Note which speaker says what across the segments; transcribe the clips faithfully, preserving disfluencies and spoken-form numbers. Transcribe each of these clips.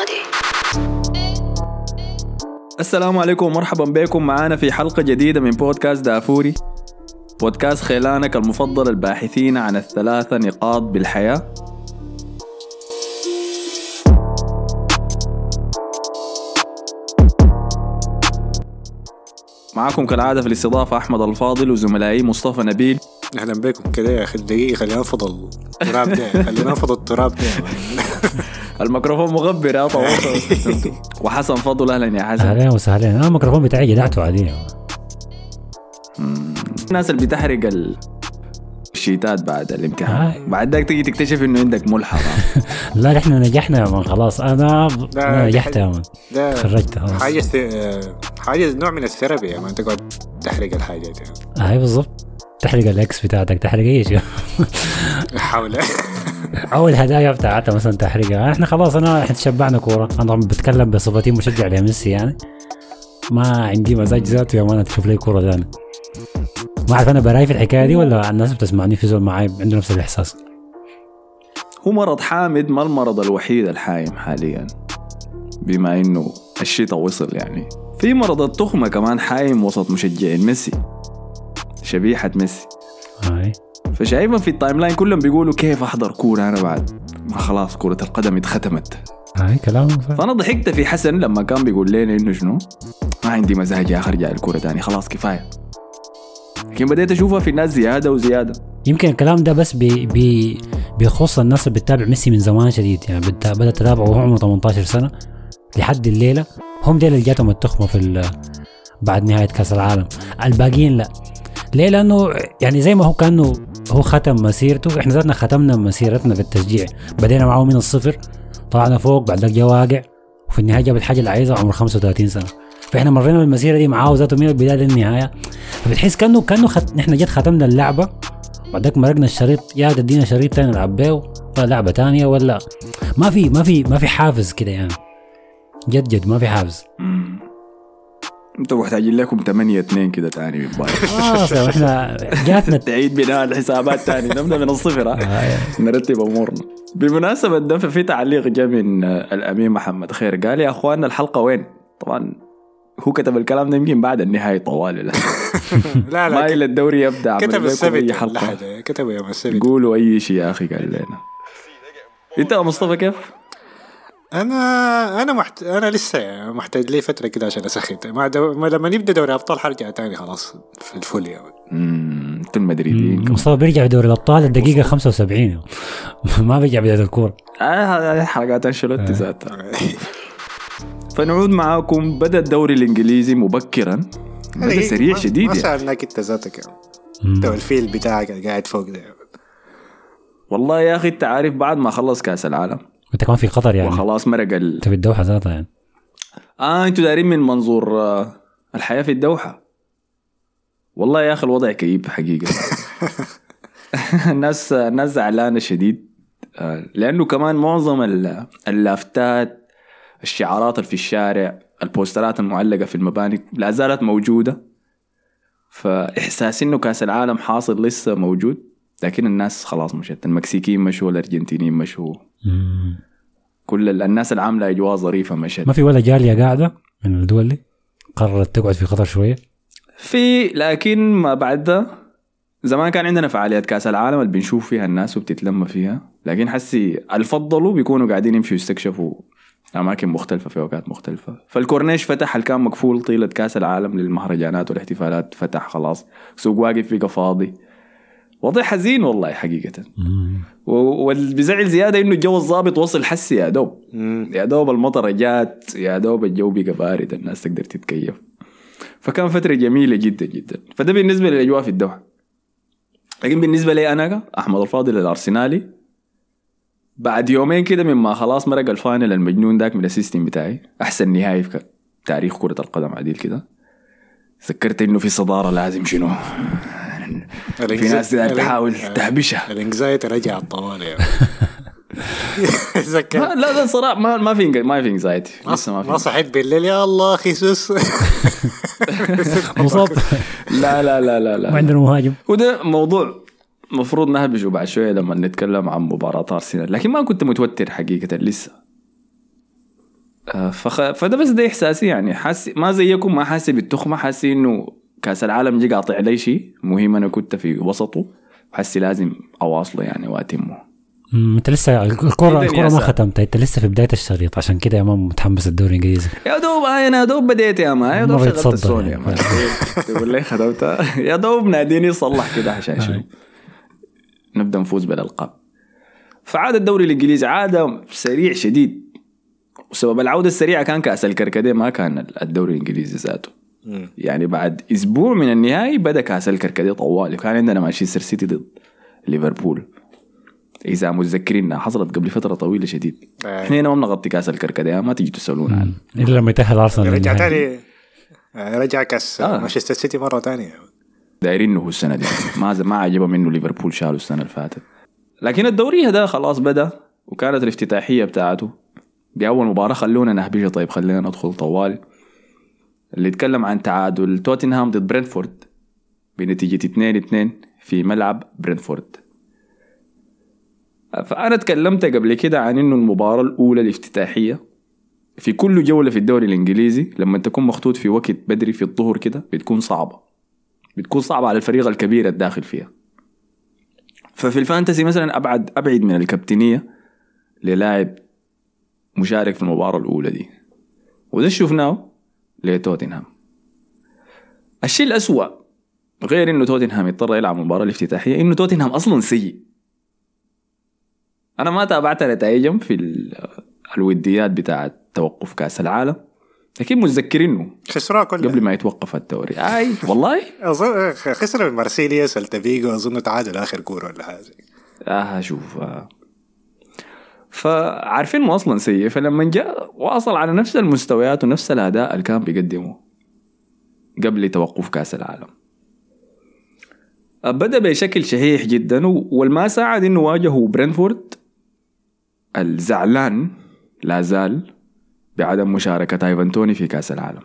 Speaker 1: الرياضي.
Speaker 2: السلام عليكم ومرحبا بكم معانا في حلقة جديدة من بودكاست دافوري، بودكاست خيلانك المفضل الباحثين عن الثلاثة نقاط بالحياة. معكم كالعادة في الاستضافة أحمد الفاضل وزملائي مصطفى نبيل.
Speaker 3: أهلا بكم. كده يا أخي دقيقة خلينا نفضل التراب ده خلينا نفضل التراب ده
Speaker 2: الميكروفون مغبر يا طوال. وحسن فضل. أهلا يا حسن.
Speaker 4: أهلا وسهلا. أنا الميكروفون بتاعي جدعته عادية.
Speaker 2: الناس اللي بتحرق الشيتات بعد الامتحان بعد ذاك تيجي تكتشف إنه عندك ملحق.
Speaker 4: لا إحنا نجحنا يا من، خلاص أنا أنا نجحت يا من،
Speaker 3: خرجت خلاص. حاجة حاجة نوع من الثيرابي يا من، تقعد تحرق الحاجات يعني.
Speaker 4: هاي بالضبط، تحرق الإكس بتاعتك، تحرق أي شيء.
Speaker 3: حاولة
Speaker 4: أول هدايا بتاعتها مثلا تحرقها. إحنا خلاص أنا إحنا تشبعنا كورة. أنا بتكلم بصفتي مشجع لميسي يعني، ما عندي مزاج ذاته يا مان تشوف لي كورة ثانية. ما أعرف أنا براي في الحكاية دي ولا الناس بتسمعني في زول معاي عنده نفس الإحساس.
Speaker 2: هو مرض حامد، ما المرض الوحيد الحايم حاليا بما إنه الشتاء وصل. يعني في مرض التخمة كمان حايم وسط مشجعين ميسي، شبيحة ميسي.
Speaker 4: هاي
Speaker 2: فشايفا في التايم لاين كلهم بيقولوا كيف أحضر كورة أنا بعد ما خلاص كرة القدم اتختمت.
Speaker 4: هاي كلام صح.
Speaker 2: فأنا ضحكت في حسن لما كان بيقول لنا إنه شنو ما عندي مزاج يا أخي أرجع الكورة تاني، خلاص كفاية. لكن بديت أشوفها في الناس زيادة وزيادة.
Speaker 4: يمكن الكلام ده بس بي بي بيخص الناس اللي بتتابع ميسي من زمان شديد، يعني بدأت تتابعه وهو عمره ثمانية عشر سنة لحد الليلة. هم ديل اللي جاتهم التخمة في بعد نهاية كأس العالم. الباقيين لا. ليه؟ لأنه يعني زي ما هو كأنه هو ختم مسيرته، إحنا ذاتنا ختمنا مسيرتنا في التشجيع. بدينا معه من الصفر، طلعنا فوق، بعد ذلك جا واقع، وفي النهاية جاب الحاجة اللي عايزها عمر خمسة وثلاثين سنة. فإحنا مرينا بالمسيرة دي معاه ذاته من البداية للنهاية. فبتحس كأنه كأنه خت... نحن جت ختمنا اللعبة، بعدك مرقنا الشريط، يا تدينا شريط تاني نلعب بيه ولا لعبة تانية، ولا ما في ما في ما في حافز كده يعني. جد جد ما في حافز.
Speaker 2: انتوا محتاجين لكم ثمانية اثنين كده تاني من باي.
Speaker 4: خلاص احنا جاتنا
Speaker 2: تعيد بناء الحسابات تاني، نبدا من الصفر. نرتب امورنا. بمناسبة ده في تعليق جاء من الامين محمد خير، قال يا اخواننا الحلقة وين؟ طبعا هو كتب الكلام ده يمكن بعد النهاية طوال. لا
Speaker 3: لا
Speaker 2: ما إلى الدوري يبدأ.
Speaker 3: كتب السبت حلقة، كتب يوم السبت.
Speaker 2: قولوا أي شيء يا أخي. قال لنا أنت يا مصطفى كيف؟
Speaker 3: أنا أنا محت... أنا لسه محتاج لي فترة كده عشان أسخت. ما, دو... ما لما نبدأ دوري أبطال حرجع تاني خلاص في الفول يا
Speaker 2: امم أنتم المدريدين.
Speaker 4: مصطفى بيرجع في دوري الأبطال الدقيقة خمسة وسبعين. ما بيرجع بداية الكورة.
Speaker 2: آه هذه حلقات أنشيلوتي ذاتها. فنعود معاكم. بدأ الدوري الإنجليزي مبكرا، بدأ سريع شديد.
Speaker 3: ما سألناك أنت ذاتك أنت الفيل بتاعك قاعد فوق ده.
Speaker 2: والله يا أخي أنت عارف بعد ما خلص كأس العالم
Speaker 4: أنت كمان في قطر يعني
Speaker 2: وخلاص مرق ال...
Speaker 4: أنت في الدوحة ذاتها يعني.
Speaker 2: آه أنتوا دارين من منظور آه الحياة في الدوحة. والله يا أخي الوضع كئيب حقيقة. الناس الناس زعلانة شديد، آه لأنه كمان معظم اللافتات، الشعارات اللي في الشارع، البوسترات المعلقة في المباني لا زالت موجودة. فإحساس إنه كأس العالم حاصل لسه موجود، لكن الناس خلاص مشت. المكسيكيين مشوا، الأرجنتينيين مشوا، كل الناس العاملة أجواء ظريفة مشت.
Speaker 4: ما في ولا جالية قاعدة من الدول دي قررت تقعد في قطر شوية
Speaker 2: في، لكن ما بعد ده زمان كان عندنا فعاليات كأس العالم اللي بنشوف فيها الناس وبتتلم فيها، لكن حسي الفضلوا بيكونوا قاعدين يمشوا يستكشفوا أماكن مختلفة في أوقات مختلفة. فالكورنيش فتح، اللي كان مقفول طيلة كأس العالم للمهرجانات والاحتفالات فتح خلاص، سوق واقف بقى فاضي. وضع حزين والله حقيقة. والبزعل زيادة إنه الجو الضابط وصل حسي يا دوب يا دوب المطر جات، يا دوب الجو بقى بارد، الناس تقدر تتكيف. فكان فترة جميلة جدا جدا. فده بالنسبة للأجواء في الدوحة. لكن بالنسبة لي أنا أحمد الفاضل الأرسنالي، بعد يومين كده مما خلاص مرق الفاينل المجنون داك من السيستم بتاعي، أحسن نهائي في تاريخ كرة القدم عديل كده، ذكرت إنه في صدارة لازم شنو في ناس تحاول تهبشها.
Speaker 3: الانكزايتي رجع الطوال يعني.
Speaker 2: لا لا صراحة ما ما في ما في انكزايتي لسه ما في.
Speaker 3: ما صحيت بالليل يا الله خيسوس
Speaker 4: مصاب.
Speaker 2: لا لا لا لا لا
Speaker 4: ما عندنا مهاجم.
Speaker 2: وده موضوع مفروض نهبشه بعد شوية لما نتكلم عن مباراة أرسنال، لكن ما كنت متوتر حقيقة لسه. فخ... فده بس ده إحساسي يعني حاسي ما زيكم ما حاسي بالتخمة حاسي إنه كأس العالم جي قاطع لي شيء مهم أنا كنت في وسطه حاسي لازم أواصله يعني وأتمه.
Speaker 4: انت لسه الكرة الكرة ما ختمت انت لسه في بداية الشريط عشان كده يا مان متحمس الدوري الانجليزي.
Speaker 2: يا دوب انا دوب بديت يا مان يا دوب شغلت السوني يا مان تقول لي خدمتها يا دوب ناديني يصلح كده عشان شنو نبدا نفوز بالالقاب. فعاد الدوري الانجليزي عاده سريع شديد وسبب العودة السريعة كان كأس الكركديه ما كان الدوري الانجليزي ذاته. يعني بعد اسبوع من النهائي بدا كأس الكركديه طوالي كان عندنا مانشستر سيتي ضد ليفربول إذا متذكرين حصلت قبل فترة طويلة شديد. إحنا هنا ما بنغطي كأس الكركديه ما تيجي تسألون عنه
Speaker 4: إلا لما يتأهل أرسنال
Speaker 3: رجع تاني رجع كأس آه. مانشستر سيتي مرة تانية
Speaker 2: دايرين إنه السنة دي ما ما عجبه منه ليفربول شالوا السنة اللي فاتت. لكن الدوري هذا خلاص بدأ وكانت الافتتاحية بتاعته بأول مباراة خلونا نهبشه. طيب خلينا ندخل طوال اللي يتكلم عن تعادل توتنهام ضد برينفورد بنتيجة اثنين اثنين في ملعب برينفورد. فأنا تكلمت قبل كده عن إنه المباراة الأولى الافتتاحية في كل جولة في الدوري الإنجليزي لما تكون مخطوط في وقت بدري في الظهر كده بتكون صعبة بتكون صعبة على الفريق الكبير الداخل فيها. ففي الفانتسي مثلا أبعد أبعد من الكابتنية للاعب مشارك في المباراة الأولى دي وده شفناه لتوتنهام. الشيء الأسوأ غير إنه توتنهام يضطر يلعب المباراة الافتتاحية إنه توتنهام أصلا سيء. أنا ما تابعت نتائجهم في الوديات بتاعة توقف كأس العالم لكن متذكرينه
Speaker 3: خسروا كله
Speaker 2: قبل ما يتوقف الدوري. أي والله
Speaker 3: أظن خسروا المارسيليا سلتفيغو أظن تعادل آخر كورة ولا حاجة.
Speaker 2: آه شوف آه. فعارفين ما أصلا سيء فلما جاء واصل على نفس المستويات ونفس الأداء اللي كان بيقدمه قبل توقف كأس العالم. بدأ بشكل شهيح جدا والما ساعد إنه واجهوا برينفورد الزعلان لا زال بعدم مشاركة ايفان توني في كأس العالم.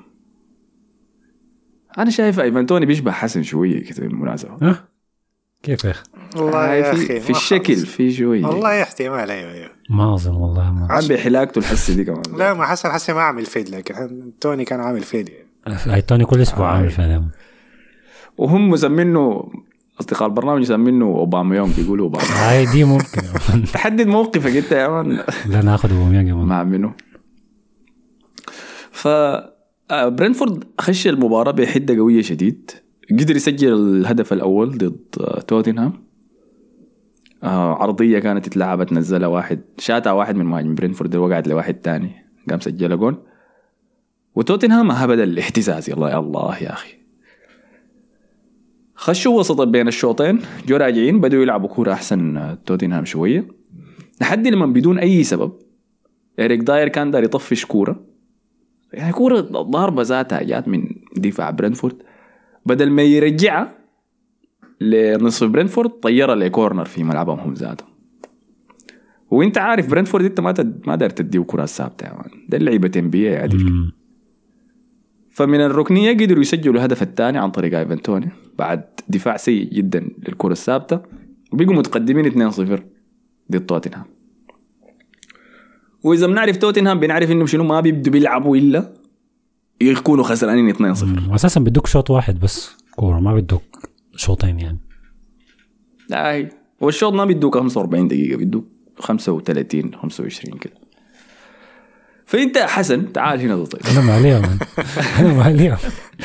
Speaker 2: أنا شايف ايفان توني بيشبه حسن شوية كده بالمناسبة.
Speaker 4: أه؟ كيف يا أخي؟
Speaker 3: والله يا
Speaker 2: في, في الشكل في شوية
Speaker 3: والله احتمال أيوة
Speaker 4: ما أظن والله ما
Speaker 2: عم بحلاقته الحس دي كمان.
Speaker 3: لا ما حسن حسن ما عامل فيد لكن توني كان عامل فيد
Speaker 4: يعني. توني كل أسبوع عامل فيد
Speaker 2: وهم مسمينه أصدقاء البرنامج يسمينه أوباما يوم بيقولوا أوباما.
Speaker 4: هاي دي ممكن
Speaker 2: تحدد موقفك أنت يا مان.
Speaker 4: لا ناخد أوباما يوم
Speaker 2: مع منه. فبرينفورد خش المباراة بحدة قوية شديد قدر يسجل الهدف الأول ضد توتنهام. عرضية كانت اتلعبت نزلها واحد شاتها واحد من مهاجم برينفورد وقعت لواحد تاني قام سجل جول وتوتنهام هبد الاهتزاز. يلا يا الله يا أخي خشوا وسط بين الشوطين جو راجعين بدوا يلعبوا كورة أحسن توتنهام شوية لحد لما بدون أي سبب إريك داير كان دار يطفش كورة يعني كورة ضاربة ذاتها جات من دفاع برينفورد بدل ما يرجعها لنصف برينفورد طيرها لكورنر في ملعبهم هم ذاتهم. وانت عارف برينفورد انت ما تد... ما دار تديه كرة ثابتة يعني ده اللعيبة تنبيه عدل. فمن الركنية قدروا يسجلوا الهدف الثاني عن طريق ايفان توني بعد دفاع سيء جدا للكرة الثابتة وبيقوا متقدمين اثنين صفر ضد توتنهام. وإذا بنعرف توتنهام بنعرف إنهم شنو ما بيبدوا بيلعبوا إلا يكونوا خسرانين اثنين صفر.
Speaker 4: أساسا بدوك شوط واحد بس كورة ما بدوك شوطين يعني.
Speaker 2: لا والشوط ما بيدوك خمسة وأربعين دقيقة بيدوك خمسة وثلاثين خمسة وعشرين كده. فأنت حسن تعال هنا طيب.
Speaker 4: أنا ما عليهم أنا ما عليهم.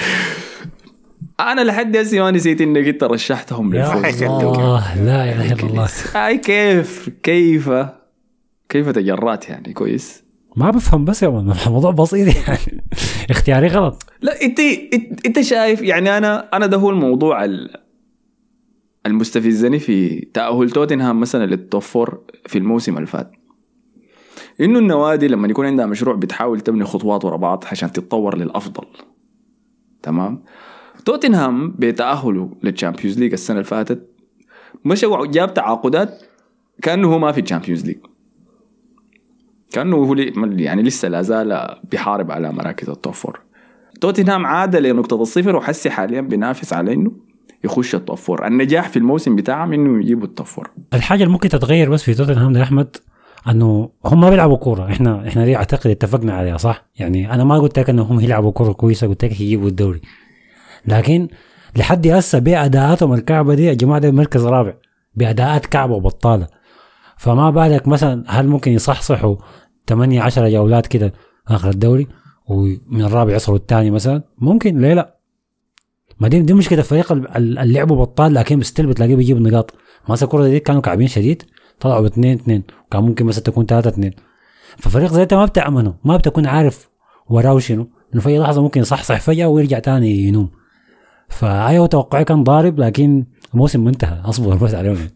Speaker 2: أنا لحد هسه ما نسيت إنك أنت رشحتهم
Speaker 4: للفوز. الله لا إله إلا الله.
Speaker 2: أي كيف كيف كيف تجرأت يعني كويس.
Speaker 4: ما بفهم بس يا مان الموضوع بسيط يعني اختياري غلط.
Speaker 2: لا انت انت شايف يعني انا انا ده هو الموضوع المستفزني في تأهل توتنهام مثلا للتوفر في الموسم اللي فات انه النوادي لما يكون عندها مشروع بتحاول تبني خطوات ورا بعض عشان تتطور للافضل. تمام. توتنهام بتأهله للتشامبيونز ليج السنه اللي فاتت مشى جاب تعاقدات كانه هو ما في التشامبيونز ليج كأنه هو يعني لسه لا زال بيحارب على مراكز التوفر. توتنهام عاد لنقطة الصفر وحسي حاليا بينافس على إنه يخش التوفر. النجاح في الموسم بتاعهم إنه يجيبوا التوفر.
Speaker 4: الحاجة اللي ممكن تتغير بس في توتنهام ده أحمد انه هم ما بيلعبوا كوره. احنا احنا دي اعتقد اتفقنا عليها صح. يعني انا ما قلت لك انهم يلعبوا كوره كويسه، قلت لك يجيبوا الدوري، لكن لحد هسه بأداءاتهم الكعبه دي يا جماعه ده مركز رابع بأداءات كعبه وبطاله. فما بالك مثلا هل ممكن يصحصحوا ثمانية عشرة جولات كده اخر الدوري ومن الرابع يصلوا الثاني مثلا؟ ممكن، ليه لا؟ ما دي, دي مشكله الفريق اللعبه بطال لكن ستيل بتلاقيه بيجيب نقاط. مثلا الكره دي كانوا كعبين شديد طلعوا باثنين اثنين، كان ممكن مثلا تكون ثلاثة اثنين. ففريق زي ده ما بتأمنه، ما بتكون عارف وراه شنو، انه في لحظه ممكن يصحصح فجاه ويرجع تاني ينوم. فايوه توقعي كان ضارب، لكن الموسم منتهى، اصبر بس عليهم.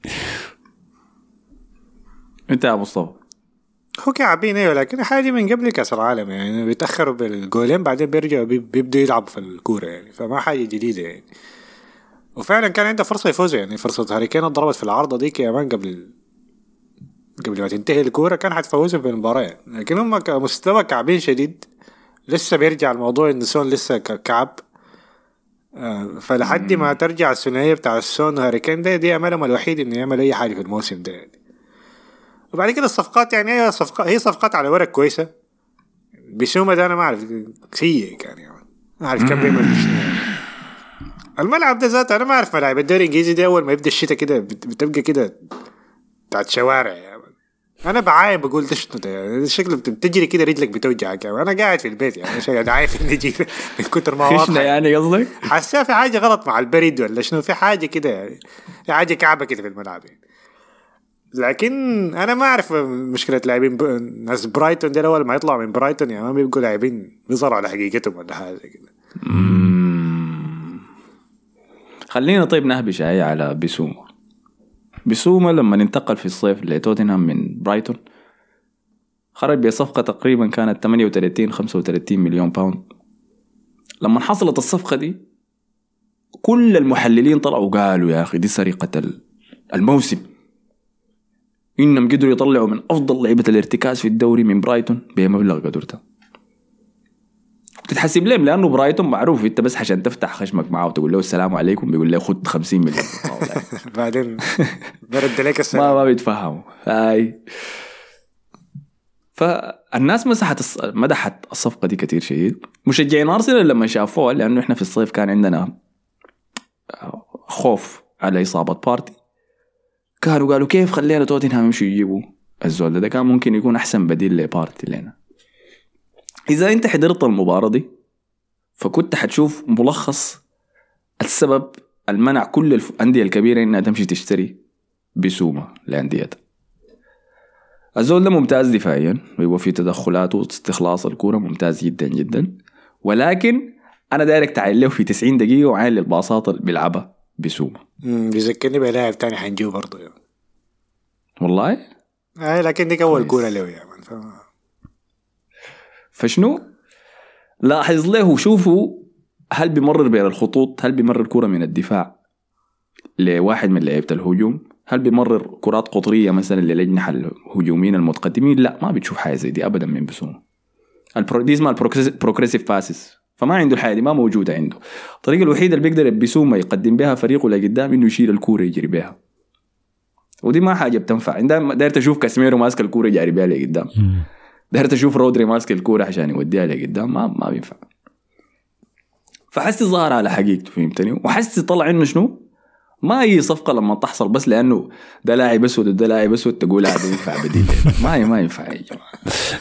Speaker 2: انت يا مصطفى
Speaker 3: هو كعبين ايوه، لكن حاجه من قبل كاس العالم يعني بيتاخروا بالجولين بعدين بيرجعوا بيبدوا يلعبوا في الكوره يعني، فما حاجه جديده يعني. وفعلا كان عنده فرصه يفوز يعني، فرصه هاري كين ضربت في العارضه دي كمان قبل قبل ما تنتهي الكوره كان حتفوزوا بالمباراه يعني. لكن هم كمستوى كعبين شديد، لسه بيرجع الموضوع ان سون لسه كعب. آه فلحد ما ترجع الثنائيه بتاع السون وهاري كين ده دي املهم الوحيد انه يعمل اي حاجه في الموسم ده يعني. وبعد كده الصفقات يعني هي صفقات هي صفقات على ورق كويسه. بسومه ده انا ما اعرف سيء كان يعني، ما اعرف كم بيعمل شنو يعني. الملعب ده ذاته انا ما اعرف ملاعب الدوري الانجليزي ده اول ما يبدا الشتاء كده بتبقى كده بتاعت شوارع يعني. انا بعاين بقول ده شنو ده يعني، شكله بتجري كده رجلك بتوجعك يعني. انا قاعد في البيت يعني شيء عارف اني جي من كتر ما
Speaker 2: واضح يعني قصدك
Speaker 3: حاسه في حاجه غلط مع البريد ولا شنو، في حاجه كده يعني، في حاجه كعبه كده في الملعب يعني. لكن انا ما اعرف مشكله لاعبين ب... ناس برايتون دي اول ما يطلعوا من برايتون يعني ما بيبقوا لاعبين بيظهروا على حقيقتهم ولا حاجه كده.
Speaker 2: خلينا طيب نهبش هاي على بيسوما. بيسوما لما انتقل في الصيف لتوتنهام من برايتون خرج بصفقه تقريبا كانت ثمانية وثلاثين خمسة وثلاثين مليون باوند. لما حصلت الصفقه دي كل المحللين طلعوا قالوا يا اخي دي سرقه الموسم، إنهم قدروا يطلعوا من أفضل لعيبة الارتكاز في الدوري من برايتون بمبلغ قدرته. تتحسب لهم لأنه برايتون معروف أنت بس عشان تفتح خشمك معه وتقول له السلام عليكم بيقول له خد خمسين مليون
Speaker 3: بعدين برد عليك السلام.
Speaker 2: ما ما بيتفهموا هاي. فالناس مسحت الص... مدحت الصفقة دي كتير شديد. مشجعين أرسنال لما شافوها لأنه إحنا في الصيف كان عندنا خوف على إصابة بارتي كانوا قالوا كيف خلينا توتنهام يمشوا يجيبوا الزول ده, كان ممكن يكون أحسن بديل لبارتي لنا. إذا أنت حضرت المباراة دي فكنت حتشوف ملخص السبب المنع كل الأندية الكبيرة إنها تمشي تشتري بسومة لأنديتها. الزول ده ممتاز دفاعيا ويبقى في تدخلاته واستخلاص الكورة ممتاز جدا جدا، ولكن أنا دايرك تعال له في تسعين دقيقة وعين للباصات اللي بيلعبها بسومة.
Speaker 3: امم بيذكرني بلاعب تاني حنجيو برضه يعني.
Speaker 2: والله
Speaker 3: آه لكن ديك أول كورة له يا من ف...
Speaker 2: فشنو لاحظ له وشوفوا هل بيمرر بين الخطوط، هل بيمرر كرة من الدفاع لواحد من لعيبة الهجوم، هل بيمرر كرات قطرية مثلا للأجنحة الهجوميين المتقدمين. لا ما بتشوف حاجة زي دي أبدا من بسومة. البرو اسمها البروكريسيف باسز، فما عنده الحاجة دي ما موجودة عنده. الطريقة الوحيدة اللي بيقدر بسومة يقدم بها فريقه لقدام إنه يشيل الكورة يجري بها، ودي ما حاجة بتنفع. عندما داير تشوف كاسميرو ماسك الكورة يجري بها لقدام، داير تشوف رودري ماسك الكورة عشان يوديها لقدام، ما ما بينفع. فحسي ظهر على حقيقته فهمتني، وحسي طلع إنه شنو ما هي صفقة لما تحصل بس لأنه ده لاعب أسود وده لاعب أسود تقول هذا ينفع بديل ما هي ما ينفع يا جماعة.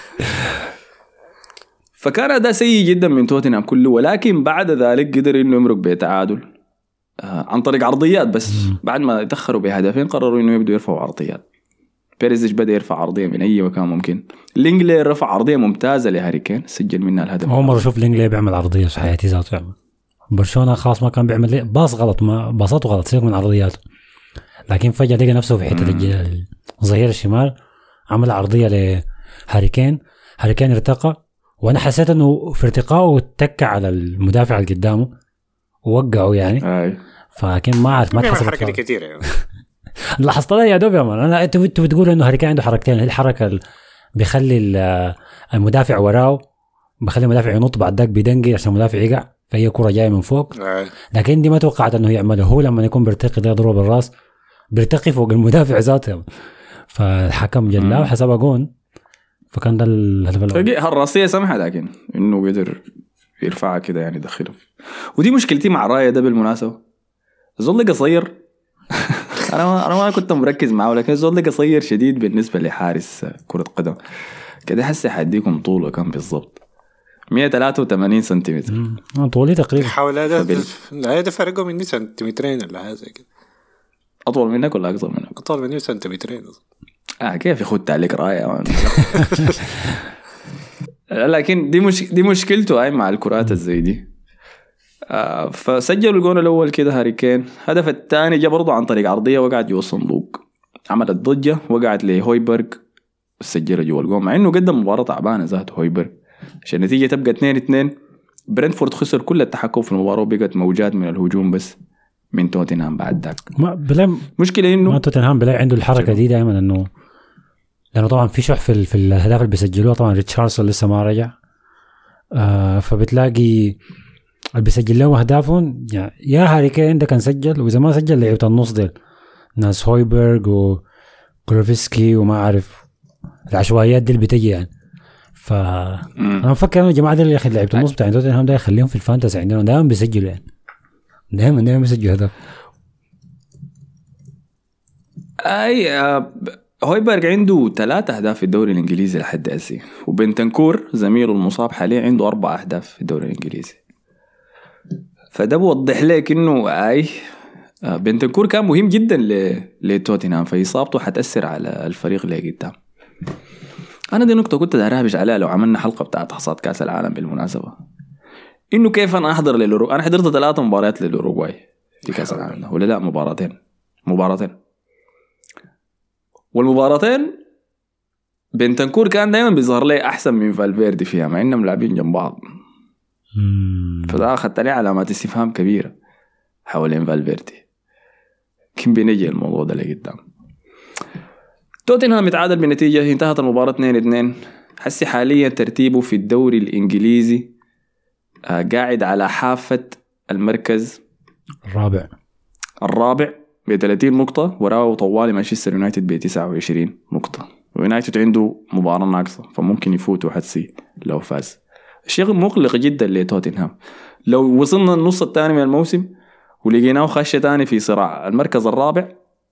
Speaker 2: فكان ده سيء جدا من توتنهام كله، ولكن بعد ذلك قدر إنه يمرق بتعادل آه عن طريق عرضيات بس. بعد ما دخلوا بهدفين قرروا إنه يبدوا يرفعوا عرضيات. بيريزيش بدأ يرفع عرضية من أي مكان ممكن. لينجلي رفع عرضية ممتازة لهاري كين سجل منها الهدف.
Speaker 4: أول مرة أشوف لينجلي بيعمل عرضية في حياتي ذاته يعني. برشلونة خلاص ما كان بيعمل ليه باص غلط، ما باصاته غلط سيبك من عرضياته، لكن فجأة لقى نفسه في حتة الظهير الشمال عمل عرضية لهاري كين. هاري كين ارتقى وأنا حسيت إنه في ارتقائه اتكى على المدافع اللي قدامه ووقعه يعني
Speaker 2: آه.
Speaker 4: فكان ما عارف ما
Speaker 3: تحسب حركة كتير يعني.
Speaker 4: لاحظت يا دوب يا مان. أنا أنت بتقول إنه هاري كين عنده حركتين، هي الحركة اللي بيخلي المدافع وراه بخلي المدافع ينط بعد ذاك بيدنقي عشان المدافع يقع فهي كرة جاية من فوق، لكن دي ما توقعت انه يعمله. هو لما يكون بيرتقي ده يضربه بالراس بيرتقي فوق المدافع ذاته، فالحكم جلاه وحسبها جون، فكان ده الهدف الاول.
Speaker 2: الراسيه سمحه لكن انه قدر يرفعها كده يعني دخله. ودي مشكلتي مع رايه ده بالمناسبه، الزول قصير انا ما انا ما كنت مركز معه، لكن الزول قصير شديد بالنسبه لحارس كره قدم كده. حسي حديكم طوله كم بالضبط؟ مية وثلاثة وثمانين سنتيمتر.
Speaker 4: امم طولي تقريبا
Speaker 3: حول هذا
Speaker 2: فبال-
Speaker 3: هذا فرقه مني سنتيمترين ولا حاجه كده.
Speaker 2: اطول منك ولا اقصر منك؟
Speaker 3: اطول مني سنتيمترين.
Speaker 2: اه كيف يخد عليك رايه لكن دي مش دي مشكلته هاي مع الكرات الزي دي. آه فسجلوا الجون الاول كده هاري كين. الهدف الثاني جاء برضه عن طريق عرضيه وقعت جوا الصندوق، عملت ضجه، وقعت لهويبرغ سجلها جوا الجون، مع انه قدم مباراه تعبانه ذاته هويبرغ عشان النتيجه تبقى اثنين اثنين. برنتفورد خسر كل التحكم في المباراه وبقت موجات من الهجوم بس من توتنهام بعد ذاك.
Speaker 4: ما بلا
Speaker 2: مشكله انه
Speaker 4: ما توتنهام بلا عنده الحركه دي دائما، انه لانه طبعا في شح في, ال- في الاهداف اللي بيسجلوها. طبعا ريتشاردسون لسه ما رجع، آه فبتلاقي اللي بيسجل له اهدافهم يعني يا هاري كين ده كان سجل، واذا ما سجل لعيبه النص ديل ناس هويبرغ وكلوفسكي وما اعرف العشوائيات دي اللي بتجي يعني. ف انا بفكر انه الجماعه دي اللي ياخذ لعيبه النص بتاع توتنهام ده يخليهم في الفانتسي عندنا، دائما بيسجلوا يعني، دائما دائما بيسجلوا هدف.
Speaker 2: اي آه هويبرغ عنده ثلاثة أهداف في الدوري الإنجليزي لحد هسه، وبنتنكور زميله المصاب حاليا عنده أربع أهداف في الدوري الإنجليزي. فده بوضح لك إنه أي آه بنتنكور كان مهم جدا لتوتنهام، فإصابته حتأثر على الفريق اللي قدام. أنا دي نقطة كنت دارابج عليها لو عملنا حلقة بتاعت حصاد كأس العالم بالمناسبة، إنه كيف أنا أحضر للأوروغواي. أنا حضرت ثلاثة مباريات للأوروغواي في كأس العالم، ولا لا مباراتين مباراتين والمباراتين بنتنكور كان دايما بيظهر لي احسن من فالفيردي فيها مع انهم لاعبين جنب بعض. فده اخذت لي علامات استفهام كبيره حوالين فالفيردي، كم بينجي الموضوع ده لقدام. توتنهام متعادل بنتيجه، انتهت المباراه اثنين اثنين. حسي حاليا ترتيبه في الدوري الانجليزي آه قاعد على حافه المركز
Speaker 4: الرابع
Speaker 2: الرابع ب ثلاثين نقطة، وراه طوالي مانشستر يونايتد ب تسعة وعشرين نقطة، ويونايتد عنده مباراة ناقصة فممكن يفوتوا حتسي لو فاز. الشيء مقلق جدا لتوتنهام. لو وصلنا النص الثاني من الموسم ولقيناه خاشة تاني في صراع المركز الرابع،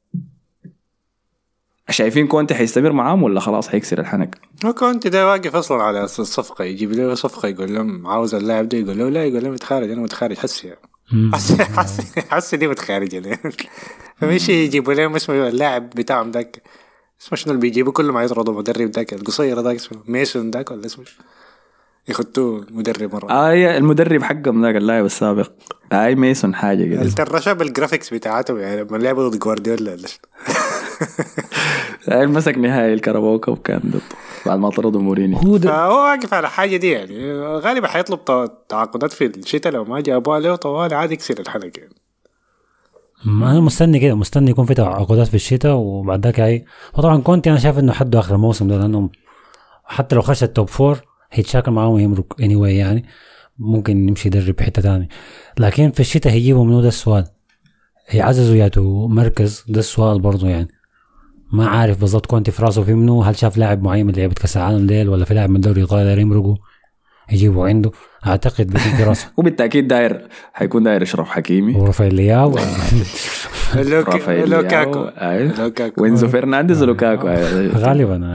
Speaker 2: شايفين كونتي حيستمر معاهم ولا خلاص حيكسر الحنك؟
Speaker 3: هو كونتي ده واقف اصلا على الصفقة، يجيب له صفقة يقول لهم عاوز اللاعب ده، يقول له لا، يقول له متخارج، انا متخارج حسي يعني. حسي حسي حسي دي متخارج يعني. فمشي يجيبوا لهم اسمه اللاعب بتاعهم داك اسمه شنو اللي بيجيبوا كل ما يطردوا مدرب داك القصير داك اسمه ميسون داك ولا اسمه يخطوه مدرب مرة.
Speaker 2: آه المدرب حقهم ذاك اللاعب السابق آي ميسون حاجة كده.
Speaker 3: الترشة بالجرافيكس بتاعته يعني لما لعبوا ضد جوارديولا ولا شنو.
Speaker 2: آي مسك نهائي الكاراباو وكان ضده بعد ما طردوا مورينيو.
Speaker 4: هو
Speaker 3: فهو واقف على حاجة دي يعني، غالبا حيطلب تعاقدات في الشتاء، لو ما جابوها له طوال عادي يكسر الحلقة يعني.
Speaker 4: انا مستني كده، مستني يكون في تعاقدات في الشتاء وبعد ذاك هي. وطبعا كونتي انا شايف انه حده اخر الموسم ده، لانه حتى لو خش التوب فور هيتشاكل معاهم ويمرق anyway يعني، ممكن يمشي يدرب بحته تاني. لكن في الشتاء هيجيبوا منو؟ ده السؤال. هيعززوا ياتوا مركز؟ ده السؤال برضو يعني. ما عارف بالضبط كونتي في راسه في منو، هل شاف لاعب معين من لعيبه كاس العالم ديل، ولا في لاعب من الدوري الايطالي داير يمرقوا يجيبوا عنده؟ اعتقد بيكون في راسه.
Speaker 2: وبالتاكيد داير حيكون داير اشرف حكيمي
Speaker 4: ورافائيل لياو
Speaker 2: رافائيل
Speaker 3: لوكاكو
Speaker 2: لوكاكو وينزو فرنانديز ولوكاكو
Speaker 4: غالبا.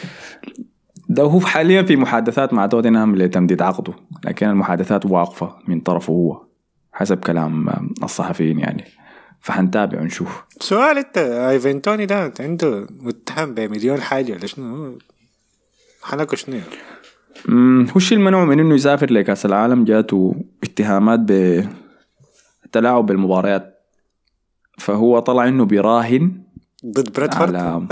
Speaker 2: ده هو حاليا في محادثات مع توتنهام لتمديد عقده، لكن المحادثات واقفة من طرفه هو حسب كلام الصحفيين يعني، فحنتابع ونشوف.
Speaker 3: سؤال، انت ايفنتوني ده عنده متهم بمليون حاجة ولا شنو؟ حنكو شنو؟
Speaker 2: امم هو الشيء المنوع من انه يسافر لكاس العالم، جاته اتهامات بالتلاعب بالمباريات، فهو طلع انه بيراهن
Speaker 3: ضد بريدفورد.
Speaker 2: على...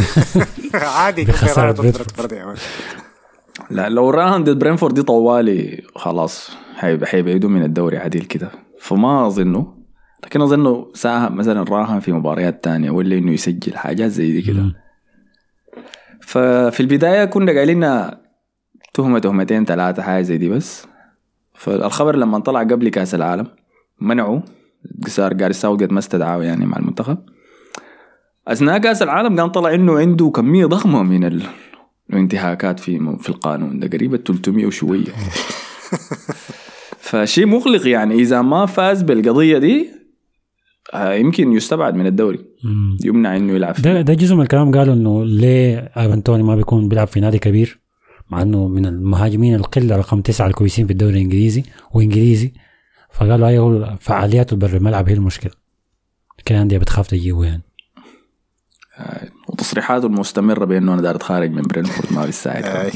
Speaker 3: عادي
Speaker 4: بخسارة
Speaker 3: بريدفورد يعني.
Speaker 2: لا لو راهن ضد برينفورد دي طوالي خلاص حيبعدوا من الدوري عديل كده، فما اظنه. لكن اظنه ساهم مثلا راهن في مباريات تانية ولا انه يسجل حاجات زي دي كده. ففي البداية كنا قايلين تهمة تهمتين ثلاثة حاجة زي دي بس. فالخبر لما طلع قبل كاس العالم منعوا، صار جاري ساوثجيت ما استدعاه يعني مع المنتخب. اثناء كاس العالم كان طلع انه عنده كميه ضخمه من ال... الانتهاكات في في القانون ده قريبه ثلاثمية وشويه. فشيء مقلق يعني اذا ما فاز بالقضيه دي يمكن يستبعد من الدوري، يمنع انه يلعب فيه.
Speaker 4: ده, ده جزء من الكلام قالوا انه ليه ايفان توني ما بيكون بيلعب في نادي كبير مع انه من المهاجمين القله رقم تسعة الكويسين في الدوري الانجليزي وانجليزي، فقالوا ايوه فعالياته برا الملعب هي المشكله، كان عندي بتخاف تجيبه يعني.
Speaker 2: وتصريحاته المستمره بانه انا دار اتخارج من برينفورد ما بيساعد.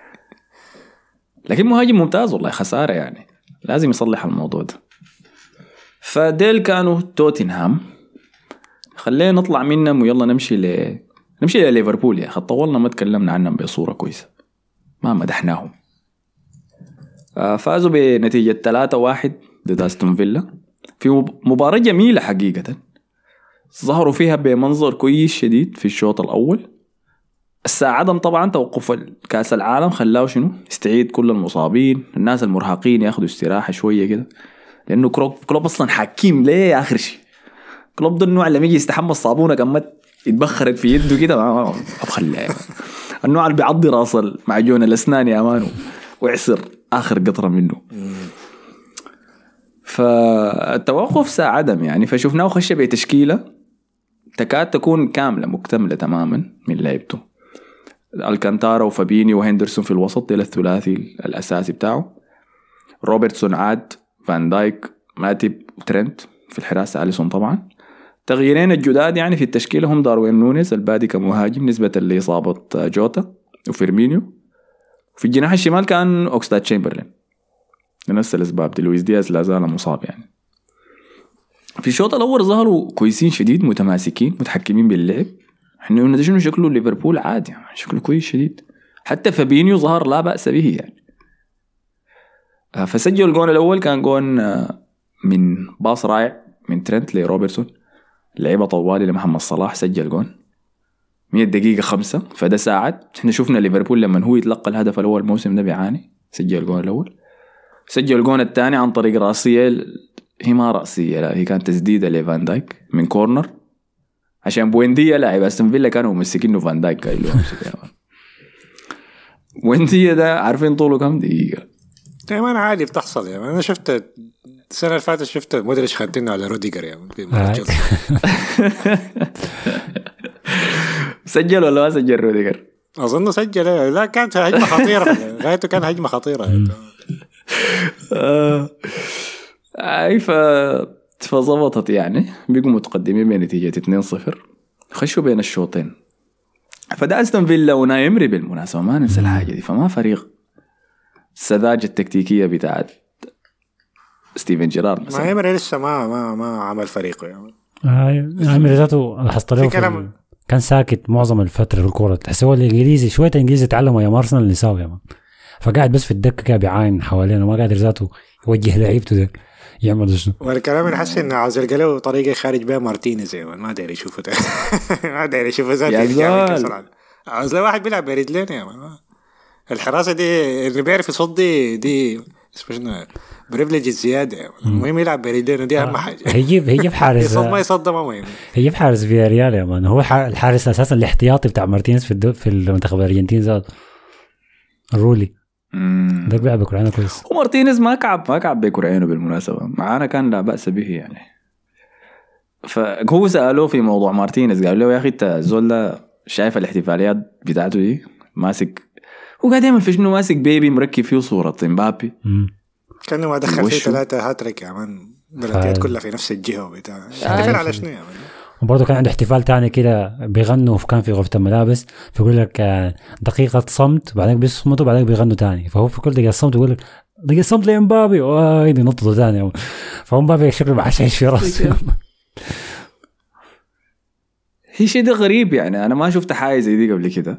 Speaker 2: لكن مهاجم ممتاز والله، خساره يعني لازم يصلح الموضوع ده. فديل كانوا توتنهام. خلينا نطلع منهم ويلا نمشي ل نمشي لليفربول. يا اخي طولنا ما تكلمنا عنهم بصوره كويسه، ما مدحناهم. فازوا بنتيجه ثلاثة واحد ضد استون فيلا في مباراه جميله حقيقه، ظهروا فيها بمنظر كويس شديد في الشوط الاول. الساعدهم طبعا توقف كاس العالم، خلاو شنو يستعيد كل المصابين، الناس المرهقين ياخذوا استراحه شويه كده، لانه كلوب كلوب اصلا حكيم ليه اخر شيء. كلوب ده النوع لما يجي يستحمى الصابونه كم يتبخرت في يده كده ما بخليه. النوع اللي بيعضي راس المعجون الاسنان يا مان ويعصر اخر قطره منه. فالتوقف ساعدهم يعني، فشوفناه خش بتشكيله تكاد تكون كامله مكتمله تماما من لعبته. الكانتارا وفابيني وهندرسون في الوسط، ده الثلاثي الاساسي بتاعه. روبرتسون عاد، فان دايك، ماتيب وترنت في الحراسه، أليسون طبعا. تغييرين الجداد يعني في التشكيله هم داروين نونيز البادي كمهاجم نسبه لاصابه جوتا وفيرمينيو. في الجناح الشمال كان اوكسلاد تشامبرلين لنفس الاسباب دي. لويس دياز لا زال مصاب يعني. في الشوط الاول ظهروا كويسين شديد، متماسكين متحكمين باللعب. احنا قلنا ده شنو شكله ليفربول عادي يعني، شكله كويس شديد. حتى فابينيو ظهر لا بأس به يعني. فسجل الجون الاول كان جون من باص رائع من ترنت لروبرتسون، لعيبه طوالي لمحمد صلاح، سجل جون مية دقيقه خمسة. فده ساعد. احنا شفنا ليفربول لما هو يتلقى الهدف الاول الموسم ده بيعاني، سجل الجون الاول. سجل الجون الثاني عن طريق راسيه، هي ما راسيه لا هي كانت تسديده لفان دايك من كورنر، عشان بوينديا لاعب استون فيلا كانوا ممسكينه فان دايك قايل له بوينديا ده عارفين طوله كم دقيقه.
Speaker 3: تمام عادي بتحصل يعني. انا شفت السنه اللي فاتت شفت مودريتش خدتنا على روديجر يعني
Speaker 2: سجل ولا ما سجل روديجر؟
Speaker 3: اظن سجل. لا كانت هجمه خطيره غايته كان هجمه خطيره
Speaker 2: اي ف فظبطت يعني، بيقوا متقدمين بنتيجه اثنين صفر، خشوا بين الشوطين. فده استون فيلا ونايمري بالمناسبه ما ننسى الحاجه دي، فما فريق السذاجه التكتيكيه بتاعت ستيفن جيرارد مثلا.
Speaker 3: نايمري لسه ما ما ما عمل فريقه يعني.
Speaker 4: نايمري ذاته لاحظت له كلام... كان ساكت معظم الفتره في الكوره. تحس هو الانجليزي شويه انجليزي تعلموا يا ارسنال اللي ساوي يعني. فقاعد بس في الدكه كده بيعاين حوالينه، ما قادر ذاته يوجه لعيبته ده يعمل شنو.
Speaker 3: والكلام اللي حس انه عاوز يلقى له طريقه خارج بها مارتينيز يعني. ما داري يشوفه ما داري يشوفه ذاته. عاوز له واحد بيلعب برجلين يعني. الحراسه دي اللي بيعرف يصدي دي اسمه شنو بريفليج الزياده يعني. المهم يلعب برجلين ودي اهم حاجه.
Speaker 4: هيجيب هيجيب حارس
Speaker 3: يصد ما يصد ما مهم.
Speaker 4: هيجيب حارس في ريال يا مان. هو الحارس اساسا الاحتياطي بتاع مارتينيز في في المنتخب الارجنتين ذات الرولي ده بيلعب بكرعينه كويس.
Speaker 2: ومارتينيز ما كعب ما كعب بكرعينه بالمناسبه معانا، كان لا بأس به يعني. فهو سألوه في موضوع مارتينيز قال له يا اخي انت الزول ده شايف الاحتفاليات بتاعته دي ماسك، هو قاعد يعمل في شنو ماسك بيبي مركب فيه صوره مبابي
Speaker 3: كانه ما دخل فيه ثلاثه هاتريك يا مان، بلديات كلها في نفس الجهه وبتاع. احتفل على شنو يا مان؟
Speaker 4: وبرضه كان عنده احتفال تاني كده بيغنوا، كان في غرفة الملابس فيقول لك دقيقة صمت بعدين بيصمتوا بعدين بيغنوا تاني. فهو في كل دقيقة صمت يقول لك دقيقة صمت لإمبابي وهيدي نططوا تاني. فإمبابي شكله معشش في رأسه.
Speaker 2: هي شيء ده غريب يعني، أنا ما شفت حاجة زي دي قبل كده.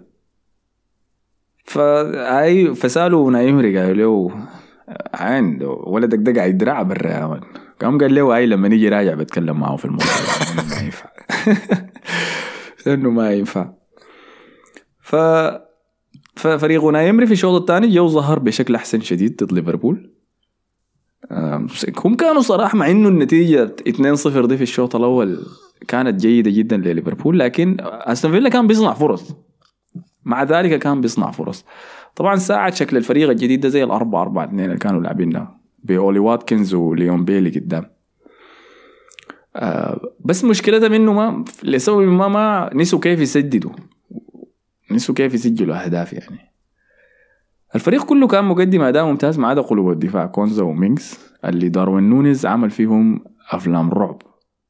Speaker 2: فأي فسألوا نايمري قالوا له عين ولدك ده قاعد يدرع برا يا مان. قام قال له اي لما نيجي راجع بتكلم معه في الموضوع ما ينفع لانه ما ينفع. ف ففريقنا يمري في الشوط الثاني جو ظهر بشكل احسن شديد ضد ليفربول. هم كانوا صراحه مع انه النتيجه اثنين صفر دي في الشوط الاول كانت جيدة جدا لليفربول، لكن أستون فيلا كان بيصنع فرص، مع ذلك كان بيصنع فرص. طبعا ساعد شكل الفريق الجديد ده زي الأربعة أربعة اثنين اللي كانوا لاعبينها بأولي واتكنز وليون بيلي قدام. آه بس مشكلتها منه ما لسبب ما ما نسوا كيف يسددوا، نسوا كيف يسجلوا أهداف. يعني الفريق كله كان مقدم أداء ممتاز ما عدا قلوب الدفاع كونزا ومينكس اللي داروين نونيز عمل فيهم أفلام رعب.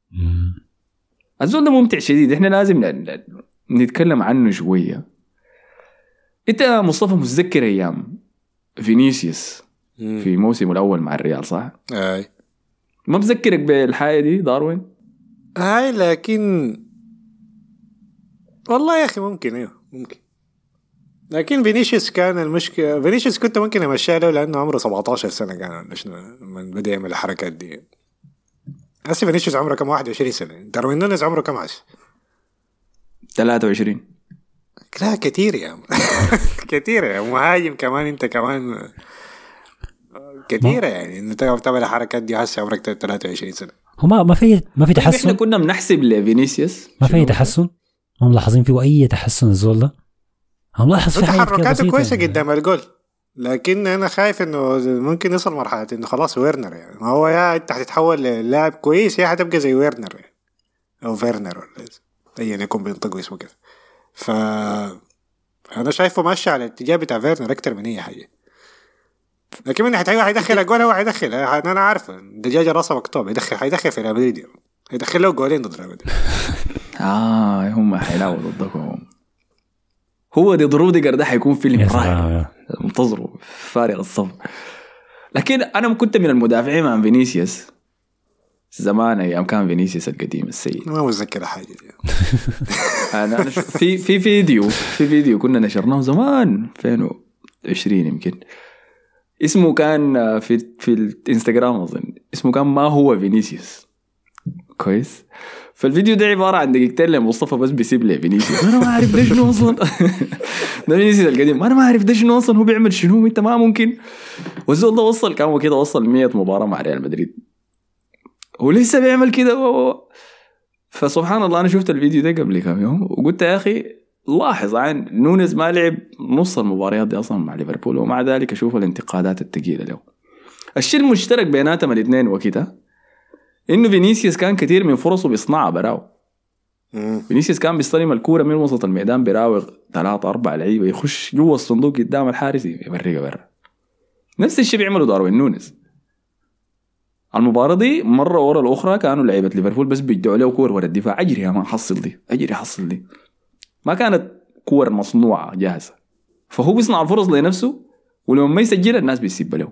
Speaker 2: الزول ده ممتع شديد، احنا لازم نتكلم عنه شوية. انت مصطفى متذكر ايام فينيسيوس في موسمه الاول مع الريال صح؟
Speaker 3: اي
Speaker 2: ما بذكرك بالحاجة دي داروين؟
Speaker 3: هاي لكن والله يا اخي ممكن ايوه ممكن، لكن فينيسيوس كان المشكلة فينيسيوس كنت ممكن امشيها له لانه عمره سبعة عشر سنة كان لما بدا يعمل الحركات دي. هسه فينيسيوس عمره كم واحد وعشرين سنة، داروين نونيز عمره كم عشر؟
Speaker 2: ثلاثة وعشرين.
Speaker 3: لا كتير يا عم كتير يا مهاجم كمان انت كمان كتيرة يعني انه تعرف تعمل الحركات دي هسه عمرك ثلاثة وعشرين سنة.
Speaker 4: هو ما ما في ما في تحسن.
Speaker 2: احنا كنا بنحسب لفينيسيوس
Speaker 4: ما في تحسن، ما ملاحظين فيه اي تحسن الزول ده. هم لاحظ في
Speaker 3: تحركاته كويسة يعني قدام الجول، لكن انا خايف انه ممكن يصل مرحلة انه خلاص ويرنر يعني ما هو يا انت هتتحول للاعب كويس يا هتبقى زي ويرنر يعني او فيرنر ولا اي يعني يكون بينطق اسمه كده. ف انا شايفه ماشي على الاتجاه بتاع فيرنر اكتر من اي حاجه، لكن من ناحيه هيدخل اجوال هو هيدخل انا عارفه دجاجه راسه مكتوب هيدخل هيدخل في ريال مدريد هيدخل له جولين ضد ريال مدريد.
Speaker 2: اه هم هيلاقوا ضدكم. هو دي روديجر ده هيكون فيلم رائع منتظره فارغ الصبر. لكن انا كنت من المدافعين مع فينيسيوس زمان ايام كان فينيسيوس القديم السيء
Speaker 3: ما متذكر حاجه دي.
Speaker 2: انا انا في في فيديو في فيديو كنا نشرناه زمان ألفين وعشرين يمكن اسمه كان في في الانستغرام اظن اسمه كان ما هو فينيسيوس كويس. فالفيديو ده عباره عن دقيقتين لمصطفى بس بيسيب لي فينيسيوس انا ما اعرف ده شنو اصلا. ده فينيسيوس القديم انا ما اعرف ده شنو اصلا هو بيعمل شنو انت ما ممكن. والزول ده وصل كان كده وصل مية مباراه مع ريال مدريد ولسه بيعمل كده. فسبحان الله أنا شفت الفيديو ده قبل كم يوم وقلت يا أخي لاحظ عن نونيز ما لعب نص المباريات دي أصلا مع ليفربول ومع ذلك أشوف الانتقادات الثقيلة له. الشيء المشترك بيناتهم الاثنين وكده إنه فينيسيوس كان كثير من فرصه بيصنعها براو. فينيسيوس كان بيستلم الكورة من وسط الميدان براوغ ثلاثة أربعة لعيبة يخش جوا الصندوق قدام الحارس يبرقها برا. نفس الشيء بيعمله داروين نونيز. المباراة دي مرة ورا الأخرى كانوا لعيبة ليفربول بس بيدعوا له كور ورا الدفاع أجري يا ما حصل دي أجري حصل دي ما كانت كور مصنوعة جاهزة. فهو بيصنع الفرص لنفسه ولما ما يسجل الناس بيسيب له.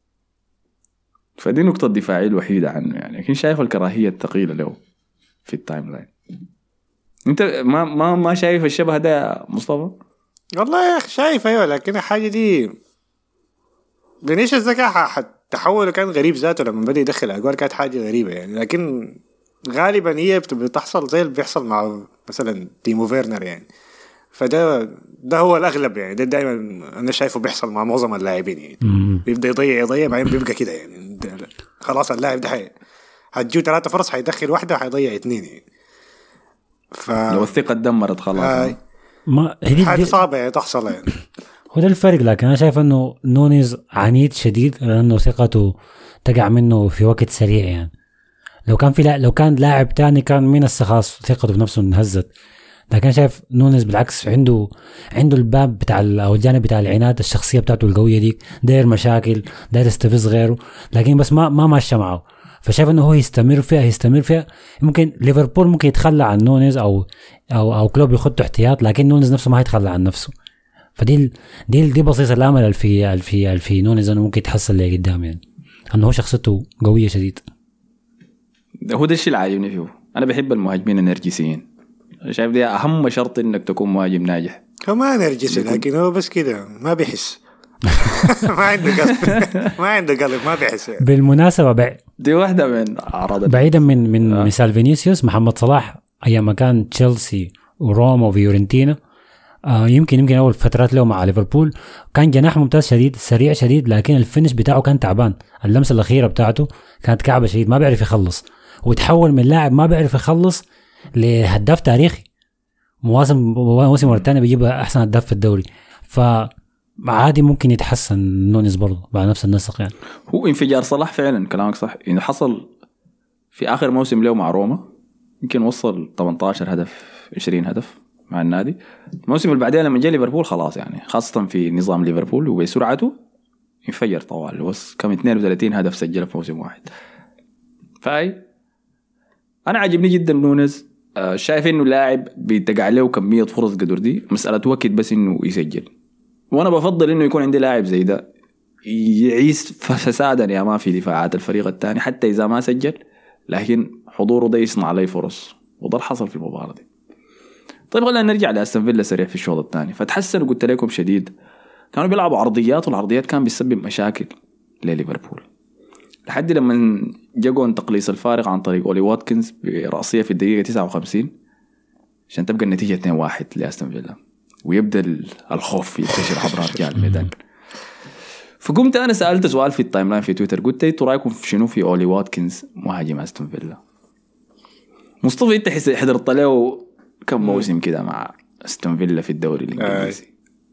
Speaker 2: فدي نقطة دفاعية الوحيدة عنه يعني. لكن شايف الكراهية الثقيلة له في التايم لاين. أنت ما ما ما شايف الشبه ده مصطفى؟
Speaker 3: والله يا أخي شايف أيوة لكن الحاجة دي فينيسيوس ذكاء تحوله كان غريب ذاته لما بدأ يدخل أجوال كانت حاجة غريبة يعني. لكن غالبا هي بتحصل زي اللي بيحصل مع مثلا تيمو فيرنر يعني. فده ده هو الأغلب يعني. ده دائما أنا شايفه بيحصل مع معظم اللاعبين يعني. بيبدأ يضيع يضيع بعدين بيبقى كده يعني. خلاص اللاعب ده حي هتجيو ثلاثة فرص هيدخل واحدة وهيضيع اثنين يعني. ف
Speaker 2: لو الثقة اتدمرت خلاص
Speaker 4: ما
Speaker 3: حاجة صعبة يعني تحصل يعني.
Speaker 4: هو ده الفرق. لكن أنا شايف أنه نونيز عنيد شديد لأنه ثقته تقع منه في وقت سريع يعني. لو كان في لا لو كان لاعب تاني كان من السخاص ثقته بنفسه انهزت. لكن أنا شايف نونيز بالعكس عنده عنده الباب بتاع أو الجانب بتاع العناد الشخصية بتاعته القوية دي داير مشاكل داير يستفز غيره لكن بس ما ما ماشي معه. فشايف انه هو يستمر فيها يستمر فيها ممكن ليفربول ممكن يتخلى عن نونيز او او او كلوب يخط احتياط لكن نونيز نفسه ما هيتخلى عن نفسه. فدي دي دي بصيص الامل الفي الفي الفي نونيز انه ممكن يتحسن اللي قدام يعني انه هو شخصيته قويه شديد.
Speaker 2: هو ده الشيء اللي عاجبني فيه. انا بحب المهاجمين النرجسيين. شايف دي اهم شرط انك تكون مهاجم ناجح.
Speaker 3: هو ما نرجسي لكن هو بس كده ما بيحس. ما عنده قلب ما عنده قلب ما بيحس.
Speaker 4: بالمناسبه بع...
Speaker 2: دي واحده من اعراض
Speaker 4: بعيدا من من آه. مثال فينيسيوس محمد صلاح ايام ما كان تشيلسي وروما وفيورنتينا آه يمكن يمكن اول فترات له مع ليفربول كان جناح ممتاز شديد سريع شديد لكن الفينش بتاعه كان تعبان. اللمسه الاخيره بتاعته كانت كعبه شديد ما بيعرف يخلص وتحول من لاعب ما بيعرف يخلص لهداف تاريخي مواسم موسم مرة تانية بيجيب أحسن هداف في الدوري. فعادي ممكن يتحسن نونيز برضه بعد نفس النسق يعني.
Speaker 2: هو انفجار صلاح فعلا كلامك صح إنه حصل في آخر موسم له مع روما يمكن وصل ثمانية عشر هدف عشرين هدف مع النادي. الموسم اللي بعدين لما جاء ليفربول خلاص يعني خاصة في نظام ليفربول وبسرعته ينفجر طوال وصل كم اثنين وثلاثين هدف سجله في موسم واحد. فاي أنا عجبني جدا نونيز. آه شايف إنه لاعب بيتقع له كمية فرص قدر دي مسألة وقت بس إنه يسجل. وأنا بفضل إنه يكون عندي لاعب زي ده يعيش فسادا يا ما في دفاعات الفريق الثاني حتى إذا ما سجل لكن حضوره ده يصنع عليه فرص وده حصل في المباراة دي. طيب خلينا نرجع لأستون فيلا سريع في الشوط الثاني. فتحسن قلت لكم شديد كانوا بيلعبوا عرضيات والعرضيات كان بيسبب مشاكل لليفربول لحد لما جاءوا تقليص الفارق عن طريق أولي واتكنز برأسية في الدقيقة تسعة وخمسين عشان تبقى النتيجة اثنين واحد لأستون فيلا ويبدأ الخوف ينتشر عبر أرجاء الميدان. فقمت أنا سألت سؤال في التايم لاين في تويتر قلت إيه رأيكم في شنو في أولي واتكنز مهاجم أستون فيلا؟ مصطفى أنت حضرت له كم موسم كده مع أستون فيلا في الدوري الإنجليزي؟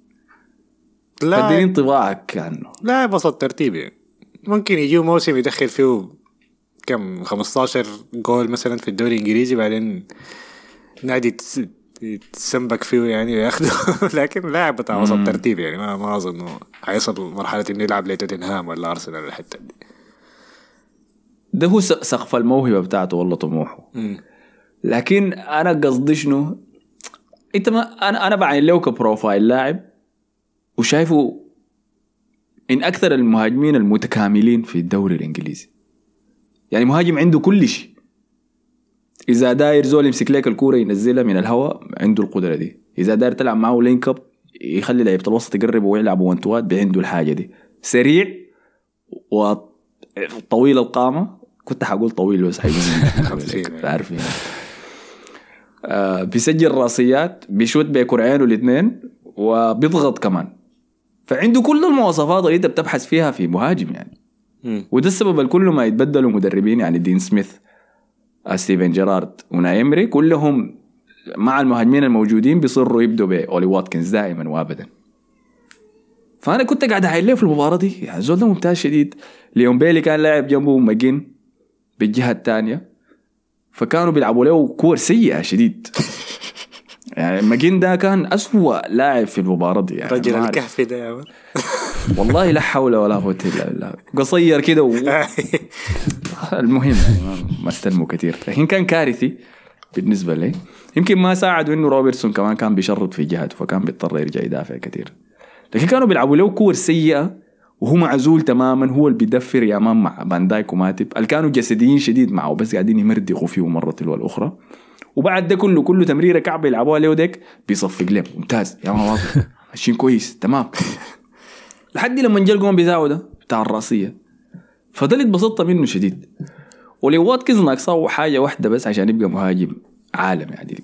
Speaker 3: لا
Speaker 2: فديني انطباعك عنه.
Speaker 3: لا بسط ترتيبي ممكن يجيو موسم يدخل فيه كم خمستاشر جول مثلا في الدوري الإنجليزي بعدين نادي يتسنبك فيه يعني وياخده لكن لاعب بتاع وسط ترتيب يعني ما ما أظن إنه هيصل مرحلة إنه يلعب لتوتنهام ولا أرسنال الحتة دي.
Speaker 2: ده هو سقف الموهبة بتاعته والله طموحه. لكن أنا قصدي شنو أنت ما أنا أنا بعين له كبروفايل لاعب وشايفه إن أكثر المهاجمين المتكاملين في الدوري الإنجليزي. يعني مهاجم عنده كل شيء. إذا داير زول يمسك لك الكورة ينزلها من الهواء عنده القدرة دي. إذا داير تلعب معه لينك اب يخلي لعيبة الوسط يقربوا ويلعبوا وانتوات بعنده الحاجة دي. سريع وطويل القامة. كنت حقول طويل بس حيقول عارفين. آه بيسجل راسيات بيشوت بكرعين والاثنين وبيضغط كمان. فعنده كل المواصفات اللي انت بتبحث فيها في مهاجم يعني. م. وده السبب الكل ما يتبدلوا مدربين يعني دين سميث ستيفن جيرارد ونايمري كلهم مع المهاجمين الموجودين بيصروا يبدوا بأولي واتكنز دائما وابدا. فأنا كنت قاعد أحيله في المباراة دي يعني زول ده ممتاز شديد. ليون بيلي كان لاعب جنبه ماجين بالجهة الثانية فكانوا بيلعبوا له كور سيئة شديد. يعني ماجين ده كان أسوأ لاعب في المباراة دي يعني
Speaker 3: رجل الكهف ده يا
Speaker 2: والله لا حول ولا قوة إلا بالله. قصير كده و... المهم ما استلموا كتير لكن كان كارثي بالنسبة لي. يمكن ما ساعدوا إنه روبرتسون كمان كان بيشرط في جهته فكان بيضطر يرجع يدافع كتير. لكن كانوا بيلعبوا له كور سيئة وهو معزول تماما. هو اللي بيدفر يا مان مع باندايك وماتب اللي كانوا جسديين شديد معه بس قاعدين يمردقوا فيه مرة تلو الأخرى. وبعد ده كله كله تمريرة كعب يلعبوها له ديك بيصفق لهم ممتاز يا مان واضح ماشيين كويس تمام لحد لما نجل قوم بتاعه ده بتاع الراسية. فضلت بسطة منه شديد. ولي واتكنز ناقصه حاجة واحدة بس عشان يبقى مهاجم عالم يعني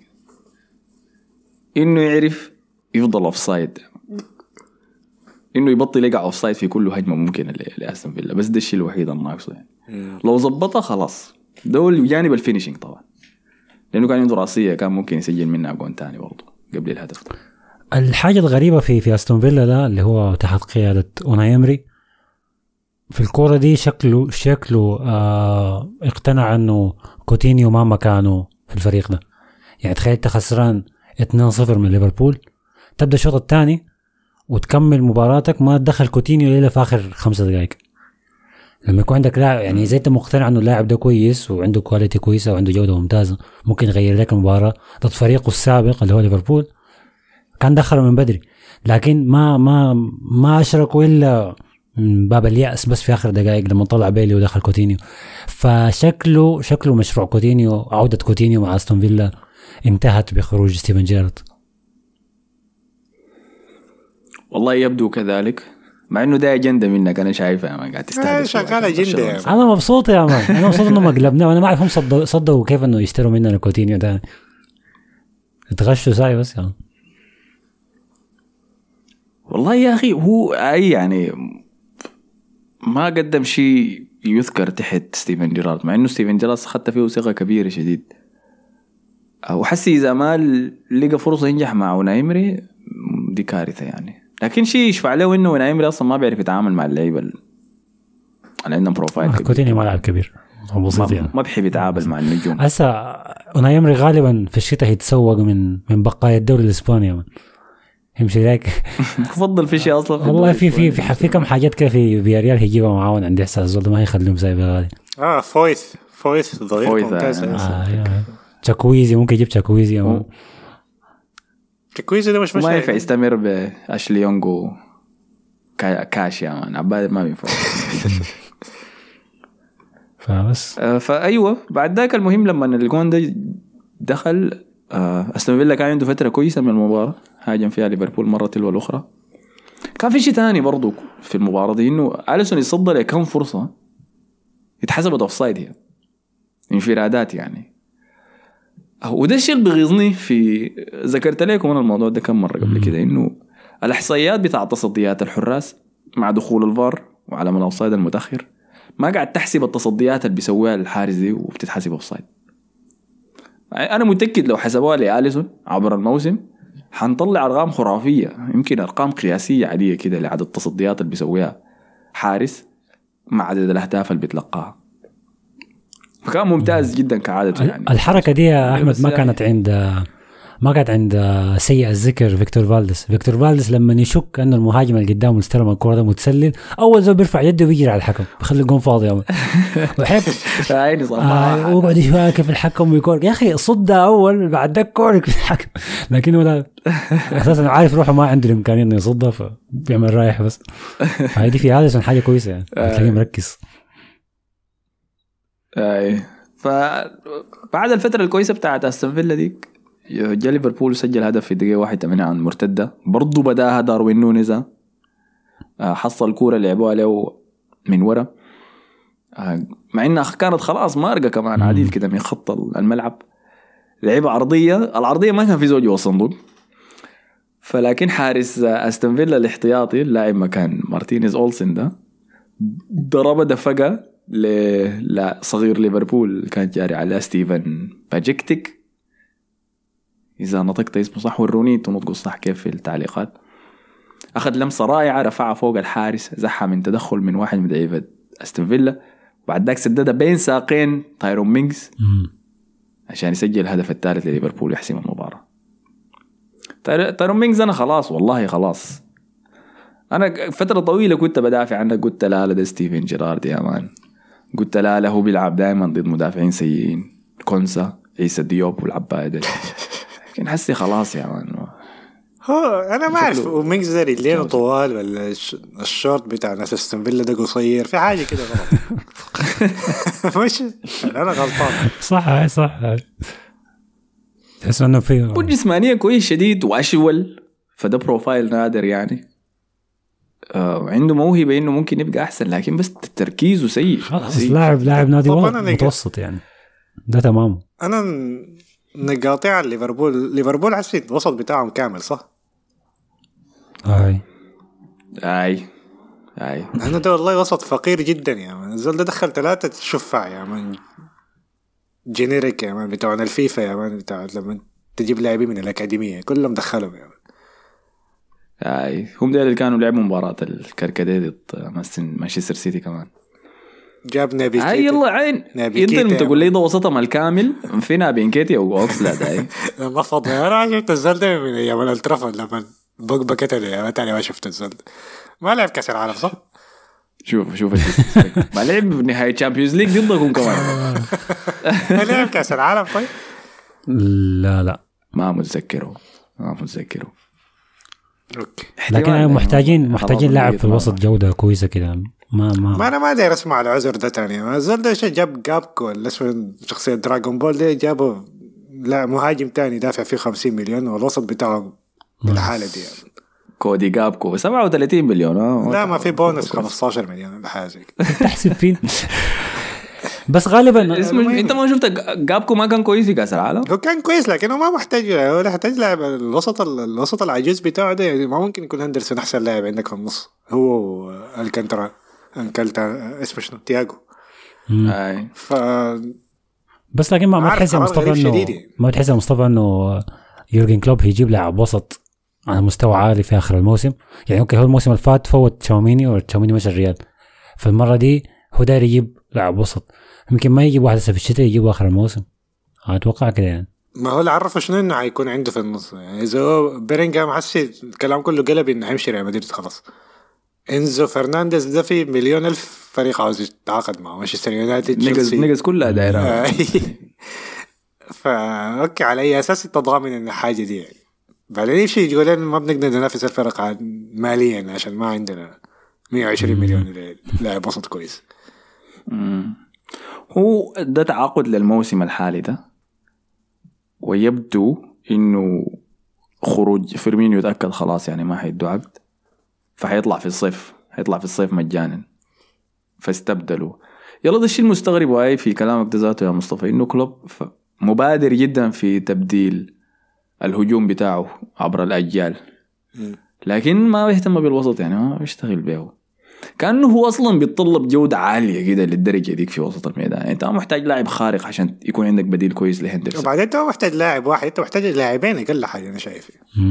Speaker 2: إنه يعرف يفضل أوفسايد إنه يبطل يقع أوفسايد في كل هجمة ممكنة لأستون فيلا. بس ده الشيء الوحيد الناقصه يعني. لو زبطها خلاص ده هو جانب الفينيشينج طبعا لأنه كان عنده راسية كان ممكن يسجل منها جون تاني برضه قبل الهدف.
Speaker 4: الحاجة الغريبة في في أستون فيلا ده اللي هو تحت قيادة أوناي إمري في الكورة دي شكله شكله آه اقتنع إنه كوتينيو ما مكانه في الفريق ده. يعني تخيل أنت خسران اثنين صفر من ليفربول تبدأ الشوط الثاني وتكمل مباراتك ما تدخل كوتينيو إلا في آخر خمسة دقائق. لما يكون عندك لاعب يعني زي أنت مقتنع إنه اللاعب ده كويس وعنده كواليتي كويسة وعنده جودة ممتازة ممكن يغير لك المباراة ضد فريقه السابق اللي هو ليفربول كان دخله من بدري. لكن ما ما ما أشركوا إلا من باب اليأس بس في آخر دقائق لما طلع بيلي ودخل كوتينيو. فشكله شكله مشروع كوتينيو عودة كوتينيو مع أستون فيلا انتهت بخروج ستيفن جيرارد.
Speaker 2: والله يبدو كذلك مع انه ده اجنده منك انا شايفه ما قاعد تستهدف
Speaker 3: شغال اجنده.
Speaker 4: انا مبسوط يا مان انا مبسوط انه مقلبنا وانا ما اعرفهم صدقوا صدقوا كيف انه يشتروا مننا كوتينيو ده اتغشوا ساي بس يعني.
Speaker 2: والله يا اخي هو اي يعني ما قدم شيء يذكر تحت ستيفن جيرارد مع انه ستيفن جيرارد خدت فيه ثقه كبيره شديد. وحسي إذا ما لقى فرصة ينجح مع ونايمري دي كارثة يعني. لكن شيء يشفع له إنه ونايمري أصلا ما بيعرف يتعامل مع اللعيبة اللي عندهم بروفايل كبير.
Speaker 4: كوتيني ما لاعب كبير
Speaker 2: ما, يعني. ما بحب يتعامل مع النجوم.
Speaker 4: هسا ونايمري غالبا في الشتاء هيتسوق من من بقايا الدوري الإسباني يمشي لك.
Speaker 2: بفضل في شيء أصلا.
Speaker 4: والله في في في, في كم حاجات كده في فياريال هيجيبها معاون عندي إحساس زول ما هيخليهم زي بغالي.
Speaker 3: آه فويث فويث ضرير ممتاز.
Speaker 4: تشاكويزي ممكن يجيب تشاكويزي أو
Speaker 3: تشاكويزي ده مش مش
Speaker 2: ما ينفع يستمر بأشلي يونغو كاش يا مان عباد ما بينفع.
Speaker 4: فبس
Speaker 2: فأيوة بعد ذاك المهم لما الجون ده دخل أستون فيلا كان عنده فترة كويسة من المباراة هاجم فيها ليفربول مرة تلو الأخرى. كان في شيء تاني برضو في المباراة دي إنه أليسون يصدر لكم فرصة اتحسبت أوفسايد هي انفرادات يعني. وده الشيء اللي بيغيظني في ذكرت لكم أنا الموضوع ده كم مرة قبل كده إنه الإحصائيات بتاع تصديات الحراس مع دخول الفار وعلى الأوفسايد المتأخر ما قاعد تحسب التصديات اللي بيسويها الحارس دي وبتتحسب أوفسايد. أنا متأكد لو حسبوها لأليسون عبر الموسم حنطلع أرقام خرافية يمكن أرقام قياسية عادية كده لعدد التصديات اللي بيسويها حارس مع عدد الأهداف اللي بيتلقاها. فكان ممتاز جدا كعادته يعني.
Speaker 4: الحركة دي يا أحمد ما كانت عند ما كانت عند سيء الذكر فيكتور فالديس. فيكتور فالديس لما يشك أن المهاجم اللي قدامه استلم الكرة ده متسلل أول زول بيرفع يده ويجري على الحكم بيخلي الجون فاضي يا بحب
Speaker 2: عيني صراحة
Speaker 4: وقعد يشاكل في الحكم ويكورك يا أخي صدها أول بعد ذاك كورك في الحكم لكنه لا أساسا عارف روحه ما عنده الإمكانية إنه يصدها فبيعمل رايح بس. فهذه في هذا حاجة كويسة يعني تلاقيه مركز.
Speaker 2: أي فبعد الفترة الكويسة بتاعت أستون فيلا ديك جا ليفربول سجل هدف في الدقيقة واحد وثمانين عن مرتدة برضو بداها داروين نونيز حصل كورة لعبوها له من ورا مع إنها كانت خلاص مارقة كمان عديل كده من خط الملعب لعبة عرضية. العرضية ما كان في زوج وصندوق فلكن حارس أستون فيلا الاحتياطي اللاعب مكان مارتينيز أولسن ده ضربة دفقة لصغير ليفربول كان جاري على ستيفن باجيكتيك. إذا نطقت اسمه صح وروني تنطقوا صح كيف في التعليقات. أخذ لمسة رائعة رفعها فوق الحارس زحها من تدخل من واحد من لعيبة أستون فيلا وبعد ذاك سددها بين ساقين تايرون مينغز عشان يسجل الهدف الثالث لليفربول يحسم المباراة. تايرون مينغز أنا خلاص والله خلاص أنا فترة طويلة كنت بدافع عنه قلت لا لا ده ستيفن جيرارد يا مان قلت لا لا هو بيلعب دائما ضد مدافعين سيئين كونسا عيسى ديوب والعباية لكن حسي خلاص يا مان.
Speaker 3: هو انا ما اعرف ومينغز ده رجلينه طوال ولا الشورت بتاع ناس استون فيلا ده قصير في حاجه كده غلط. مش انا غلطان
Speaker 4: صح صح تحس انه في
Speaker 2: جسمانيه كويس شديد واشول فده بروفايل نادر يعني. آه عنده موهبه انه ممكن يبقى احسن لكن بس تركيزه سيء.
Speaker 4: خلاص لاعب لاعب نادي متوسط يعني ده تمام.
Speaker 3: انا نقاطع على ليفربول ليفربول حسيت الوسط بتاعهم كامل صح.
Speaker 4: اي
Speaker 2: اي اي
Speaker 3: انا ده والله وسط فقير جدا يا من الزول ده دخل ثلاثه شفع يا من جينيريك يا من بتوعنا الفيفا يا من بتاع لما تجيب لاعبين من الاكاديميه كلهم دخلهم يا من.
Speaker 2: اي هم دول اللي كانوا لعبوا مباراه الكركديه ضد مانشستر سيتي كمان
Speaker 3: جاب نبي كيتي.
Speaker 2: اي يلا عين انت تقول لي ده وسطهم الكامل في نبي كيتي او اوكسلاد اي
Speaker 3: ما فضل انا شفت الزول ده من ايام الالترافورد لما بوجبا كتل يا تاني ما شفت الزول ده ما لعب كاس العالم صح.
Speaker 2: شوف شوف ما لعب بنهايه تشامبيونز ليج ضدكم كمان.
Speaker 3: ما لعب كاس العالم طيب
Speaker 4: لا لا
Speaker 2: ما متذكره ما متذكره.
Speaker 3: اوكي
Speaker 4: لكن محتاجين محتاجين لاعب في الوسط جوده كويسه كده. ما ما
Speaker 3: ما انا ما داير اسمع العذر ده تاني. ما زال ده شيء جاب جابكو ولا اسمه شخصيه دراغون بول ده جابوا لا مهاجم تاني دافع فيه خمسين مليون والوسط بتاعه بالحاله دي يعني.
Speaker 2: كودي جابكو سبعة وثلاثين مليون اه
Speaker 3: لا ما في بونس خمسة عشر مليون ولا حاجه
Speaker 4: تحسب فين. بس غالبا
Speaker 2: اسمه انت ما شفت جابكو ما كان كويس في كاس العالم.
Speaker 3: هو كان كويس لكنه ما محتاج هو محتاج لاعب الوسط الوسط العجوز بتاعه ده يعني ما ممكن يكون هندرسون احسن لاعب عندك في النص هو الكانترا انكلتا اسمه شنو تياغو.
Speaker 2: اي
Speaker 3: ف
Speaker 4: بس لكن ما ما
Speaker 3: عارف
Speaker 4: تحس يا
Speaker 3: قرار
Speaker 4: مصطفى
Speaker 3: غريب
Speaker 4: انه
Speaker 3: شديد يعني.
Speaker 4: ما تحس يا مصطفى انه يورجن كلوب هيجيب لاعب وسط على مستوى عالي في اخر الموسم. يعني اوكي هو الموسم اللي فات فوت تشاوميني وتشاوميني مشى الريال، فالمره دي هو داير يجيب لاعب وسط، يمكن ما يجيب واحد في الشتاء يجيبه اخر الموسم، اتوقع كده يعني.
Speaker 3: ما هو اللي عرفه شنو انه حيكون عنده في النص يعني. اذا هو بيرينغهام حسي الكلام كله قلب انه حيمشي ريال مدريد خلاص. انزو فرنانديز ده في مليون الف فريق عاوز يتعاقد معه، مانشستر يونايتد،
Speaker 2: نيجز
Speaker 3: تشيلسي.
Speaker 2: نيجز كلها دايره.
Speaker 3: فا اوكي على اي اساس تضامن ان الحاجه دي يعني. بعدين يمشي يقول لنا ما بنقدر ننافس الفرق ماليا عشان ما عندنا مية وعشرين مليون لاعب وسط كويس.
Speaker 2: مم. هو ده تعاقد للموسم الحالي ده، ويبدو انه خروج فيرمينيو يتأكد خلاص يعني ما حيدوا عقد، فحيطلع في الصيف، حيطلع في الصيف مجانا، فاستبدلوا. يلا ده الشيء المستغرب واي في كلامك ده ذاته يا مصطفى، انه كلوب مبادر جدا في تبديل الهجوم بتاعه عبر الأجيال، لكن ما بيهتم بالوسط يعني، ما بيشتغل به. كأنه هو أصلا بيتطلب جودة عالية كده للدرجة ديك في وسط الميدان. يعني أنت محتاج لاعب خارق عشان يكون عندك بديل كويس لهندرسون.
Speaker 3: وبعدين أنت محتاج لاعب واحد، أنت محتاج لاعبين أقل حاجة أنا شايف.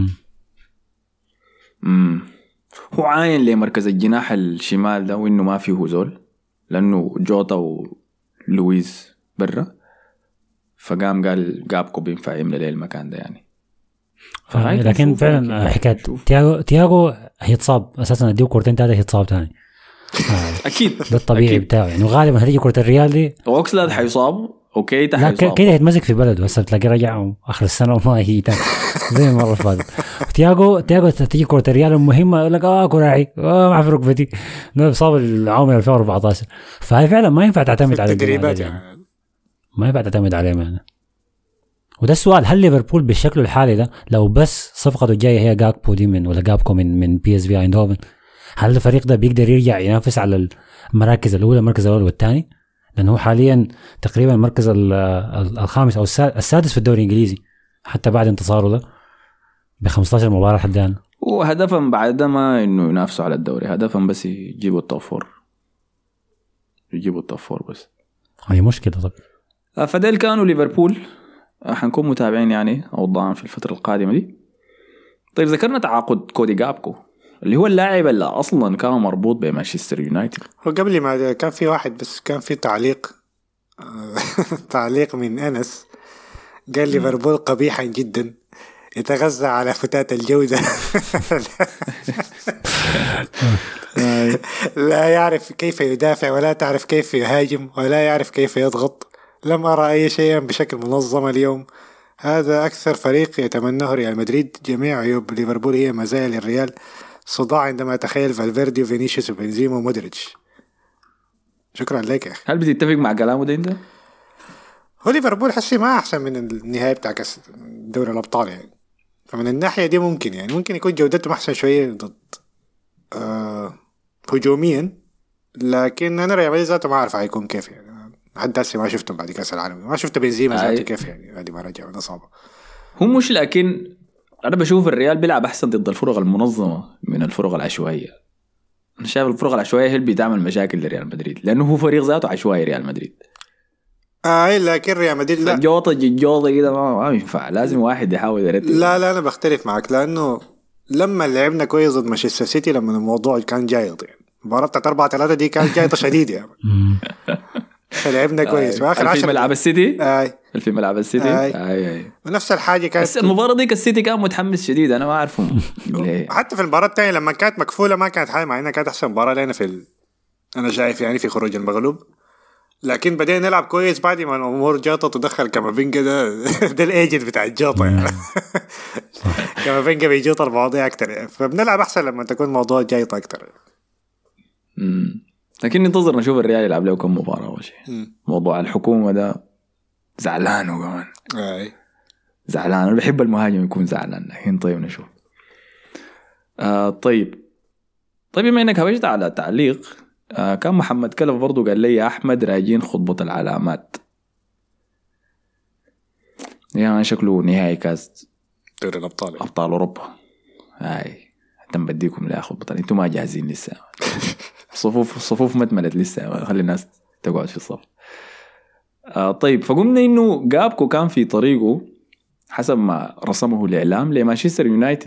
Speaker 2: امم هو عاين لمركز الجناح الشمال ده وإنه ما فيه زول، لأنه جوتا ولويز برا، فقام قال جابكو بينفع يملى ليه المكان ده يعني.
Speaker 4: لكن فعلا حكاية تياغو تياغو هيتصاب أساسا، أديه كورتين تالي هيتصاب تاني
Speaker 2: أكيد
Speaker 4: ده الطبيعي بتاعه يعني. وغالبا هتيجي كرة الريال دي
Speaker 2: أوكسلاد حيصاب أوكي
Speaker 4: لا كده هيتمزق في بلده، بس بتلاقي رجع آخر السنة وما هي تاني زي ما مرة فاتت. تياغو تياغو تيجي كرة الريال المهمة يقول لك آه كراعي آه ما في ركبتي، ده صاب العام ألفين وأربعتاشر. فهي فعلا ما ينفع تعتمد على
Speaker 3: التدريبات يعني.
Speaker 4: ما ينفع تعتمد عليه يعني. وده السؤال، هل ليفربول بالشكل الحالي ده لو بس صفقته الجايه هي جاكبو دي من ولا جابكو من من بي اس في ايندهوفن، هل الفريق ده بيقدر يرجع ينافس على المراكز الاولى، المركز الاول والثاني؟ لانه هو حاليا تقريبا المركز الخامس او السادس في الدوري الانجليزي حتى بعد انتصاره ده ب خمستاشر مباراه حد الان.
Speaker 2: وهدفا بعد ده ما انه ينافسوا على الدوري، هدفا بس يجيبوا التوب فور، يجيبوا التوب فور بس.
Speaker 4: هي مشكله طب.
Speaker 2: فديل كانوا ليفربول، حنكون متابعين يعني أوضاعهم في الفترة القادمة دي. طيب ذكرنا تعاقد كودي جابكو اللي هو اللاعب اللي أصلا كان مربوط بمانشستر يونايتد.
Speaker 3: هو قبل ما كان في واحد بس كان في تعليق تعليق من أنس قال ليفربول قبيحا جدا يتغذى على فتات الجودة لا يعرف كيف يدافع ولا تعرف كيف يهاجم ولا يعرف كيف يضغط. لم أرى أي شيء بشكل منظم اليوم. هذا أكثر فريق يتمناه ريال مدريد. جميع عيوب ليفربول هي مزايا للريال. صداع عندما أتخيل فالفيردي وفينيسيوس وبنزيما ومودريتش. شكرا لك يا أخي.
Speaker 2: هل بتتفق مع كلامه ده انت؟
Speaker 3: هو ليفربول حسي ما أحسن من النهاية بتاع كأس دوري الأبطال يعني، فمن الناحية دي ممكن يعني ممكن يكون جودته أحسن شوية ضد آه هجوميا، لكن أنا ريال مدريد ذاته ما أعرف هيكون كيف يعني. حتى هسه ما شفته بعد كأس العالم، ما شفت بنزيما ذاته كيف يعني بعد ما رجع من إصابة.
Speaker 2: هو مش، لكن أنا بشوف الريال بيلعب أحسن ضد الفرق المنظمة من الفرق العشوائية. أنا شايف الفرق العشوائية هي اللي بتعمل مشاكل لريال مدريد، لأنه هو فريق ذاته عشوائي ريال مدريد.
Speaker 3: آه لكن ريال مدريد لا
Speaker 2: جوطة جوطة كده ما ما ينفع، لازم واحد يحاول يرتب.
Speaker 3: لا لا أنا بختلف معك، لأنه لما لعبنا كويس ضد مانشستر سيتي لما الموضوع كان جايط يعني، المباراة بتاعت أربعة ثلاثة دي كانت جايطة شديدة يعني. فلعبنا كويس واخر
Speaker 2: عشرة في ملعب السيتي.
Speaker 3: اي
Speaker 2: في ملعب السيتي.
Speaker 3: اي,
Speaker 2: آي. آي.
Speaker 3: ونفس الحاجه كانت
Speaker 2: المباراه ديك السيتي كان متحمس شديد، انا ما اعرفهم ليه.
Speaker 3: حتى في المباراه الثانيه لما كانت مكفوله ما كانت حاجه، مع انها كانت احسن مباراه لنا في ال... انا شايف يعني في خروج المغلوب، لكن بدينا نلعب كويس بعد ما الامور جاطت ودخل كامافينجا ده ده الايجنت بتاع الجاطه يعني. كامافينجا بيجوط المواضيع اكتر يعني. فبنلعب احسن لما تكون موضوع جايط اكتر.
Speaker 2: امم لكن ننتظر نشوف الريال يلعب له كم مباراة أول شيء. موضوع الحكومة ده زعلان وكمان
Speaker 3: أي
Speaker 2: زعلان. أنا بحب المهاجم يكون زعلان، لكن طيب نشوف. آه طيب طيب بما إنك هوجت على تعليق، آه كان محمد كلف برضو قال لي يا أحمد راجين خطبة العلامات، يعني شكله نهائي كاس
Speaker 3: دوري الأبطال
Speaker 2: أبطال أوروبا. هاي تم بديكم لا خطبة، أنتم ما جاهزين لسه. صفوف صفوف ما اتملت لسه، خلي الناس تقعد في الصف. آه طيب فقمنا انه جابكو كان في طريقه حسب ما رسمه الاعلام لمانشستر يونايتد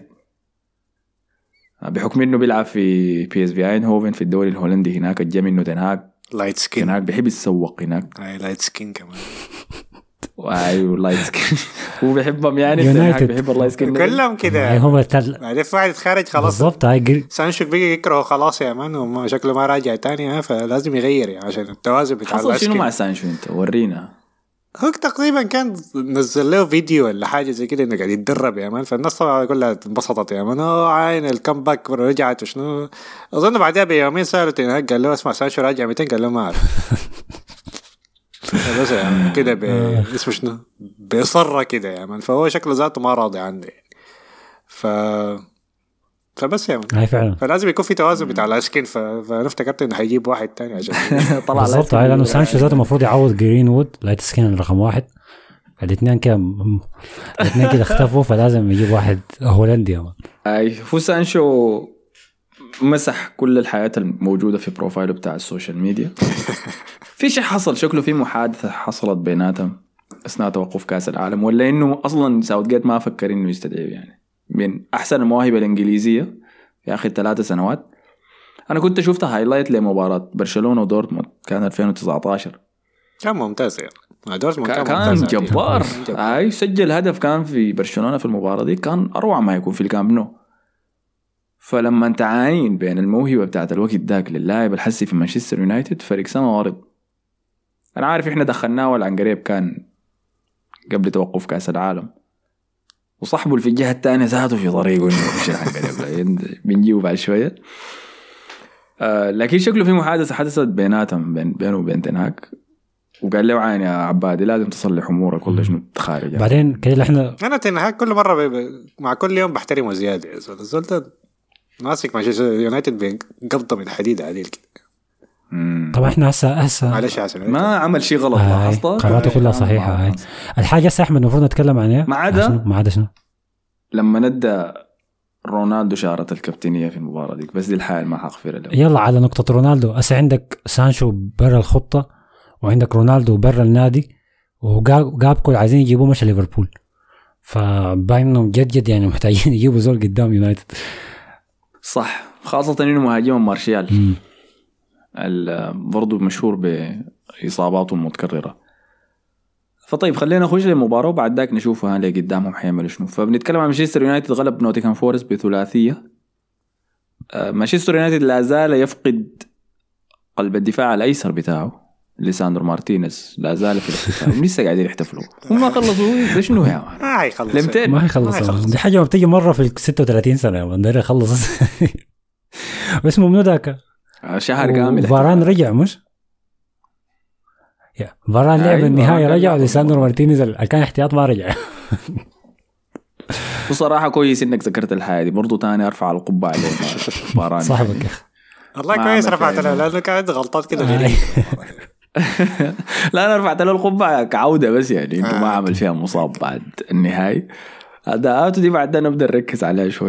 Speaker 2: بحكم انه بيلعب في بي اس في اينهوفن في الدوري الهولندي هناك. جا منه تنهاك
Speaker 3: لايت سكين
Speaker 2: تنهاك بيحب يتسوق هناك.
Speaker 3: اي لايت سكين كمان.
Speaker 2: ايوه لايت سكين هو بيحبهم يعني.
Speaker 4: يونايتد.
Speaker 2: تنهاك بيحب اللايت سكين
Speaker 3: كلهم كده.
Speaker 4: هاي هو التل...
Speaker 3: بعدين في واحد خارج خلاص
Speaker 4: بالضبط. هاي قل...
Speaker 3: سانشو بقي يكره خلاص يا مان وما شكله ما راجع تاني فلازم يغير يعني عشان التوازن بتاع
Speaker 2: حصل شنو
Speaker 3: الاسكين.
Speaker 2: مع سانشو انت ورينا.
Speaker 3: هو تقريبا كان نزل له فيديو ولا حاجه زي كده انه قاعد يتدرب يا مان فالناس طبعا كلها انبسطت يا مان اوه عين الكمباك رجعت وشنو. اظن بعدها بيومين سالوا تنهاك قال له اسمع سانشو راجع متين قال له ما اعرف. بس يعني كده ب... اسمه شنو بيصر كده يا مان فهو شكله ذاته ما راضي عنه يعني. ف فبس يا مان
Speaker 4: هاي فعلا
Speaker 3: فلازم يكون في توازن بتاع الاسكين ف... فانا افتكرت انه حيجيب واحد تاني عشان
Speaker 2: طلع
Speaker 4: بالضبط. هاي لانه سانشو ذاته المفروض يعوض جرين وود لايت سكين رقم واحد. الاثنين كده الاثنين كده اختفوا فلازم يجيب واحد هولندي يا مان.
Speaker 2: اي فو سانشو مسح كل الحياة الموجودة في بروفايله بتاع السوشيال ميديا. في شيء حصل شكله في محادثة حصلت بيناتهم أثناء توقف كأس العالم ولا إنه أصلا ساوثجيت ما فكر إنه يستدعيه يعني من أحسن المواهب الإنجليزية في آخر ثلاثة سنوات. أنا كنت شفتها هايلايت لمباراة برشلونة ودورتموند كان ألفين وتسعة عشر
Speaker 3: كان ممتاز يعني دورتموند
Speaker 2: كان,
Speaker 3: كان,
Speaker 2: كان
Speaker 3: ممتاز
Speaker 2: جبار. أي سجل هدف كان في برشلونة في المباراة دي كان أروع ما يكون في الكامب نو. فلما انت عاين بين الموهبة بتاعت الوقت داك للاعب الحسي في مانشستر يونايتد فريق سما وارض. انا عارف احنا دخلناه ولا عن قريب كان قبل توقف كاس العالم وصاحبه في الجهة الثانية ذاته في طريقه انه يمشي عن قريب بنجيبه بعد شوية. آه لكن شكله في محادثة حدثت بيناتهم بين بينه وبين تنهاك وقال له عين يا عبادي لازم تصلح امورك ولا شنو تخارج يعني.
Speaker 4: بعدين كده احنا
Speaker 3: انا تنهاك كل مرة ب... ب... مع كل يوم بحترمه زيادة يا زول. الزول ماسك مانشستر يونايتد بقبضة من حديد عديل كده.
Speaker 4: طبعا احنا هسه هسه
Speaker 3: معلش عشان
Speaker 2: ما عمل شيء غلط لاحظت
Speaker 4: قراراته كلها صحيحة. هاي الحاجة هسه احمد المفروض نتكلم عنها
Speaker 2: ما عدا
Speaker 4: ما عدا شنو
Speaker 2: لما ندى رونالدو شارة الكابتنية في المباراة دي بس دي الحال ما حغفر له.
Speaker 4: يلا على نقطة رونالدو هسه عندك سانشو برا الخطة وعندك رونالدو برا النادي وجابكو عايزين يجيبوه مش ليفربول فباين انهم جد جد يعني محتاجين يجيبوا زول قدام يونايتد.
Speaker 2: صح خاصة انه مهاجم مارشيال برضو مشهور بإصاباته المتكررة. فطيب خلينا نخش للمباراة وبعد ذاك نشوفها اللي قدامهم حيعملوا شنو. فبنتكلم عن مانشستر يونايتد غلب نوتنغهام فورست بثلاثية. مانشستر يونايتد لا زال يفقد قلب الدفاع الأيسر بتاعه ليساندرو مارتينيز لا زال في الاحتفال لسه قاعدين يحتفلوا هم ما خلصوا ده شنو يا
Speaker 3: ما هيخلص
Speaker 4: ما هيخلص دي حاجة ما بتيجي مرة في ستة وثلاثين سنة يا ده يخلص اسمه منو ذاك
Speaker 2: شهر كامل.
Speaker 4: فاران رجع مش يا فاران لعب النهاية رجع وليساندرو مارتينيز كان احتياط ما رجع.
Speaker 2: بصراحة كويس انك ذكرت الحياة دي برضو تاني ارفع القبعة عليه فاران
Speaker 4: صاحبك يا
Speaker 3: والله كويس رفعت له لانه كانت غلطات كده غريبة.
Speaker 2: لا انا رفعت له القبعة كعودة بس يعني انه ما عمل فيها مصاب بعد النهاية. اداءاته دي بعد نبدا نركز عليها شوية.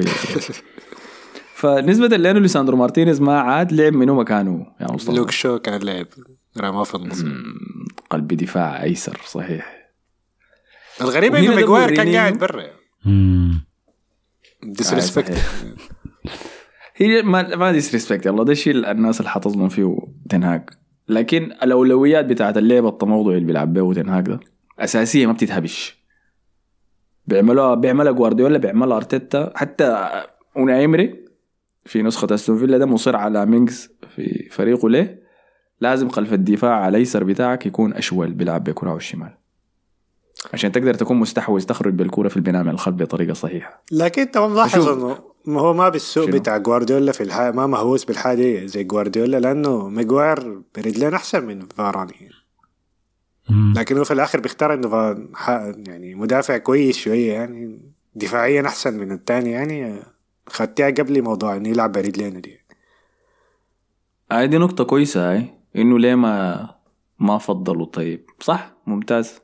Speaker 2: فنسبة لأنه ليساندرو مارتينيز ما عاد لعب منه مكانه يا مصطفى.
Speaker 3: لوك شو كان لعب رماه في النص
Speaker 2: قلب دفاع أيسر صحيح.
Speaker 3: الغريب إنه ميغواير كان قاعد برا ديسريسبكت.
Speaker 2: هي ما ما ديسريسبكت يلا ده الشيء الناس اللي حتظلم فيه تنهاك. لكن الأولويات بتاعت اللعبة التموضع اللي بيلعب به تنهاك ده أساسية ما بتتهبش. بيعملوها بيعملها جوارديولا بيعملها أرتيتا حتى أوناي إيمري في نسخة أستون فيلا ده مصر على مينكس في فريقه ليه لازم خلف الدفاع على اليسار بتاعك يكون أشول بيلعب بكرة والشمال عشان تقدر تكون مستحوذ تخرج بالكرة في البناء من الخلف بطريقة صحيحة.
Speaker 3: لكن انت ملاحظ انه ما هو ما بالسوق بتاع جوارديولا في الحياة ما مهووس بالحاجة زي جوارديولا لأنه ميغواير برجلين أحسن من فاراني. لكنه في الآخر بيختار إنه يعني مدافع كويس شوية يعني دفاعيا أحسن من التاني يعني خدتها قبل موضوع إنه يلعب برجلين دي.
Speaker 2: هاي دي نقطة كويسة هاي إنه ليه ما ما فضلوا. طيب صح ممتاز.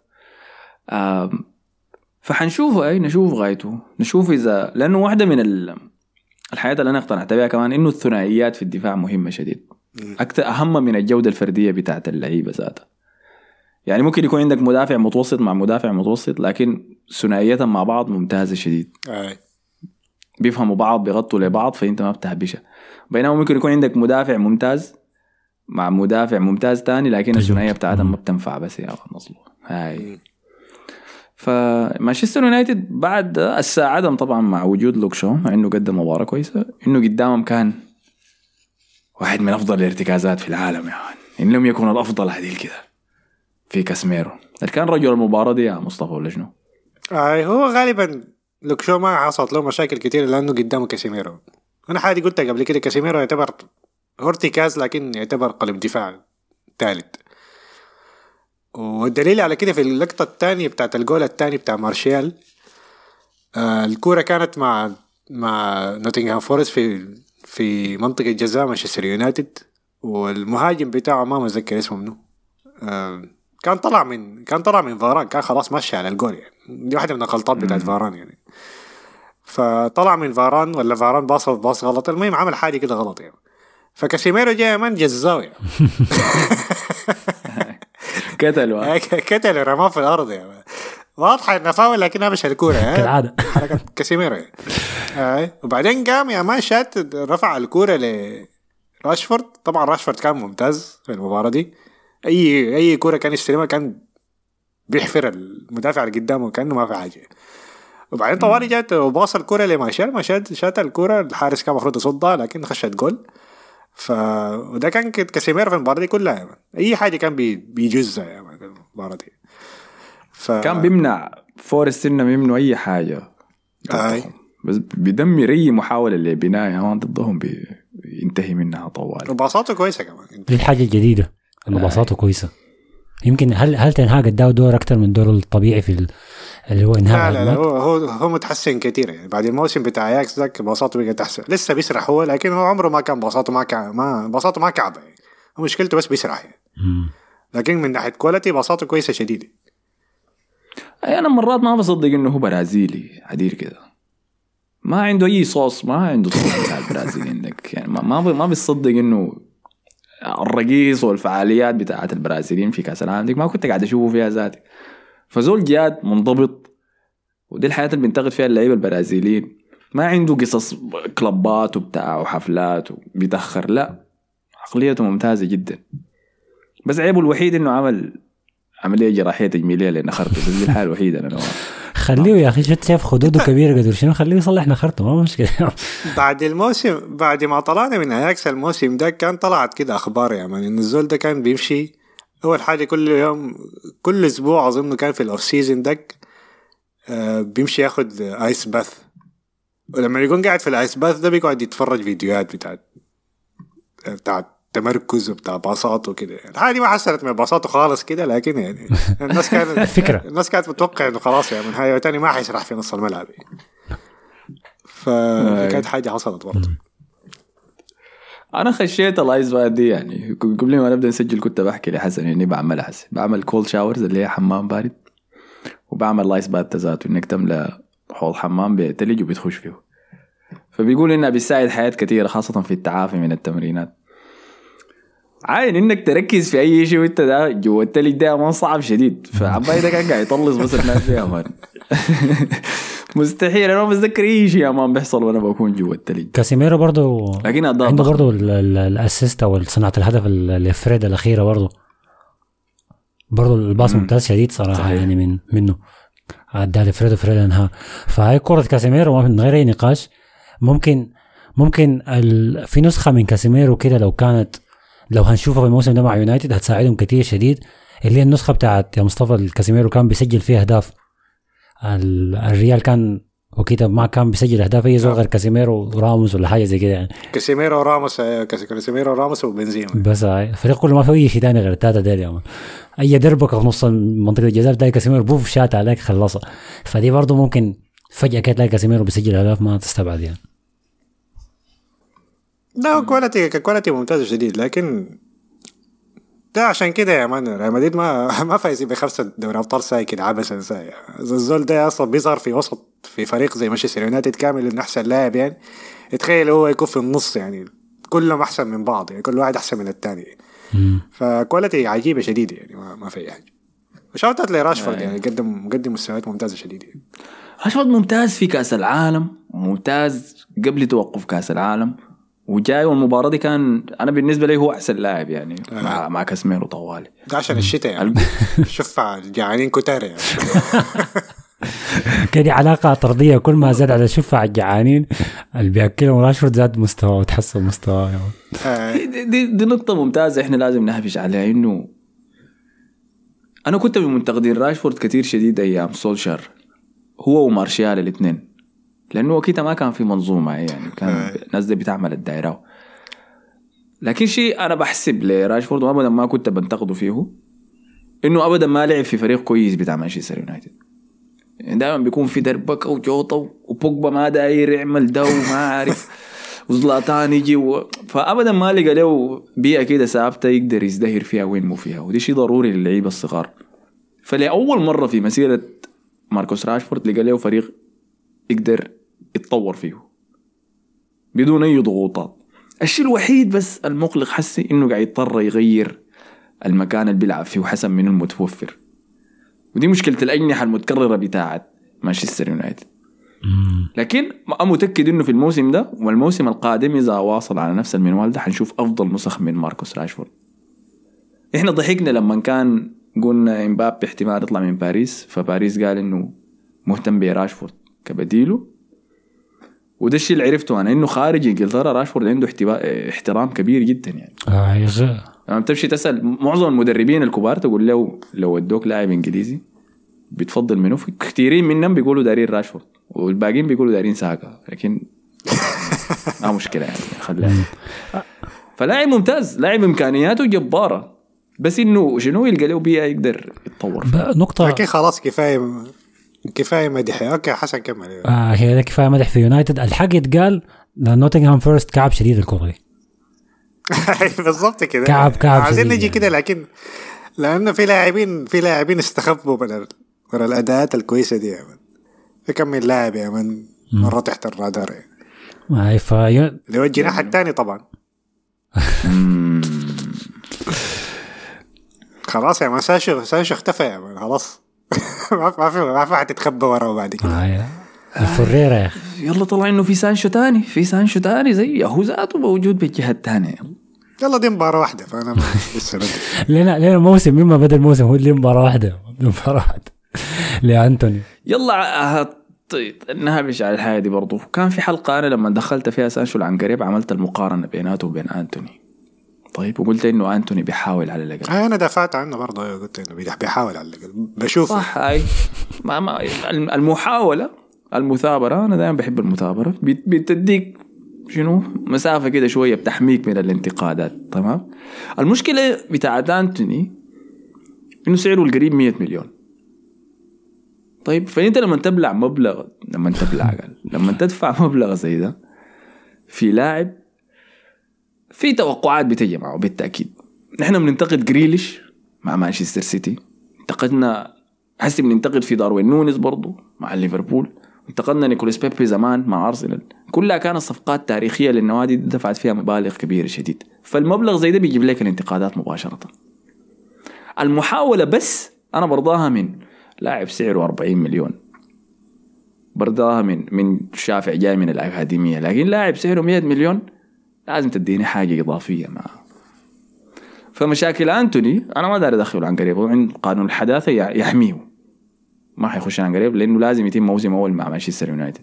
Speaker 2: فحنشوفه أي نشوف غايته نشوف إذا لأنه واحدة من الحياة اللي أنا اقتنعت بها كمان إنه الثنائيات في الدفاع مهمة شديد أكثر أهم من الجودة الفردية بتاعت اللعيبة ذاتها. يعني ممكن يكون عندك مدافع متوسط مع مدافع متوسط لكن ثنائيتهم مع بعض ممتازة شديد.
Speaker 3: آه.
Speaker 2: بيفهموا بعض بيغطوا لبعض فانت ما بتهبشها. بينما ممكن يكون عندك مدافع ممتاز مع مدافع ممتاز تاني لكن الثنائيه بتاعتهم ما بتنفع بس يا اخي نصله هاي. فمانشستر يونايتد بعد الساعدهم طبعا مع وجود لوك شو مع انه قدم مباراه كويسه انه قدامهم كان واحد من افضل الارتكازات في العالم يعني ان لم يكن الافضل هذه كده في كاسميرو. كان رجل المباراه دي يا مصطفى ولا شنو؟
Speaker 3: آه هو غالبا لوك شو ما حصلت له مشاكل كتير لانه قدامه كاسيميرو. انا حادي قلت قبل كده كاسيميرو يعتبر هو ارتكاز لكن يعتبر قلب دفاع ثالث. والدليل على كده في اللقطة الثانية بتاعت الجول الثاني بتاع مارشال. آه الكورة كانت مع مع نوتنغهام فورست في في منطقة جزاء مانشستر يونايتد والمهاجم بتاعه ما متذكر اسمه منه. آه كان طلع من كان طلع من فاران كان خلاص ماشي على الجول يعني دي واحدة من الغلطات بتاعت فاران يعني. فطلع من فاران ولا فاران باص باص غلط المهم عمل حاجة كده غلط يعني. فكاسيميرو جاي من جزاو يعني
Speaker 2: كتلوا
Speaker 3: كتلوا رماه في الأرض يعني واضحة إنه فاول لكنها مش الكورة
Speaker 4: كالعادة
Speaker 3: حركة كاسيميرو يعني. آه. وبعدين قام يا ما شات رفع الكورة لراشفورد. طبعا راشفورد كان ممتاز في المباراة دي أي أي كورة كان يستلمها كان بيحفر المدافع اللي قدامه كأنه ما في حاجة. وبعدين طوالي جات وباص الكورة لمارشال ما شات شات الكورة الحارس كان مفروض يصدها لكن خشت جول. ف وده كان كاسيميرو في المباراة دي كلها يعني. أي حاجة كان بي... بيجزها يعني في المباراة دي.
Speaker 2: ف... كان بيمنع فورست إنه يمنع أي حاجة
Speaker 3: آه.
Speaker 2: بس بيدمر أي محاولة لبناء هون ضدهم بينتهي منها طوال.
Speaker 3: وباصاته كويسة كمان
Speaker 4: دي الحاجة الجديدة إنه باصاته كويسة. يمكن هل هل تنهاج اداه دور أكتر من دوره الطبيعي في اللي هو انهاء؟
Speaker 3: لا لا, لا هو هو هو متحسن كتير يعني بعد الموسم بتاع اياكس ذاك باصاته بقت احسن. لسه بيسرح هو لكن هو عمره ما كان باصاته ما كان ما باصاته ما كعبه يعني. هو مشكلته بس بيسرح يعني. لكن من ناحيه كواليتي باصاته كويسه شديده.
Speaker 2: انا مرات ما بصدق انه هو برازيلي عديل كده ما عنده اي صوص ما عنده صوص بتاع البرازيل عندك يعني ما ما بيصدق انه الرقيص والفعاليات بتاعت البرازيليين في كاس العالم ديك ما كنت قاعد اشوفه فيها ذاتي. فزول جاد منضبط ودي الحياة اللي بنتقد فيها اللعيبة البرازيليين ما عنده قصص كلبات وبتاع وحفلات وبيتأخر لا عقليته ممتازة جدا. بس عيبه الوحيد انه عمل عملية جراحية تجميلية لنخرته بس دي الحالة الوحيدة أنا
Speaker 4: خليه يا أخي شت شايف خدوده كبيرة قدر شنو خليه يصلح نخرته ما مشكلة.
Speaker 3: بعد الموسم بعد ما طلعنا من أياكس الموسم ده كان طلعت كده أخبار يعني إن الزول ده كان بيمشي أول حاجة كل يوم كل أسبوع أظن كان في الأوف سيزن دك آه بيمشي ياخد آيس باث. ولما يكون قاعد في الآيس باث ده بيقعد يتفرج فيديوهات بتاعت بتاعت تمركز وبتاع باصات وكده يعني. هذه ما حسنت من باصاته خالص كده لكن يعني الناس كانت
Speaker 4: فكرة
Speaker 3: الناس كانت متوقع إنه خلاص يعني من هاي تاني ما حيسرح في نص الملعب فكانت حاجة حصلت برضه.
Speaker 2: أنا خشيت الآيس باث دي يعني قبل ما نبدأ نسجل كنت بحكي لحسن إني بعملها حسن بعمل كول شاورز اللي هي حمام بارد وبعمل الآيس باث تزات إنك تملى حوض حمام بتلج وبتخش فيه. فبيقول إنها بيساعد حياة كثيرة خاصة في التعافي من التمرينات. عاين انك تركز في اي شيء وانت ده جوا التلج ده ما صعب شديد. فعباي ده كان قاعد يطلص بس الناس فيها مان مستحيل انا ما بتذكر اي شيء ما بيحصل وانا بكون جوا التلج.
Speaker 4: كاسيميرو برضو
Speaker 2: لكن
Speaker 4: عنده برضو الاسيست او صناعه الهدف الافريد الاخيره برضو برضو الباص ممتاز شديد صراحه صحيح. يعني من منه عدى لفريد فريد انها فهاي كره كاسيميرو من غير اي نقاش. ممكن ممكن ال... في نسخه من كاسيميرو كده لو كانت لو هنشوفها في الموسم ده مع يونايتد هتساعدهم كتير شديد اللي هي النسخة بتاعت يا مصطفى الكاسيميرو كان بيسجل فيها أهداف. الريال كان وكده ما كان بيسجل أهداف أي زول غير كاسيميرو وراموس ولا حاجة زي كده يعني.
Speaker 3: كاسيميرو وراموس كاسيميرو وراموس وبنزيما
Speaker 4: بس هاي الفريق كله ما في أي شيء تاني غير التلاتة ديل يا مان. أي دربك في نص منطقة الجزاء بتلاقي كاسيميرو بوف شات عليك خلصها. فدي برضو ممكن فجأة كده تلاقي كاسيميرو بيسجل أهداف ما تستبعد يعني.
Speaker 3: لا كواليتي كواليتي ممتاز جديد لكن ده عشان كده يا مان ريال مدريد ما ما فايز بخمسة دوري ابطال ساي كده عبثا ساي. الزول ده اصلا بيظهر في وسط في فريق زي مانشستر يونايتد كامل انه احسن لاعب يعني. تخيل هو يكون في النص يعني كلهم احسن من بعض يعني كل واحد احسن من الثاني. فكواليتي عجيبه شديده يعني ما, ما في حاجه. وشوتت لراشفورد يعني قدم قدم مستويات ممتازة شديدة.
Speaker 2: راشفورد ممتاز في كأس العالم، ممتاز قبل توقف كأس العالم وجاي، والمباراة دي كان أنا بالنسبة لي هو أحسن لاعب يعني آه. مع مع كاسميرو طوالي.
Speaker 3: ده عشان الشتاء يعني شوف الجعانين كتار يعني
Speaker 4: كده علاقة طردية، كل ما زاد على شفع الجعانين اللي بيأكلهم راشفورد زاد مستوى وتحسن مستوى
Speaker 2: يعني. دي, دي, دي نقطة ممتازة إحنا لازم نهفش عليها، إنه أنا كنت من منتقدين راشفورد كتير شديد أيام سولشار هو ومارشيال الاثنين، لأنه وقتها ما كان في منظومة يعني، كان الناس دي بتعمل الدائرة. لكن شيء أنا بحسب لراشفورد وأبدا ما كنت بنتقده فيه، إنه أبدا ما لعب في فريق كويس بتاع مانشستر يونايتد. يعني دائما بيكون في دربك أو جوطة وبوجبا ما داير يعمل دو ما عارف وزلاتان يجي و... فأبدا ما لقى له بيئة كده ثابتة يقدر يزدهر فيها وين مو فيها، ودي شيء ضروري للعيبة الصغار. فلأول مرة في مسيرة ماركوس راشفورد لقى له فريق يقدر يتطور فيه بدون أي ضغوطات. الشيء الوحيد بس المقلق حسي إنه قاعد يضطر يغير المكان اللي بيلعب فيه حسب من المتوفر، ودي مشكلة الأجنحة المتكررة بتاعت مانشستر يونايتد. لكن أنا متأكد إنه في الموسم ده والموسم القادم إذا واصل على نفس المنوال ده حنشوف أفضل نسخ من ماركوس راشفورد. إحنا ضحكنا لما كان قلنا إمبابي احتمال يطلع من باريس، فباريس قال إنه مهتم براشفورد كبديله، وده الشيء اللي عرفته أنا إنه خارج إنجلترا راشفورد عنده احترام كبير جدا يعني.
Speaker 4: آه يا زلمة
Speaker 2: لما تمشي تسأل معظم المدربين الكبار تقول له لو ادوك لاعب إنجليزي بتفضل منه، في كثيرين منهم بيقولوا دارين راشفورد والباقيين بيقولوا دارين ساكا، لكن ما مشكلة يعني خليها. فلاعب ممتاز، لاعب إمكانياته جبارة، بس إنه شنو يلقى له بيئة يقدر يتطور.
Speaker 4: نقطة
Speaker 3: لكن خلاص كفاية كفاية مدح. أوكي حسن كمل.
Speaker 4: آه هي كفاية مدح في يونايتد. الحق يتقال نوتنغهام فورست كعب شديد الكورة
Speaker 3: بالضبط كده
Speaker 4: كعب كعب
Speaker 3: عايزين نجي كده، لكن لأنه في لاعبين في لاعبين استخبوا من ورا الأداءات الكويسة دي يا من. كم من لاعب يا من مرة تحت الرادار يعني.
Speaker 4: ما فا
Speaker 3: اللي هو الجناح الثاني طبعا. خلاص يا من ساشو ساشو اختفى يا من خلاص. ما في ما في حد تتخبى وراه بعد كده.
Speaker 4: آه الفريرة يا أخي.
Speaker 2: يلا طلع إنه في سانشو تاني في سانشو تاني زي هو ذاته موجود بالجهة الثانية.
Speaker 3: يلا دي مباراة واحدة فأنا لسه بدري.
Speaker 4: لنا لنا موسم مما بدل موسم هو اللي مباراة واحدة مباراة واحدة لأنتوني.
Speaker 2: يلا نهبش على الحياة دي برضو. كان في حلقة أنا لما دخلت فيها سانشو العنقريب عملت المقارنة بيناته وبين أنتوني. طيب وقلت إنه أنتوني بيحاول على الأقل.
Speaker 3: أنا دافعت عنه برضو، قلت إنه بيحاول على الأقل بشوف.
Speaker 2: صح هاي ما ما المحاولة المثابرة، أنا دائما بحب المثابرة، بتديك شنو مسافة كده شوية بتحميك من الانتقادات. تمام. المشكلة بتاعت أنتوني إنه سعره القريب مية مليون. طيب فأنت لما تبلع مبلغ لما تبلع لما تدفع مبلغ زي ده في لاعب في توقعات بتجي معه بالتأكيد. نحن بننتقد جريليش مع مانشستر سيتي، انتقدنا حسي بننتقد في داروين نونيز برضو مع ليفربول، انتقدنا نيكولاس بيبي زمان مع أرسنال. كلها كانت صفقات تاريخية للنوادي دفعت فيها مبالغ كبيرة شديد، فالمبلغ زي ده بيجيب لك الانتقادات مباشرة. المحاولة بس أنا برضاها من لاعب سعره أربعين مليون، برضاها من من شافع جاي من الأكاديمية، لكن لاعب سعره مية مليون لازم تديني حاجة إضافية معه. فمشاكل أنتوني أنا ما داري أدخله عن قريب، وعند قانون الحداثة يحميه ما حيخش عن قريب لأنه لازم يتم موسم أول مع مانشستر يونايتد،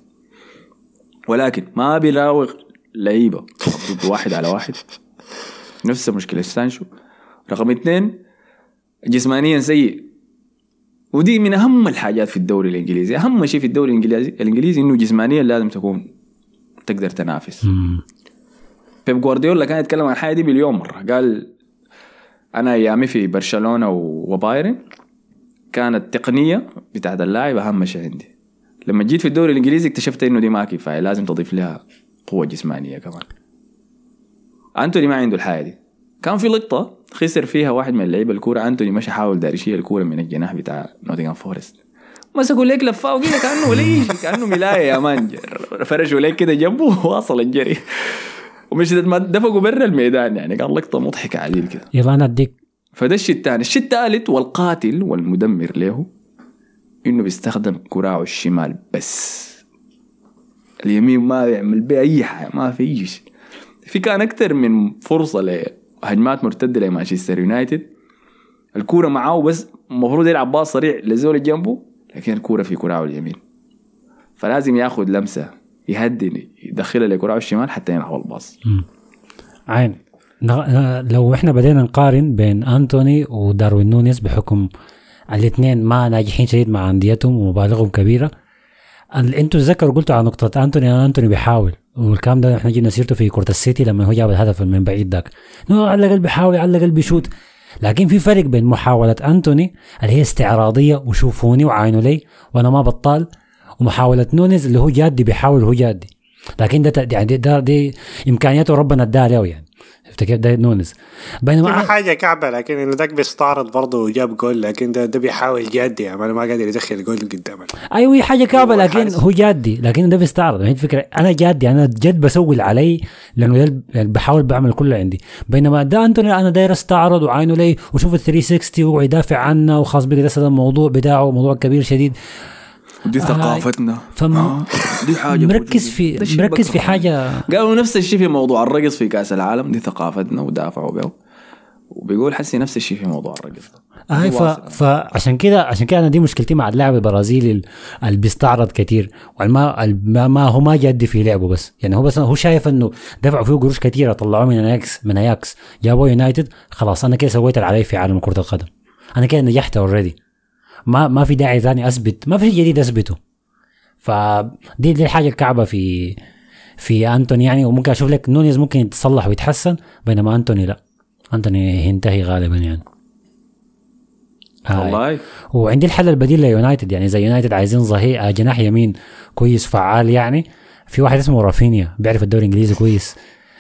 Speaker 2: ولكن ما بيراوغ لعيبة ضد واحد على واحد نفس مشكلة سانشو. رقم اثنين جسمانيا سيء، ودي من أهم الحاجات في الدوري الإنجليزي. أهم شيء في الدوري الإنجليزي الإنجليزي إنه جسمانيا لازم تكون تقدر تنافس. بيب جوارديولا كان يتكلم عن الحاجة دي مليون مرة، قال أنا أيامي في برشلونة وبايرن كانت التقنية بتاعت اللاعب أهم شيء عندي، لما جيت في الدوري الإنجليزي اكتشفت إنه دي ما كفاية، لازم تضيف لها قوة جسمانية كمان. أنتوني ما عنده الحاجة دي. كان في لقطة خسر فيها واحد من اللعيبة الكورة، أنتوني مشى حاول دار يشيل الكورة من الجناح بتاع نوتنغهام فورست، مسكوا ليك لفاه كده كأنه ولي كأنه ملاية يا مان، فرجوا ليك كده جنبه واصل الجري ومش دفقوا برا الميدان. يعني كان لقطة مضحكة عليه كده.
Speaker 4: يلا أنا أديك
Speaker 2: فده الشيء الثاني. الشيء الثالث والقاتل والمدمر له انه بيستخدم كراعه الشمال بس، اليمين ما يعمل به اي حاجه، ما في اي شيء. في كان اكثر من فرصه لهجمات مرتده لمانشستر يونايتد، الكوره معاه بس المفروض يلعب باص سريع للزول اللي جنبه، لكن الكوره في كراعه اليمين، فلازم ياخذ لمسه يهدي يدخلها لكراعه الشمال حتى ينحو الباص.
Speaker 4: عين. لو احنا بدينا نقارن بين أنتوني وداروين نونيز بحكم الاثنين ما ناجحين شديد مع أنديتهم ومبالغهم كبيرة، انتوا تذكروا قلتوا على نقطة أنتوني أنتوني بيحاول، والكلام ده احنا جينا سيرته في كرة السيتي لما هو جاب الهدف من بعيد ذاك، انه على الأقل بيحاول على الأقل بيشوت. لكن في فرق بين محاولة أنتوني اللي هي استعراضية وشوفوني وعاينوا لي وأنا ما بطال، ومحاولة نونيز اللي هو جادي بيحاول هو جادي، لكن ده يعني دي, ده دي إمكانياته ربنا اداها له يعني. شفت كيف ده نونز
Speaker 3: بينما حاجه كعبه، لكن انه داك بيستعرض برضه وجاب جول، لكن ده ده بيحاول جادي يعني انا ما قادر يدخل جول قدامه.
Speaker 4: ايوه حاجه كعبه لكن هو جادي، لكن ده بيستعرض. هي الفكره انا جادي، انا جد بسوي اللي علي لانه ده بحاول بعمل كل اللي عندي. بينما ده انتوني انا داير استعرض وعينه لي وشوف ال ثلاثمية وستين ويدافع عنا وخاص بقى ده الموضوع بتاعه موضوع كبير شديد.
Speaker 2: دي ثقافتنا
Speaker 4: فما دي حاجه مركز في مركز في حاجه.
Speaker 2: قالوا نفس الشيء في موضوع الرقص في كاس العالم، دي ثقافتنا ودافعوا به، وبيقول حسي نفس الشيء في موضوع الرقص.
Speaker 4: هاي ف... فعشان كده عشان كده انا دي مشكلتي مع اللاعب البرازيلي اللي بيستعرض كتير وما ما هو ما جدي في لعبه، بس يعني هو بس هو شايف انه دفعوا فيه قروش كتيره طلعوه من اياكس من اياكس جابوه يونايتد، خلاص انا كده سويت اللي علي في عالم كره القدم، انا كده نجحت اوريدي، ما ما في داعي ثاني اثبت، ما في جديد اثبته. فدي دي الحاجه الكعبه في في أنتوني يعني. وممكن اشوف لك نونيز ممكن يتصلح ويتحسن، بينما أنتوني لا، أنتوني ينتهي غالبا يعني.
Speaker 2: والله
Speaker 4: وعندي الحل البديل ليونايتد، يعني زي يونايتد عايزين ظهير جناح يمين كويس فعال، يعني في واحد اسمه رافينيا بيعرف الدوري الانجليزي كويس.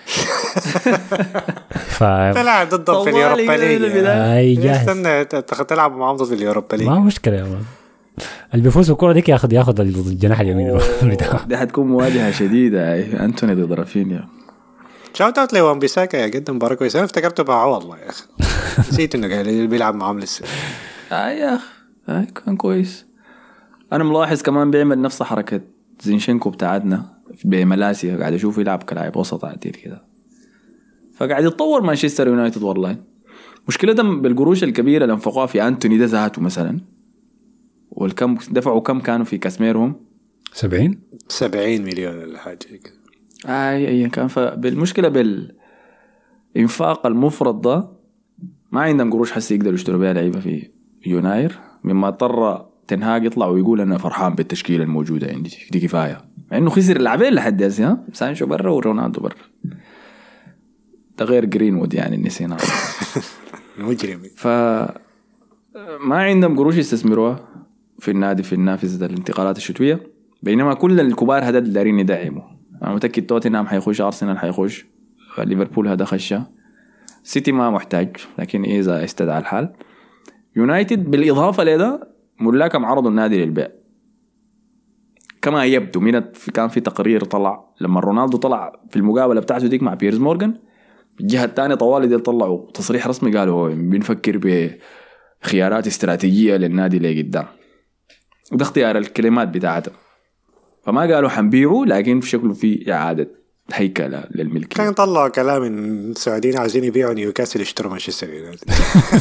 Speaker 4: ف
Speaker 3: طلع ضده في اليوروبا ليج،
Speaker 4: اي جاهز
Speaker 3: استنى تلعب معهم ضد اليوروبا ليج،
Speaker 4: ما مشكله يا مان. اللي بيفوز بالكره ديك ياخذ ياخذ الجناح اليمين.
Speaker 2: دي حتكون مواجهه شديده، أنتوني ضد رافينيا.
Speaker 3: شاوت اوت لوان بيساكا يا قدم مباراه كويسه، انا افتكرته معه والله يا اخي، نسيت انه قاعد بيلعب معهم لسه.
Speaker 2: اي يا اخي كان كويس. انا ملاحظ كمان بيعمل نفس حركه زينشينكو بتاعتنا بملاسيا، قاعد اشوفه يلعب كلاعب وسط عادي كده، فقاعد يتطور مانشستر يونايتد. والله مشكلتهم بالقروش الكبيره اللي انفقوها في أنتوني ده ذاته مثلا، والكم دفعوا كم كانوا في كاسميرهم
Speaker 4: سبعين
Speaker 3: سبعين مليون ولا حاجه كده.
Speaker 2: اي اي كان. فبالمشكله بالانفاق المفرط ده ما عندهم قروش حسي يقدروا يشتروا بها لعيبه في يناير، مما اضطر تنهاج يطلع ويقول انا فرحان بالتشكيله الموجوده عندي دي كفايه، مع انه خسر اللاعبين لحد هسه، ها سانشو برا ورونالدو برا، ده غير جرينوود يعني نسينا.
Speaker 3: مجرم.
Speaker 2: ف ما عندهم قروش يستثمروها في النادي في النافذه الانتقالات الشتويه، بينما كل الكبار هذا دارين يدعموا. انا متاكد توتنهام حيخش، ارسنال حيخش، ليفربول هذا خشه، سيتي ما محتاج لكن اذا استدعى الحال. يونايتد بالاضافه لهذا ملاكم عرضوا النادي للبيع كما يبدو. من كان في تقرير طلع لما رونالدو طلع في المقابله بتاعته ديك مع بيرز مورغان، الجهه الثانيه طوالي دي طلعوا تصريح رسمي قالوا بنفكر بخيارات استراتيجيه للنادي اللي قدام، وده اختيار الكلمات بتاعته. فما قالوا حنبيعوا، لكن في شكله في اعاده هيكله للملكيه.
Speaker 3: كان طلعوا كلام ان السعوديين عايزين يبيعوا نيوكاسل يشتروا مانشستر يونايتد.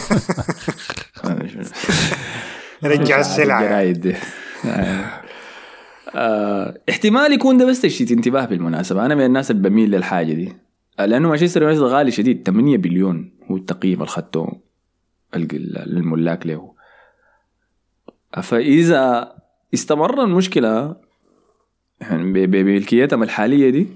Speaker 3: رجع السلعه.
Speaker 2: آه، احتمال يكون ده بس تشتيت انتباه. بالمناسبه انا من الناس اللي بميل للحاجه دي، لانه مانشستر يونايتد غالي شديد، ثمانية بليون هو التقييم اللي خدته الملاك له. فاذا استمر المشكله يعني بملكيتهم الحاليه دي،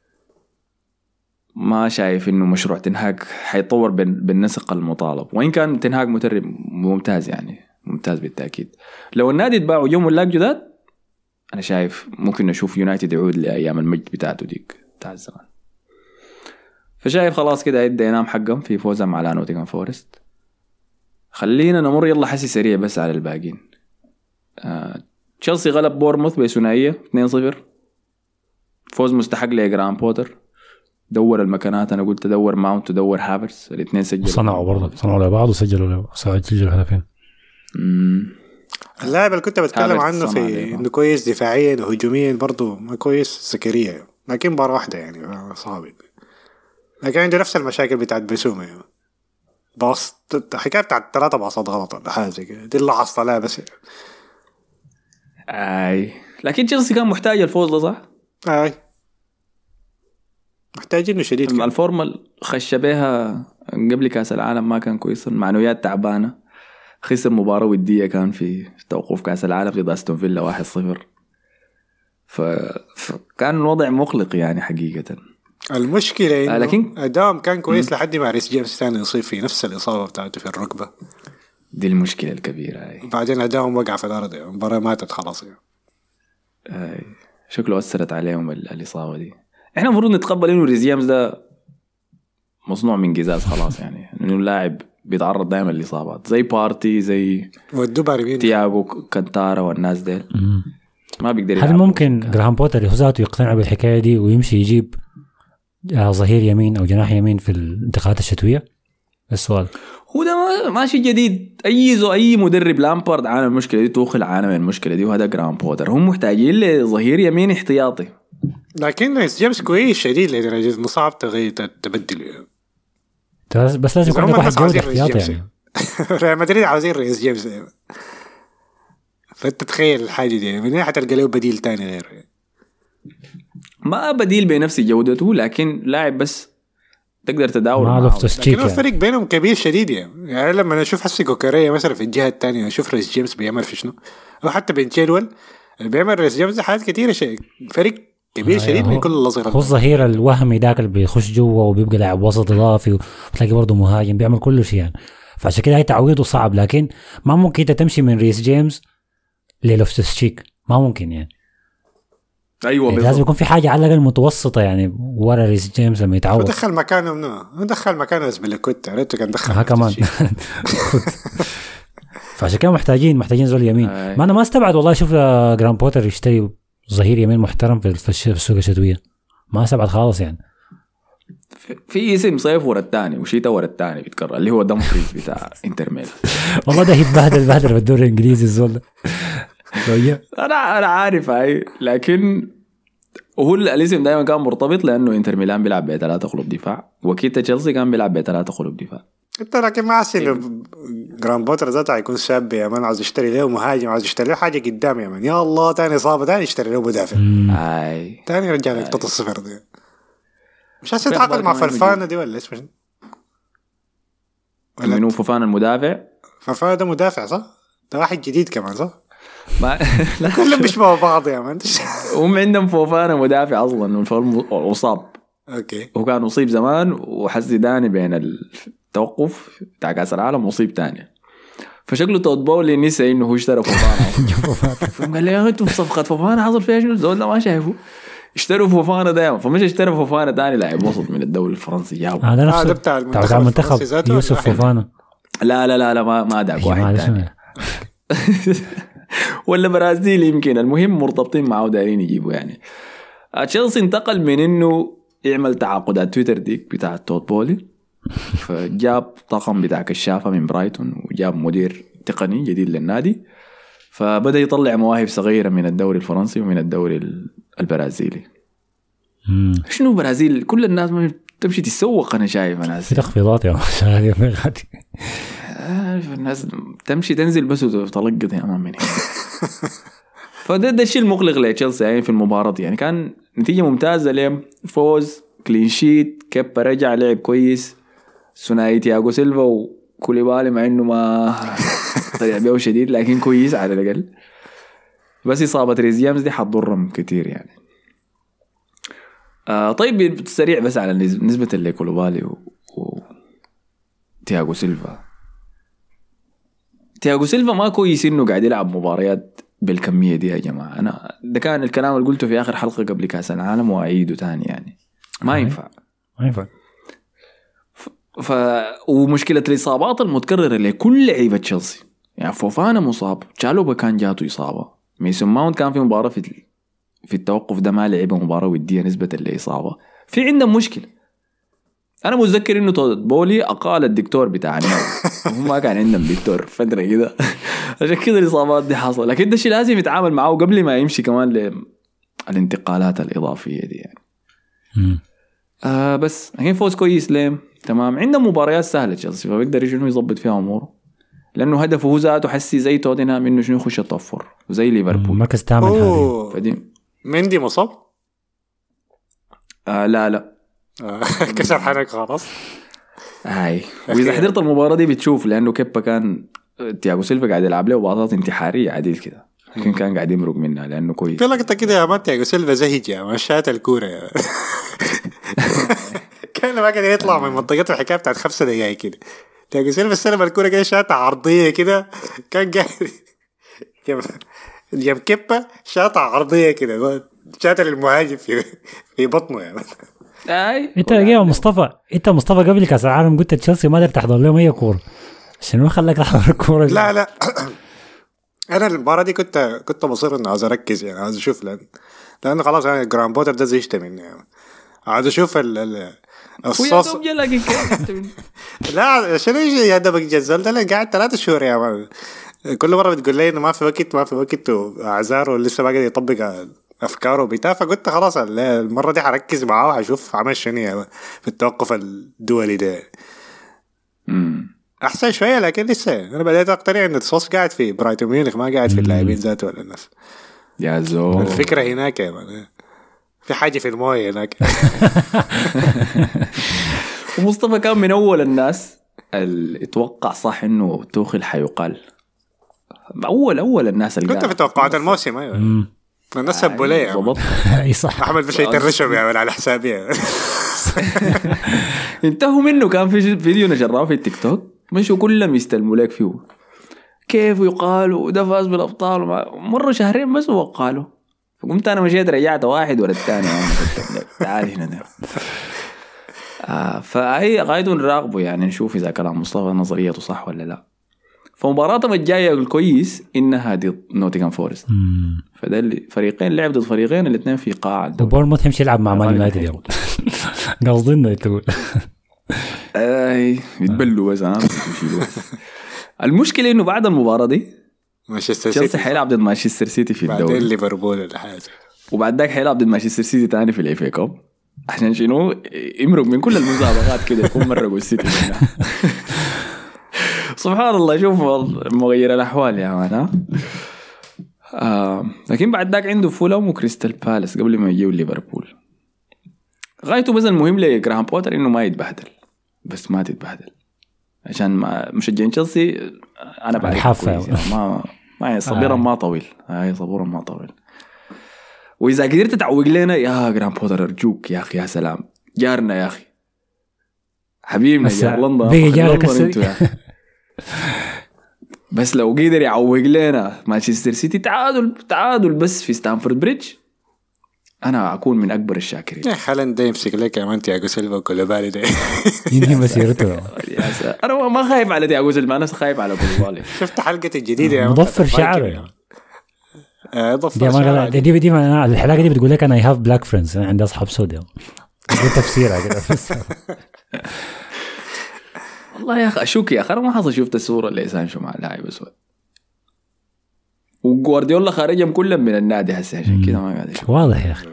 Speaker 2: ما شايف انه مشروع تنهاج حيطور بالنسق المطالب، وان كان تنهاج مدرب ممتاز يعني ممتاز بالتاكيد. لو النادي اتباعوا يوم ملاك جداد، انا شايف ممكن نشوف يونايتد يعود لايام المجد بتاعته ديك بتاع الزمان. فشايف خلاص كده يبدا ينام حقهم في فوزهم على نوتنغهام فورست. خلينا نمر يلا حسي سريع بس على الباقين. آه، تشيلسي غلب بورموث بثنائيه اثنين صفر، فوز مستحق لجرام بوتر. دور المكانات، انا قلت دور ماونت ودور هافرز، الاثنين سجلوا
Speaker 4: صنعوا برضه صنعوا لبعض وسجلوا سجلوا هدفين.
Speaker 3: اللاعب اللي كنت بتكلم عنه في انه كويس دفاعيا وهجوميا برضه ما كويس زكريا، لكن مباراة واحدة يعني صعب، لكن عنده نفس المشاكل بتاعت بسومة يعني. بس حكاية بتاعت ثلاثة باصات غلط ولا حاجة زي كده، دي اللي حصلها بس.
Speaker 2: اي لكن تشيلسي كان محتاج الفوز ده صح؟
Speaker 3: اي محتاج انه شديد.
Speaker 2: الفورمة خش بها قبل كاس العالم ما كان كويس، المعنويات تعبانة، خسر مباراة ودية كان في توقف كاس العالم ضد استون فيلا واحد صفر، ف... فكان الوضع مقلق يعني حقيقة.
Speaker 3: المشكلة إنه
Speaker 2: لكن
Speaker 3: أدام كان كويس لحد ما ريس جيمس ثاني يصيب في نفس الإصابة بتاعته في الركبة،
Speaker 2: دي المشكلة الكبيرة هاي.
Speaker 3: بعدين أدام وقع في الأرض يعني المباراة ماتت خلاص يعني.
Speaker 2: هاي شكله أثرت عليهم الإصابة دي. إحنا المفروض نتقبل إنه ريس جيمس ده مصنوع من قزاز خلاص يعني، إنه اللاعب بيتعرض دائما للإصابات زي بارتي زي تياغو كانتارا والناس ديل ما بيقدر يلعب.
Speaker 4: هل ممكن جراهام بوتر ذاته يقتنع بالحكاية دي ويمشي يجيب ظهير يمين أو جناح يمين في الانتقالات الشتوية؟ السؤال
Speaker 2: هو ده ماشي جديد. أي زو أي مدرب لامبارد عانى المشكلة دي، توخل عانى من المشكلة دي، وهذا جراهام بوتر. هم محتاجين لظهير يمين احتياطي،
Speaker 3: لكن ريس جيمس كويس شديد لدرجة مصعب تغير تبدل يعني.
Speaker 4: بس لازم يكون واحد جودة احتياطي يعني.
Speaker 3: ريال مدريد عاوزين ريس جيمس يعني. فأنت تخيل الحاجة دي من ناحية تلقى له بديل تاني غيره يعني.
Speaker 2: ما بديل بنفس جودته، لكن لاعب بس تقدر تداول
Speaker 4: معه.
Speaker 3: لكن الفرق بينهم كبير شديد يعني. يعني لما نشوف حسي كوكاريا مثلا في الجهة الثانية نشوف ريس جيمس بيعمل في شنو، أو حتى بين تشيلويل بيعمل ريس جيمس حاجات كتيرة شيء، فرق كبير شديد من كل الأصغر.
Speaker 4: هو الظهير الوهمي داك اللي بيخش جوا وبيبقى لاعب وسط إضافي وتلاقي برضه مهاجم بيعمل كل شيء يعني. فعشان كده هي تعويضه صعب، لكن ما ممكن تمشي من ريس جيمس للوفتس تشيك، ما ممكن يعني.
Speaker 2: ايوه
Speaker 4: يعني لازم يكون في حاجه على الاقل متوسطه يعني ورا ريس جيمس لما يتعود.
Speaker 3: دخل مكانه منو دخل مكانه اسبليكوت عرفت كان دخل
Speaker 4: ها كمان فعشان كده محتاجين محتاجين زول يمين. آه. ما انا ما استبعد والله اشوف جرام بوتر يشتري ظهير يمين محترم في في السوق الشتويه، ما استبعد خالص يعني.
Speaker 2: في اسم صيف ورا الثاني وشيتا ورا الثاني بيتكرر اللي هو دمفريز بتاع انتر ميلان.
Speaker 4: والله ده يتبهدل بهدل بالدوري الانجليزي الزول ده.
Speaker 2: انا انا عارف هاي، لكن وهو الاسم دائما كان مرتبط لانه انتر ميلان بيلعب بثلاثه قلوب دفاع، وكيتا تشيلسي كان بيلعب بثلاثه قلوب دفاع.
Speaker 3: انت لكن ما حاسس انه جرام بوتر ذاته هيكون شاب يا مان، عاوز يشتري له مهاجم، عاوز يشتري له حاجه قدام يا مان. يا الله ثاني اصابه ثاني يشتري له مدافع
Speaker 2: اي
Speaker 3: ثاني رجع لك نقطه الصفر دي. مش حاسس يتعاقد مع فلفانه دي ولا ايش؟
Speaker 2: ولا منو فوفانا المدافع؟
Speaker 3: فلفانه ده مدافع صح؟ ده واحد جديد كمان صح؟
Speaker 2: ما
Speaker 3: كلهم بيشبهوا بعض يا مان.
Speaker 2: هم عندهم فوفانا مدافع اصلا وصاب.
Speaker 3: اوكي
Speaker 2: هو كان مصيب زمان وحس زيدان بين التوقف بتاع كاس العالم مصيب تاني، فشكله توت بولي نسى انه هو اشترى فوفانا. قال لي يا انتم صفقه فوفانا حصل فيها شنو؟ زول ما شايفه اشتروا فوفانا دايما، فمش اشترى فوفانا تاني لاعب وسط من الدوري الفرنسي جابه.
Speaker 4: هذا نفس بتاع المنتخب يوسف فوفانا.
Speaker 2: لا لا لا لا ما ما داك واحد ثاني ولا برازيلي يمكن. المهم مرتبطين معه دايرين يجيبوا يعني. تشيلسي انتقل من انه يعمل تعاقدات تويتر ديك بتاع توت بولي، فجاب طاقم بتاع كشافة من برايتون وجاب مدير تقني جديد للنادي، فبدأ يطلع مواهب صغيرة من الدوري الفرنسي ومن الدوري البرازيلي. شنو برازيل كل الناس ما تمشي تسوق. أنا شايف أنا
Speaker 4: في تخفيضات يا ماشي غادي
Speaker 2: الناس تمشي تنزل بس وتلقط يا أمام مني. فده ده الشيء المقلق لتشيلسي يعني في المباراة. يعني كان نتيجة ممتازة لهم، فوز كلين شيت، كيبا رجع لعب كويس، ثنائي تياغو سيلفا وكوليبالي مع انه ما طلع بيه شديد لكن كويس على الاقل. بس اصابه ريس جيمس دي حتضرهم كتير يعني. آه طيب سريع بس على نسبه اللي كوليبالي و... و... تياغو سيلفا. تياغو سيلفا ما كويس انه قاعد يلعب مباريات بالكميه دي يا جماعه. انا ده كان الكلام اللي قلته في اخر حلقه قبل كاس العالم واعيده تاني يعني. ما ينفع
Speaker 4: ما ينفع.
Speaker 2: ف... ومشكلة الإصابات المتكررة لكل لعيبة تشيلسي يعني. فوفانا مصاب، تشالوبا كان جاته إصابة، ميسون ماونت كان في مباراة في في التوقف ده ما لعب مباراة ودية نسبة للإصابة. في عندهم مشكلة انا متذكر انه تود بولي اقال الدكتور بتاعنا هم ما كان عندهم دكتور فتره كده عشان كده الاصابات دي حاصله. لكن ده شيء لازم يتعامل معه قبل ما يمشي كمان للانتقالات الاضافيه دي يعني. آه بس الحين فوز كويس ليه تمام. عندهم مباريات سهله تشيلسي فبيقدر شنو يظبط فيها اموره لانه هدفه هو ذاته حسي زي توتنهام انه شنو يخش التوفر وزي ليفربول
Speaker 4: مركز ثامن حاليا.
Speaker 3: فدي مندي مصاب
Speaker 2: آه لا لا
Speaker 3: كسر حنك خلاص
Speaker 2: هاي. واذا حضرت المباراه دي بتشوف لانه كيبا كان تياغو سيلفا قاعد يلعب له وباصات انتحاريه عديل كده لكن كان قاعد يمرق منها لانه كويس.
Speaker 3: في لقطه كده يا مان تياغو سيلفا زهج يا مشات الكوره كان ما قاعد يطلع من منطقته الحكايه بتاعت خمسة دقائق كده. تياغو سيلفا استلم الكوره كده شاطه عرضيه كده كان قاعد جنب كيبا شاطه عرضيه كده شاطه للمهاجم في في بطنه يا مان.
Speaker 2: اي
Speaker 4: انت يا مصطفى انت مصطفى قبل كاس العالم قلت تشيلسي ما قدرت تحضر لهم اي كوره شنو خلاك تحضر الكوره؟
Speaker 3: لا لا انا المباراه دي كنت كنت مصر اني عايز اركز يعني عايز اشوف لان لان خلاص انا جرام بوتر ده زهقت منه يعني. عايز اشوف ال ال الصوص لا عشان يا دبك جزل ده قاعد ثلاثة شهور يا مان. كل مره بتقول لي انه ما في وقت ما في وقت واعذاره ولسه ما قاعد يطبق افكاره وبتاع فقلت خلاص المره دي حركز معاه وحشوف عمل شنو في التوقف الدولي ده.
Speaker 2: امم
Speaker 3: احسن شويه لكن لسه انا بديت اقتنع ان الصوص قاعد في برايتون ميونخ ما قاعد في اللاعبين ذاته ولا الناس
Speaker 2: يا زو.
Speaker 3: الفكره هناك يا مان في حاجه في المويه هناك.
Speaker 2: ومصطفى كان من اول الناس اللي اتوقع صح انه توخل حيقال اول اول الناس اللي
Speaker 3: كنت في توقعات الموسم. ايوه الناس سبوا لي
Speaker 2: ضبط
Speaker 4: اي صح
Speaker 3: احمد مش هيترشم يا على حسابي.
Speaker 2: انتهوا منه. كان في فيديو نشرناه في التيك توك مشوا كلهم يستلموا لك فيه كيف يقالوا ده فاز بالابطال مره شهرين بس وقالوا. فقمت انا مشيت رجعت واحد ورا الثاني تعال هنا ده. آه فهي غايته نراقبه يعني نشوف اذا كلام مصطفى نظريته صح ولا لا. فمباراتهم الجايه الكويس انها دي نوتيغهام فورست فده اللي فريقين لعب ضد فريقين الاثنين في قاع الدوري.
Speaker 4: وبورنموث يمشي يلعب مع مان يونايتد اليوم قصدنا تقول
Speaker 2: اي يتبلوا بس انا المشكله انه بعد المباراه دي
Speaker 3: مانشستر
Speaker 2: تشيلسي حيلعب ضد مانشستر سيتي في الدوري
Speaker 3: بعدين ليفربول ولا حاجه
Speaker 2: وبعد ذاك حيلعب ضد مانشستر سيتي تاني في الاف اي كاب عشان شنو يمرق من كل المسابقات كده يكون مرقوا السيتي. سبحان الله شوف مغير الأحوال يا مان. آه لكن بعد ذاك عنده فولام وكريستال بالاس قبل ما يجيو ليفربول. غايته بس المهم لجراهام بوتر إنه ما يتبهدل بس ما تتبهدل عشان ما مشجعين تشيلسي أنا بعرف ما ما يعني صبيرا ما طويل هاي صبورا ما طويل. وإذا قدرت تعوق لنا يا جراهام بوتر أرجوك يا أخي يا سلام جارنا يا أخي حبيبنا جار لندن
Speaker 4: بيجي جارك
Speaker 2: بس لو قدر يعوق لنا مانشستر سيتي تعادل تعادل بس في ستانفورد بريدج انا اكون من اكبر الشاكرين.
Speaker 3: يا هالاند ده يمسك لك يا مان تياغو سيلفا وكولوبالي ده
Speaker 4: ينهي مسيرته.
Speaker 2: انا ما خايف على تياغو سيلفا انا خايف على كولوبالي.
Speaker 3: شفت حلقه الجديده يا
Speaker 4: مضفر شعره
Speaker 3: ضفر
Speaker 4: شعره دي دي, دي الحلقه دي بتقول لك انا اي هاف بلاك فريندز انا عندي اصحاب سود ده تفسيرها كده.
Speaker 2: والله يا اخي اشوك يا اخي انا ما حصل شفت الصوره اللي سانشو مع لاعب اسود وغوارديولا خارجهم كلهم من النادي هسه عشان كده ما قاعد
Speaker 4: واضح يا اخي.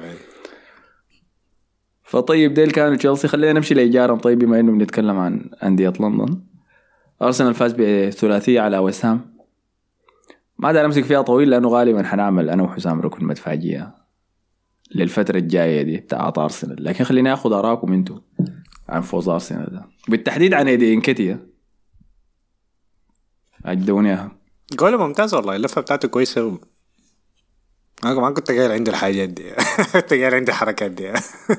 Speaker 2: فطيب ديل كانوا تشيلسي خلينا نمشي لإيجارهم. طيب بما انه بنتكلم عن انديه لندن ارسنال فاز بثلاثيه على ويست هام. ما دار امسك فيها طويل لانه غالبا حنعمل انا وحسام ركن مدفعيه للفتره الجايه دي بتاع ارسنال لكن خلينا ناخذ اراءكم انتم عن فوز أرسنال ده بالتحديد عن ايدي انكيتيا. اجدونيها
Speaker 3: جوله ممتاز والله اللفه بتاعته كويسه. انا ما كنت قايل عندي الحاجات دي كنت قايل عندي الحركات دي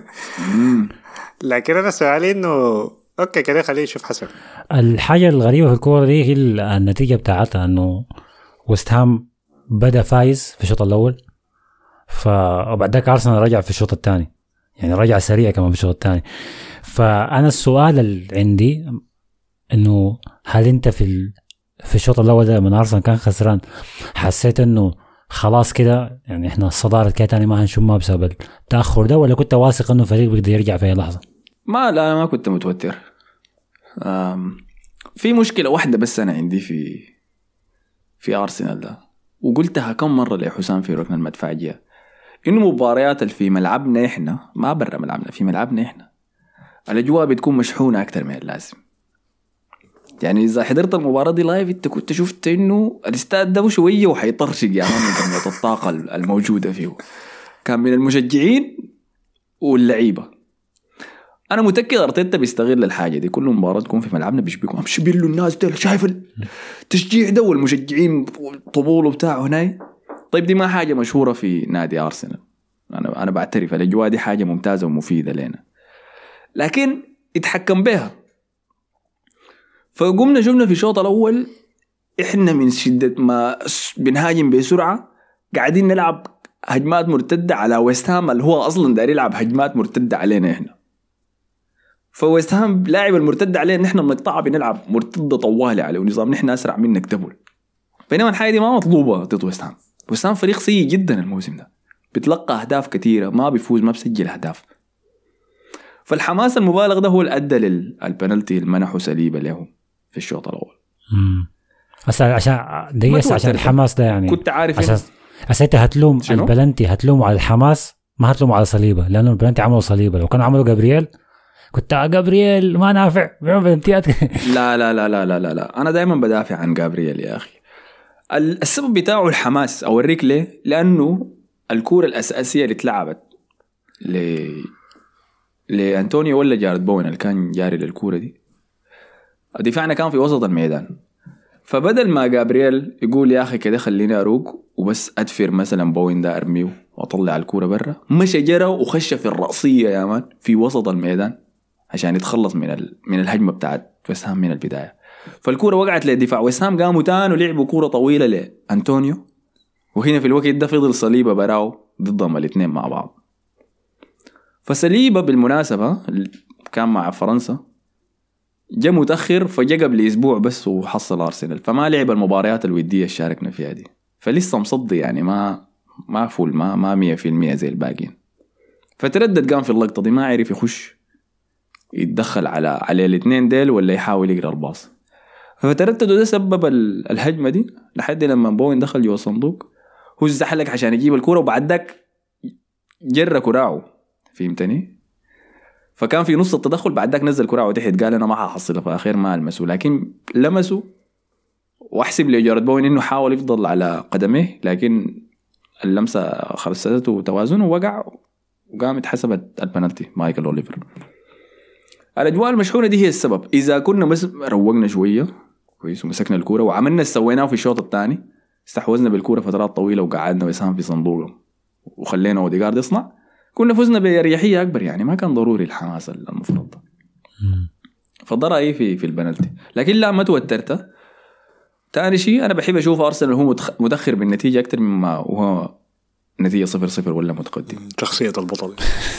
Speaker 3: لكن انا سؤالي انه اوكي كده خلينا نشوف حسن.
Speaker 4: الحاجه الغريبه في الكوره دي هي النتيجه بتاعتها انه ويست هام بدا فايز في الشوط الاول ف وبعد ذاك ارسنال رجع في الشوط الثاني يعني رجع سريع كمان في الشوط الثاني. فانا السؤال اللي عندي انه هل انت في ال... في الشوط الاول ده من ارسنال كان خسران حسيت انه خلاص كده يعني احنا الصداره كده تاني ما هنشوفها بسبب التاخر ده ولا كنت واثق انه فريق بيقدر يرجع في اي لحظه؟
Speaker 2: ما لا ما كنت متوتر. في مشكلة واحدة بس أنا عندي في في أرسنال ده، وقلتها كم مرة لحسام في ركن المدفعية، إنه مباريات في ملعبنا إحنا ما برا ملعبنا، في ملعبنا إحنا الأجواء بتكون مشحونة أكتر من اللازم. يعني إذا حضرت المباراة دي لايف أنت كنت شفت إنه الاستاد ده شوية وحيطرشق يعني من كمية الطاقة الموجودة فيه، كان من المشجعين واللعيبة. أنا متأكد أرتيتا بيستغل الحاجة دي، كل مباراة تكون في ملعبنا بيشبكوا مش بيلو الناس ده، شايف التشجيع ده والمشجعين طبوله بتاعه هناي. طيب دي ما حاجة مشهورة في نادي أرسنال، أنا أنا بعترف الأجواء دي حاجة ممتازة ومفيدة لنا، لكن يتحكم بها. فقمنا شفنا في الشوط الأول إحنا من شدة ما بنهاجم بسرعة قاعدين نلعب هجمات مرتدة على ويست هام اللي هو أصلا داير يلعب هجمات مرتدة علينا إحنا. فويست هام لاعب المرتد عليه نحن بنقطعه بنلعب مرتدة طوالي عليه ونظام نحن أسرع منك دبل، بينما الحاجة دي ما مطلوبة ضد ويست هام. ويست هام فريق سيء جدا الموسم ده، بتلقى أهداف كثيرة ما بيفوز ما بسجل أهداف. فالحماس المبالغ ده هو اللي أدى للبنالتي المنحوا سليبة لهم في الشوط الأول.
Speaker 4: بس عشان ديس عشان الحماس ده يعني
Speaker 2: كنت عارف
Speaker 4: عشان أسيت هتلوم البلنتي هتلوم على الحماس ما هتلوم على صليبة، لأنه البلنتي عملوا صليبة. لو كانوا عملوا جابرييل كنت جابرييل ما نافع بيعمل بلنتيات.
Speaker 2: لا لا لا لا لا لا أنا دائما بدافع عن جابرييل يا أخي. السبب بتاعه الحماس. أوريك ليه؟ لأنه الكورة الأساسية اللي اتلعبت ل لأنتونيو ولا جارد بوين اللي كان جاري للكورة دي، دفاعنا كان في وسط الميدان. فبدل ما جابرييل يقول يا أخي كده خليني أروق وبس أدفر مثلا بوين ده أرميه وأطلع الكورة برا، مشى جرى وخش في الرأسية يا مان في وسط الميدان عشان يتخلص من ال... من الهجمة بتاعت ويست هام من البداية. فالكورة وقعت للدفاع، ويست هام قاموا تاني ولعبوا كورة طويلة لأنتونيو، وهنا في الوقت ده فضل صليبة براو ضدهم الاثنين مع بعض. فصليبة بالمناسبة كان مع فرنسا جاء متأخر، فجاء قبل أسبوع بس وحصل أرسنال، فما لعب المباريات الودية اللي شاركنا فيها دي، فلسه مصدي يعني ما ما فول ما ما مية في المية زي الباقين. فتردد قام في اللقطة دي، ما عرف يخش يتدخل على على الاثنين ديل ولا يحاول يقرأ الباص. فتردد وده سبب الهجمة دي لحد لما بوين دخل جوا الصندوق، هو زحلق عشان يجيب الكرة وبعد ذاك جرى كراعه، فهمتني؟ فكان في نص التدخل، بعد ذاك نزل كراعه تحت قال أنا ما هحصلها، في الأخير ما لمسه، لكن لمسه. واحسب لي جارد بوين إنه حاول يفضل على قدميه، لكن اللمسة خلصته توازنه ووقع وقامت حسبت البنالتي مايكل أوليفر. الأجواء المشحونة دي هي السبب. إذا كنا بس روقنا شوية كويس ومسكنا الكورة وعملنا سويناه في الشوط الثاني، استحوذنا بالكورة فترات طويلة وقعدنا وسام في صندوقه وخلينا اوديغارد يصنع، كنا فزنا بأريحية أكبر. يعني ما كان ضروري الحماس المفروض. فده رأيي في في البنالتي، لكن لا ما توترت. تاني شيء أنا بحب أشوف أرسنال هو متأخر بالنتيجة أكتر مما وهو نتيجة صفر صفر ولا متقدم.
Speaker 3: شخصية البطل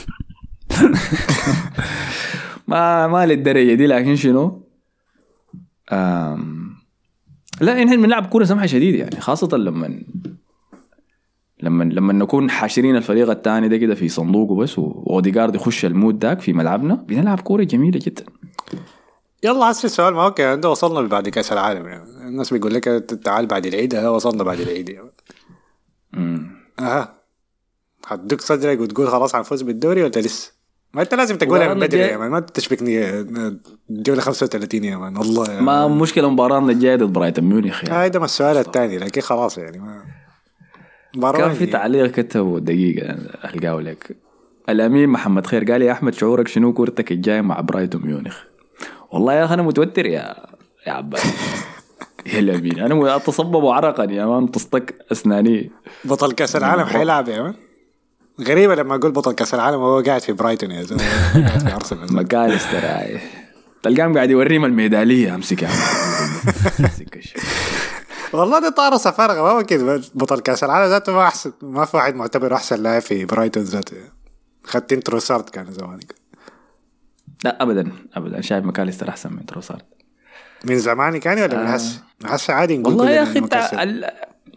Speaker 2: ما ما للدرجة دي، لكن شنو أم... لا نحن بنلعب كورة سمحة شديدة يعني، خاصة لما لما لما نكون حاشرين الفريق الثاني ده كده في صندوقه بس واوديغارد يخش المود داك في ملعبنا، بنلعب كورة جميلة جدا.
Speaker 3: يلا عسر السؤال ما اوكي عنده وصلنا بعد كاس العالم يعني. الناس بيقول لك تعال بعد العيد، ها وصلنا بعد العيد يعني.
Speaker 2: امم
Speaker 3: اها حدك صدرك وتقول خلاص حنفوز بالدوري ولا لسه؟ ما انت لازم تقولها من بدري يا مان، ما تشبكني الجوله خمسة وثلاثين يا مان. والله يا
Speaker 2: ما مشكله مباراتنا الجايه ضد برايتون ميونخ يعني.
Speaker 3: هذا ما السؤال الثاني، لكن خلاص يعني ما
Speaker 2: كان في تعليق كتبه دقيقه القاه لك الامين محمد خير، قال يا احمد شعورك شنو كورتك الجايه مع برايتون ميونخ؟ والله يا اخي انا متوتر يا يا عباس يا الامين، انا اتصبب عرقا يا مان، تصطك اسناني.
Speaker 3: بطل كاس العالم حيلعب يا مان. غريبة لما أقول بطل كأس العالم وهو قاعد في برايتون يا زلمة، قاعد في أرسنال.
Speaker 2: ماكاليستر هاي تلقام قاعد يوريهم الميدالية، أمسكها
Speaker 3: والله دي طارصة فارغة. ما ممكن بطل كأس العالم ذاته ما أحسن، ما في واحد معتبر أحسن لاعب في برايتون ذاته. خدتين تروسارد كان زمانك.
Speaker 2: لا أبدا أبدا، شايف ماكاليستر أحسن من تروسارد
Speaker 3: من زمان كان ولا من هسه؟ هسه عادي نقول.
Speaker 2: والله يا أخي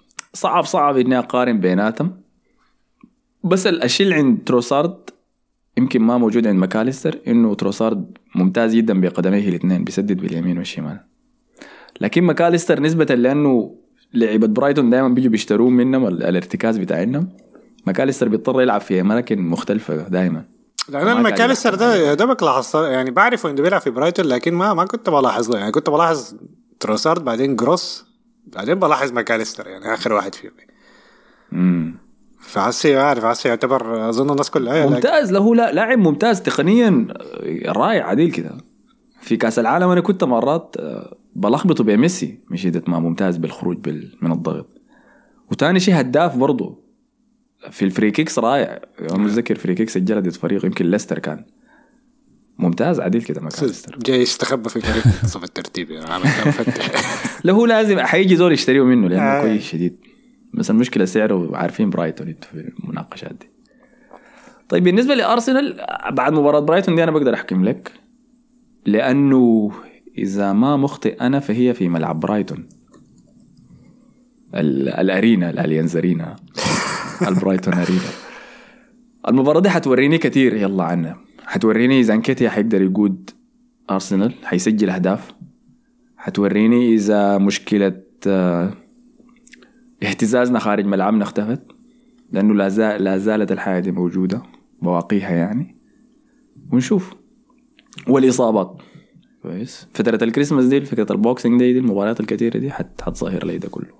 Speaker 2: صعب صعب إني أقارن بيناتهم، بس الشيء عند تروسارد يمكن ما موجود عند ماكاليستر انه تروسارد ممتاز جدا بقدميه الاثنين، بيسدد باليمين والشمال. لكن ماكاليستر نسبة لانه لعيبة برايتون دائما بيجوا بيشتروا منهم الارتكاز بتاعنا، ماكاليستر بيضطر يلعب في اماكن مختلفة دائما.
Speaker 3: لأن ماكاليستر ده دوبك لاحظت يعني بعرفه انه بيلعب في برايتون، لكن ما ما كنت بلاحظه يعني. كنت بلاحظ تروسارد بعدين جروس بعدين بلاحظ ماكاليستر يعني اخر واحد فيهم.
Speaker 2: امم
Speaker 3: فعسي عارف عسي يعتبر اظن الناس كلها
Speaker 2: ممتاز له، لا لاعب ممتاز تقنيا رائع عديل كده. في كاس العالم انا كنت مرات بلخبطه بميسي مش إذا ما ممتاز بالخروج بال... من الضغط. وتاني شيء هداف برضه في الفريكيكس رائع. انا متذكر فريكيكس سجلت ضد فريق يمكن ليستر كان ممتاز عديل كده. ماكاليستر
Speaker 3: جاي يستخبى في فريق صف الترتيب يعني عامل مفتش
Speaker 2: له لازم حيجي زول يشتريه منه لانه كويس شديد. بس المشكله سعره عارفين برايتون في المناقشات دي. طيب بالنسبه لارسنال بعد مباراه برايتون دي انا بقدر احكم لك، لانه اذا ما مخطئ انا فهي في ملعب برايتون الارينا الاليانز ارينا البرايتون ارينا. المباراه دي حتوريني كتير يلا عنها. حتوريني اذا انكيتيا حيقدر يقود ارسنال حيسجل اهداف. حتوريني اذا مشكله اهتزازنا خارج ملعبنا اختفت، لانه لا زال لا زالت الحاجه دي موجوده بواقيها يعني. ونشوف. والاصابات كويس فتره الكريسماس دي فتره البوكسينج دي, دي المباريات الكثيره دي حت حتصهر لي ده كله.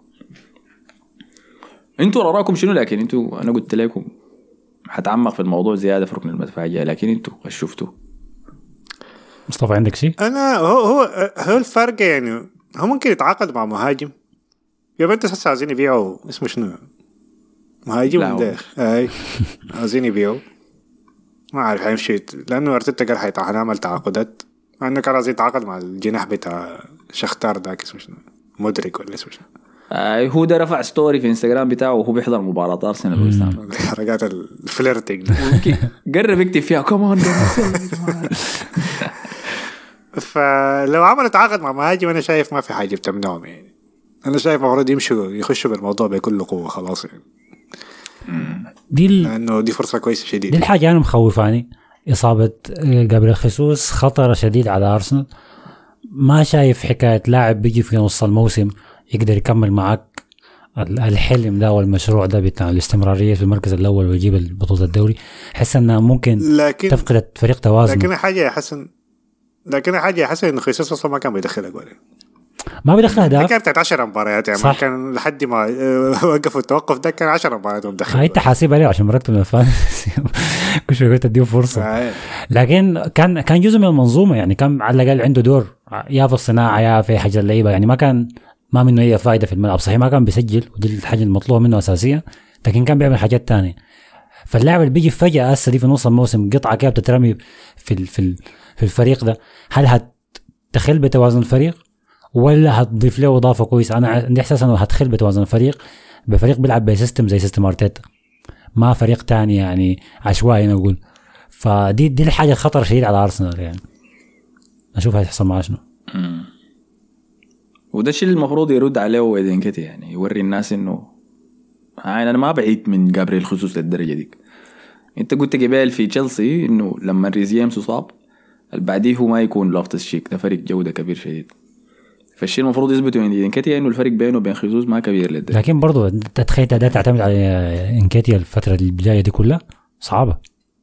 Speaker 2: انتوا رايكم شنو؟ لكن انتوا انا قلت لكم حتعمق في الموضوع زياده في ركن المدفعيه، لكن انتوا ايش شفتوا؟
Speaker 4: مصطفى عندك شيء؟
Speaker 3: انا هو هو هو الفرق يعني هو ممكن يتعاقد مع مهاجم. يا انت هسه عايزين يبيعوا اسمه شنو مهاجم ده اي عايزين يبيعوا ما عارف هيمشي لانه ارتيتا قال حيعمل تعاقدات مع انه كان عايز يتعاقد مع الجناح بتاع شختار داك اسمه شنو مدرك ولا اسمه شنو.
Speaker 2: آه هو ده رفع ستوري في انستغرام بتاعه وهو بيحضر مباراة أرسنال ويستعمل
Speaker 3: حركات الفليرتينج
Speaker 2: قرب يكتب فيها كمان.
Speaker 3: فلو عملوا تعاقد مع مهاجم أنا شايف ما في حاجة بتمنعهم يعني. أنا شايف مفروض يمشوا يخشوا بالموضوع بكل قوة خلاص يعني.
Speaker 4: دي ال...
Speaker 3: لأنه دي فرصة كويسة شديدة.
Speaker 4: دي الحاجة أنا مخوفاني إصابة جابريل خيسوس خطر شديد على أرسنال. ما شايف حكاية لاعب بيجي في نص الموسم يقدر يكمل معك الحلم ده والمشروع ده بتاع الاستمرارية في المركز الأول ويجيب البطولة الدوري. حس أنها ممكن
Speaker 3: لكن
Speaker 4: تفقد فريق توازن.
Speaker 3: لكن حاجة يا حسن لكن حاجة يا حسن إنه خيسوس أصلا ما كان بيدخل أجوال
Speaker 4: ما بيدخل أهداف.
Speaker 3: كان بتاعت عشر مباريات يعني ما كان لحد ما وقفوا التوقف ده كان عشر مباريات ومدخل.
Speaker 4: هاي تحاسيب عليه عشان مرتب الفانتسي كل شوية تديه فرصة. لكن كان كان جزء من المنظومة يعني كان على الأقل عنده دور يا في الصناعة يا في حاجة اللعيبة يعني ما كان ما منه أي فائدة في الملعب. صحيح ما كان بيسجل ودي الحاجة المطلوبة منه أساسية لكن كان بيعمل حاجات تانية. فاللاعب اللي بيجي فجأة هسه دي في نص الموسم قطعة كده بتترمي في في في الفريق ده هل هتخل بتوازن الفريق ولا هتضيف له إضافة كويسة؟ أنا عندي إحساس إنه هتخل بتوازن الفريق بفريق بيلعب بسيستم زي سيستم أرتيتا ما فريق تاني يعني عشوائي أنا أقول. فدي دي الحاجة خطر شديد على أرسنال يعني. أشوف هيحصل معاه شنو.
Speaker 2: وده الشيء المفروض يرد عليه ويدين كده يعني يوري الناس إنه يعني أنا ما بعيد من جابريل خصوص للدرجة ديك. أنت قلت قبل في تشيلسي إنه لما ريز جيمس صاب البعديه هو ما يكون لوفتس شيك ده فريق جودة كبير شديد. فالشيء المفروض يثبتوا عندي إنكيتيا إنه الفرق بينه وبين خيسوس ما كبير للدرجة.
Speaker 4: لكن برضو تتخيل ده تعتمد على إنكيتيا الفترة البداية دي كلها صعبة.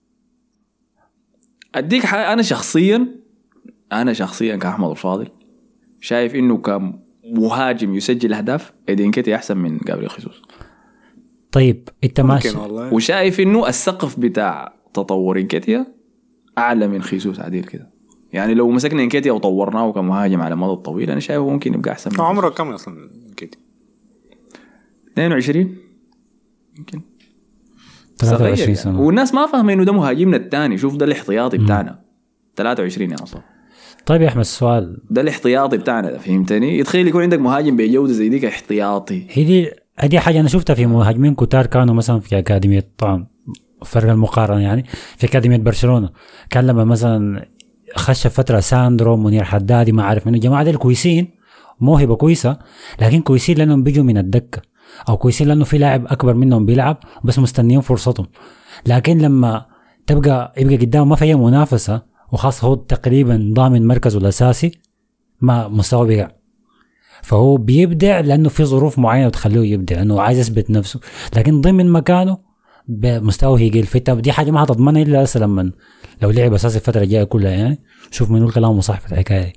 Speaker 2: أديك حاجة أنا شخصيا أنا شخصيا كأحمد الفاضل شايف إنه كمهاجم يسجل أهداف إنكيتيا أحسن من جابريل خيسوس.
Speaker 4: طيب أنت ماشي
Speaker 2: وشايف إنه السقف بتاع تطور إنكيتيا أعلى من خيسوس عديل كده يعني. لو مسكنا إنكيتيا وطورناه كمهاجم على مدى طويل أنا شايفه ممكن يبقى أحسن من
Speaker 3: عمره كم أصلا إنكيتيا؟
Speaker 2: اثنين وعشرين يمكن
Speaker 4: ثلاثة وعشرين سنة.
Speaker 2: والناس ما فاهمين إنه ده مهاجمنا الثاني. شوف ده الاحتياطي بتاعنا ثلاثة وعشرين يا مصطفى.
Speaker 4: طيب يا أحمد السؤال
Speaker 2: ده الاحتياطي بتاعنا ده فهمتني. يتخيل يكون عندك مهاجم بجودة زي ديك احتياطي.
Speaker 4: هي دي هذه حاجة أنا شفتها في مهاجمين كتار كانوا مثلا في أكاديمية طبعا فرق المقارنة يعني في أكاديمية برشلونة كان لما مثلا خش فترة ساندرو منير حدادي ما عارف منه جماعة دي الكويسين موهبة كويسة لكن كويسين لأنهم بيجوا من الدكة أو كويسين لأنه في لاعب أكبر منهم بيلعب بس مستنيين فرصتهم. لكن لما تبقى يبقى قدام ما في أي منافسة، وخاص هو تقريبا ضامن مركزه الأساسي، ما مستوى بيقع. فهو بيبدع لأنه في ظروف معينة تخليه يبدع، لأنه عايز يثبت نفسه، لكن ضمن مكانه بمستوى يقل فيه. دي حاجة ما هتضمنها إلا هسه لما لو لعب أساسي الفترة الجاية كلها. يعني شوف منو كلامه صح في الحكاية.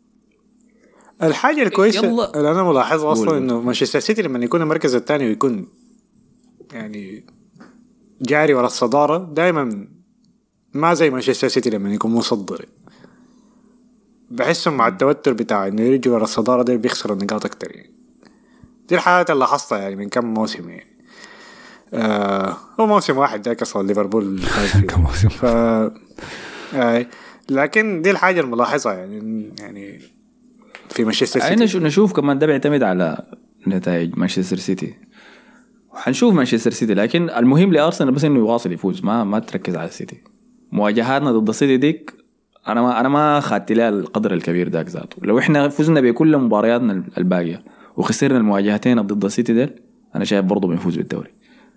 Speaker 3: الحاجة الكويسة اللي أنا ملاحظها أصلا إنه مانشستر سيتي لما يكون المركز الثاني ويكون يعني جاري ورا الصدارة دائما، ما زي مانشستر سيتي لما يكون مصدر. بحسهم مع التوتر بتاع إنه يرجعوا ورا الصدارة ده بيخسروا النقاط أكتر. يعني دي الحالات اللي لاحظتها يعني من كم موسم. يعني آه هو موسم واحد ده أصلا ليفربول ف آه لكن دي الحاجة الملاحظة يعني يعني في مانشستر سيتي.
Speaker 2: أنا نشوف كمان ده بيعتمد على نتائج مانشستر سيتي، وحنشوف مانشستر سيتي. لكن المهم لأرسنال بس إنه يواصل يفوز، ما ما تركز على السيتي. مواجهاتنا ضد السيتي ديك أنا ما أنا ما خدت لها القدر الكبير داك ذاته. لو إحنا فزنا بكل مبارياتنا الباقية وخسرنا المواجهتين ضد السيتي ديل، أنا شايف برضو بنفوز بالدوري.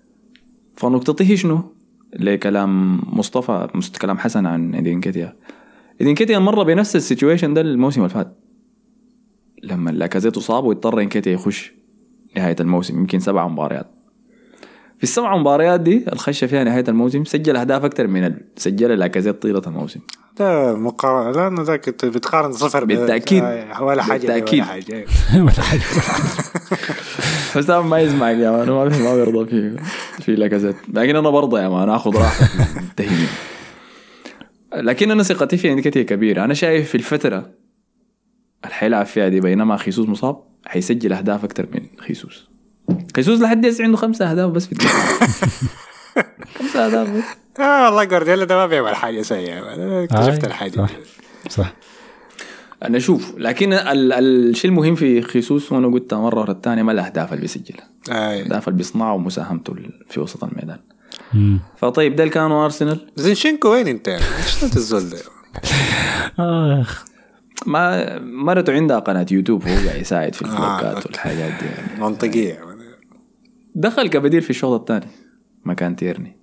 Speaker 2: فنقطته شنو لكلام مصطفى مست كلام حسن عن إيدين كيتيا. إيدين كيتيا مرة بنفس السيتويشن ده الموسم اللي فات، لما لاكازيت أصاب واضطر إنكيتيا يخش نهاية الموسم يمكن سبع مباريات. في السبع مباريات دي الخشة فيها نهاية الموسم سجل أهداف أكتر من سجل لاكازيت طيلة الموسم.
Speaker 3: ده مقارنة لأنه ذاك بتقارن صفر
Speaker 2: بالتأكيد
Speaker 3: ولا حاجة
Speaker 2: بالتأكيد.
Speaker 3: ولا حاجة
Speaker 2: ولا حاجة. حسام ما يسمعك يا مان، ما ما بيرضى فيه في لاكازيت، لكن أنا برضه يا مان أخذ راحة منتهين. لكن أنا ثقتي في إنكيتيا كبيرة. أنا شايف في الفترة الحيلعب فيها دي بينما خيسوس مصاب حيسجل أهداف أكتر من خيسوس. خيسوس لحد يسعى عنده خمسة أهداف بس في الدوري. خمسة أهداف بس.
Speaker 3: آه والله جوارديولا ده ما بيعمل حاجة سيئة. أنا اكتشفت الحاجة.
Speaker 4: صح. صح.
Speaker 2: أنا أشوف، لكن ال الشيء المهم في خيسوس وأنا قلت مرة الثانية ما الأهداف اللي بيسجلها. الأهداف اللي بيصنعه ومساهمته في وسط الميدان. فطيب ده اللي كانوا أرسنال.
Speaker 3: زينشينكو وين أنت؟ إيش الزول ده؟
Speaker 4: آخ.
Speaker 2: ما مرته عندها قناة يوتيوب هو قاعد يساعد في الفلوقات والحاجات دي يعني.
Speaker 3: منطقية.
Speaker 2: دخل كبديل في الشوط الثاني مكان تيرني.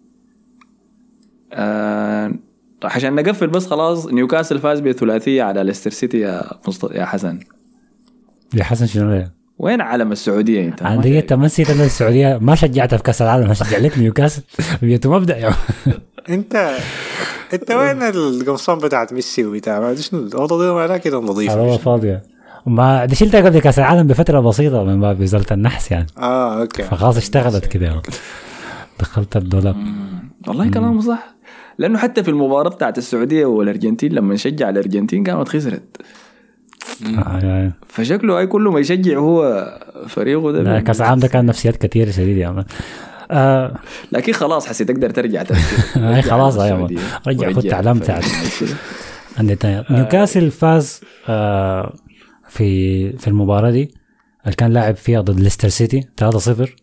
Speaker 2: آه عشان نقفل بس خلاص، نيوكاسل فاز بثلاثية على ليستر سيتي يا مصط... يا حسن.
Speaker 4: يا حسن شنو
Speaker 2: وين علم السعودية انت؟
Speaker 4: انا دقيت تمسيت انا السعودية ما شجعتها في كأس العالم، ما شجع لك نيوكاسل بيتو مبدأ يا
Speaker 3: انت انت وين القمصان بتاعت ميسي وبتاع ما شنو الأوضة دي ما كده نظيفة
Speaker 4: والله فاضية. ما دي شلتها قبل كأس العالم بفترة بسيطة من باب إزالة النحس يعني.
Speaker 3: اه اوكي
Speaker 4: فخلاص اشتغلت كده دخلت الدولاب.
Speaker 2: والله كلامه صح، لأنه حتى في المباراة بتاعت السعودية والأرجنتين لما نشجع الأرجنتين قامت خسرت.
Speaker 4: آه يعني.
Speaker 2: فشكله أي كله ما يشجع هو فريقه ده.
Speaker 4: كأس العالم ده كان نفسيات كتير شديد يا مان. آه
Speaker 2: لكن خلاص حسيت تقدر ترجع
Speaker 4: هاي خلاص يا رجع خد تعلمت عندنا. نيوكاسل فاز آه في في المباراة دي اللي كان لاعب فيها ضد ليستر سيتي ثلاثة صفر.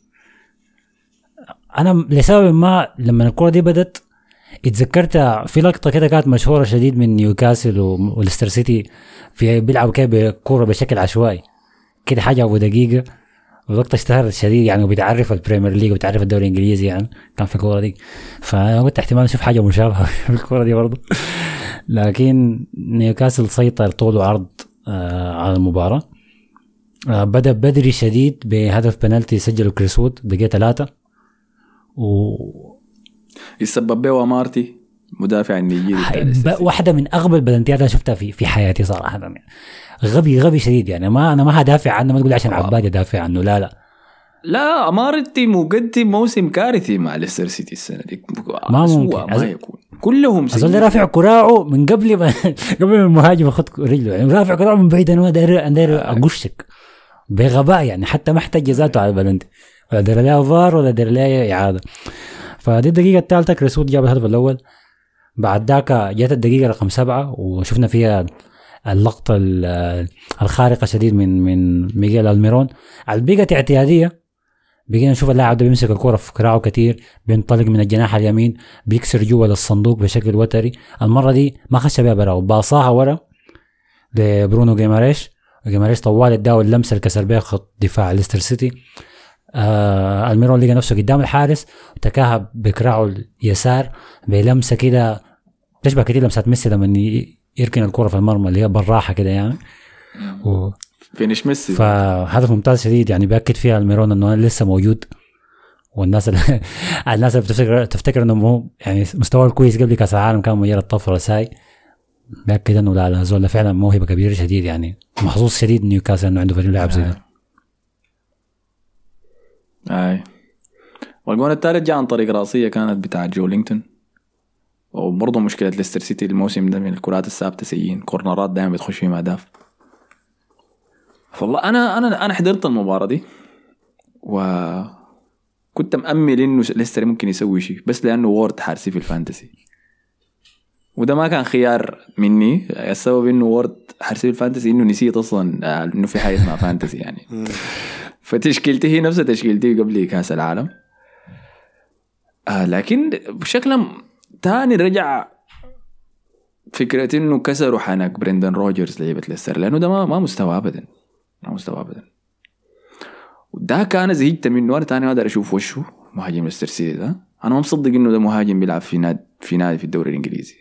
Speaker 4: أنا لسبب ما لما الكرة دي بدت اتذكرت في لقطة كده كانت مشهورة شديد من نيوكاسل وليستر سيتي في بيلعبوا كده بكرة بشكل عشوائي كده حاجة أبو دقيقة، ولقطة اشتهرت شديد يعني وبتعرف البريمير ليج وبتعرف الدوري الإنجليزي يعني كان في الكرة دي. فأنا قلت احتمال نشوف حاجة مشابهة في الكرة دي برضو. لكن نيوكاسل سيطر طول وعرض آه على المباراة. آه بدأ بدري شديد بهدف بنالتي سجله كريسوود دقيقة ثلاثة و
Speaker 2: يسبب به مارتي مدافع النيجيري.
Speaker 4: واحدة من أغبى البلنتيات أنا شفتها في في حياتي صراحة يعني. غبي غبي شديد يعني. ما أنا ما هدافع عنه، ما تقول عشان عباد يدافع عنه، لا لا
Speaker 2: لا مارتي مقدم موسم كارثي مع ليستر سيتي السنة دي.
Speaker 4: ما ممكن
Speaker 2: ما أز... يكون كلهم
Speaker 4: أصلا رافع كراعه من قبل ما قبل ما المهاجم ياخد رجله يعني رافع كراعه من بعيد. أنا داير داير أقشك بغباء يعني حتى ما احتاج جزاته على البلنتي ولا داير لها فار ولا داير لها إعادة. فدي الدقيقة الثالثة كريسوت جاب الهدف الأول. بعد ذاك جات الدقيقة رقم سبعة وشفنا فيها اللقطة الخارقة شديد من من ميغيل ألميرون. البيقة اعتيادية بقينا نشوف اللاعب ده بيمسك الكرة في كراعه كتير، بينطلق من الجناح اليمين بيكسر جوا للصندوق بشكل وتري. المرة دي ما خش بها براو، باصاها ورا لبرونو جيماريش، وجيماريش طوال الداو اللمسة الكسر بها خط دفاع ليستر سيتي. آه الميرون لقى نفسه قدام الحارس وتكاهب بكراعه اليسار بلمسه كده تشبه كتير لمسات ميسي لما يركن الكرة في المرمى اللي هي بالراحه كده يعني و
Speaker 2: فينيش ميسي.
Speaker 4: فهدف ممتاز شديد يعني بيأكد فيها الميرون انه لسه موجود، والناس اللي الناس اللي بتفتكر تفتكر انه مو يعني مستواه الكويس قبل كاس العالم كان مجرد طفره ساي، بيأكد انه لا لا زول فعلا موهبه كبيره شديد يعني محظوظ شديد نيوكاسل انه عنده فريق لاعب زي ده.
Speaker 2: اي والجون الثالث جاء عن طريق راسيه كانت بتاعه جولينغتون، وبرضه مشكله ليستر سيتي الموسم ده من الكرات الثابته سيئين، كورنرات دائما بتخش فيهم اهداف. والله انا انا انا حضرت المباراه دي وكنت مأمل انه ليستر ممكن يسوي شيء، بس لانه وورد حارسي في الفانتسي وده ما كان خيار مني. السبب انه وورد حارسي في الفانتسي انه نسيت اصلا انه في حاجه اسمها فانتسي يعني فتشكيلتي هي نفس تشكيلتي قبل كاس العالم. آه لكن بشكل تاني رجع فكرة انه كسروا حنك بريندن روجرز لعيبة ليستر، لانه ده ما ما مستوى ابدا ما مستوى ابدا وده كان زهجت منه. انا تاني ما اقدر اشوف وشه مهاجم ليستر سيتي ده، انا ما مصدق انه ده مهاجم بيلعب في نادي في نادي في الدوري الانجليزي.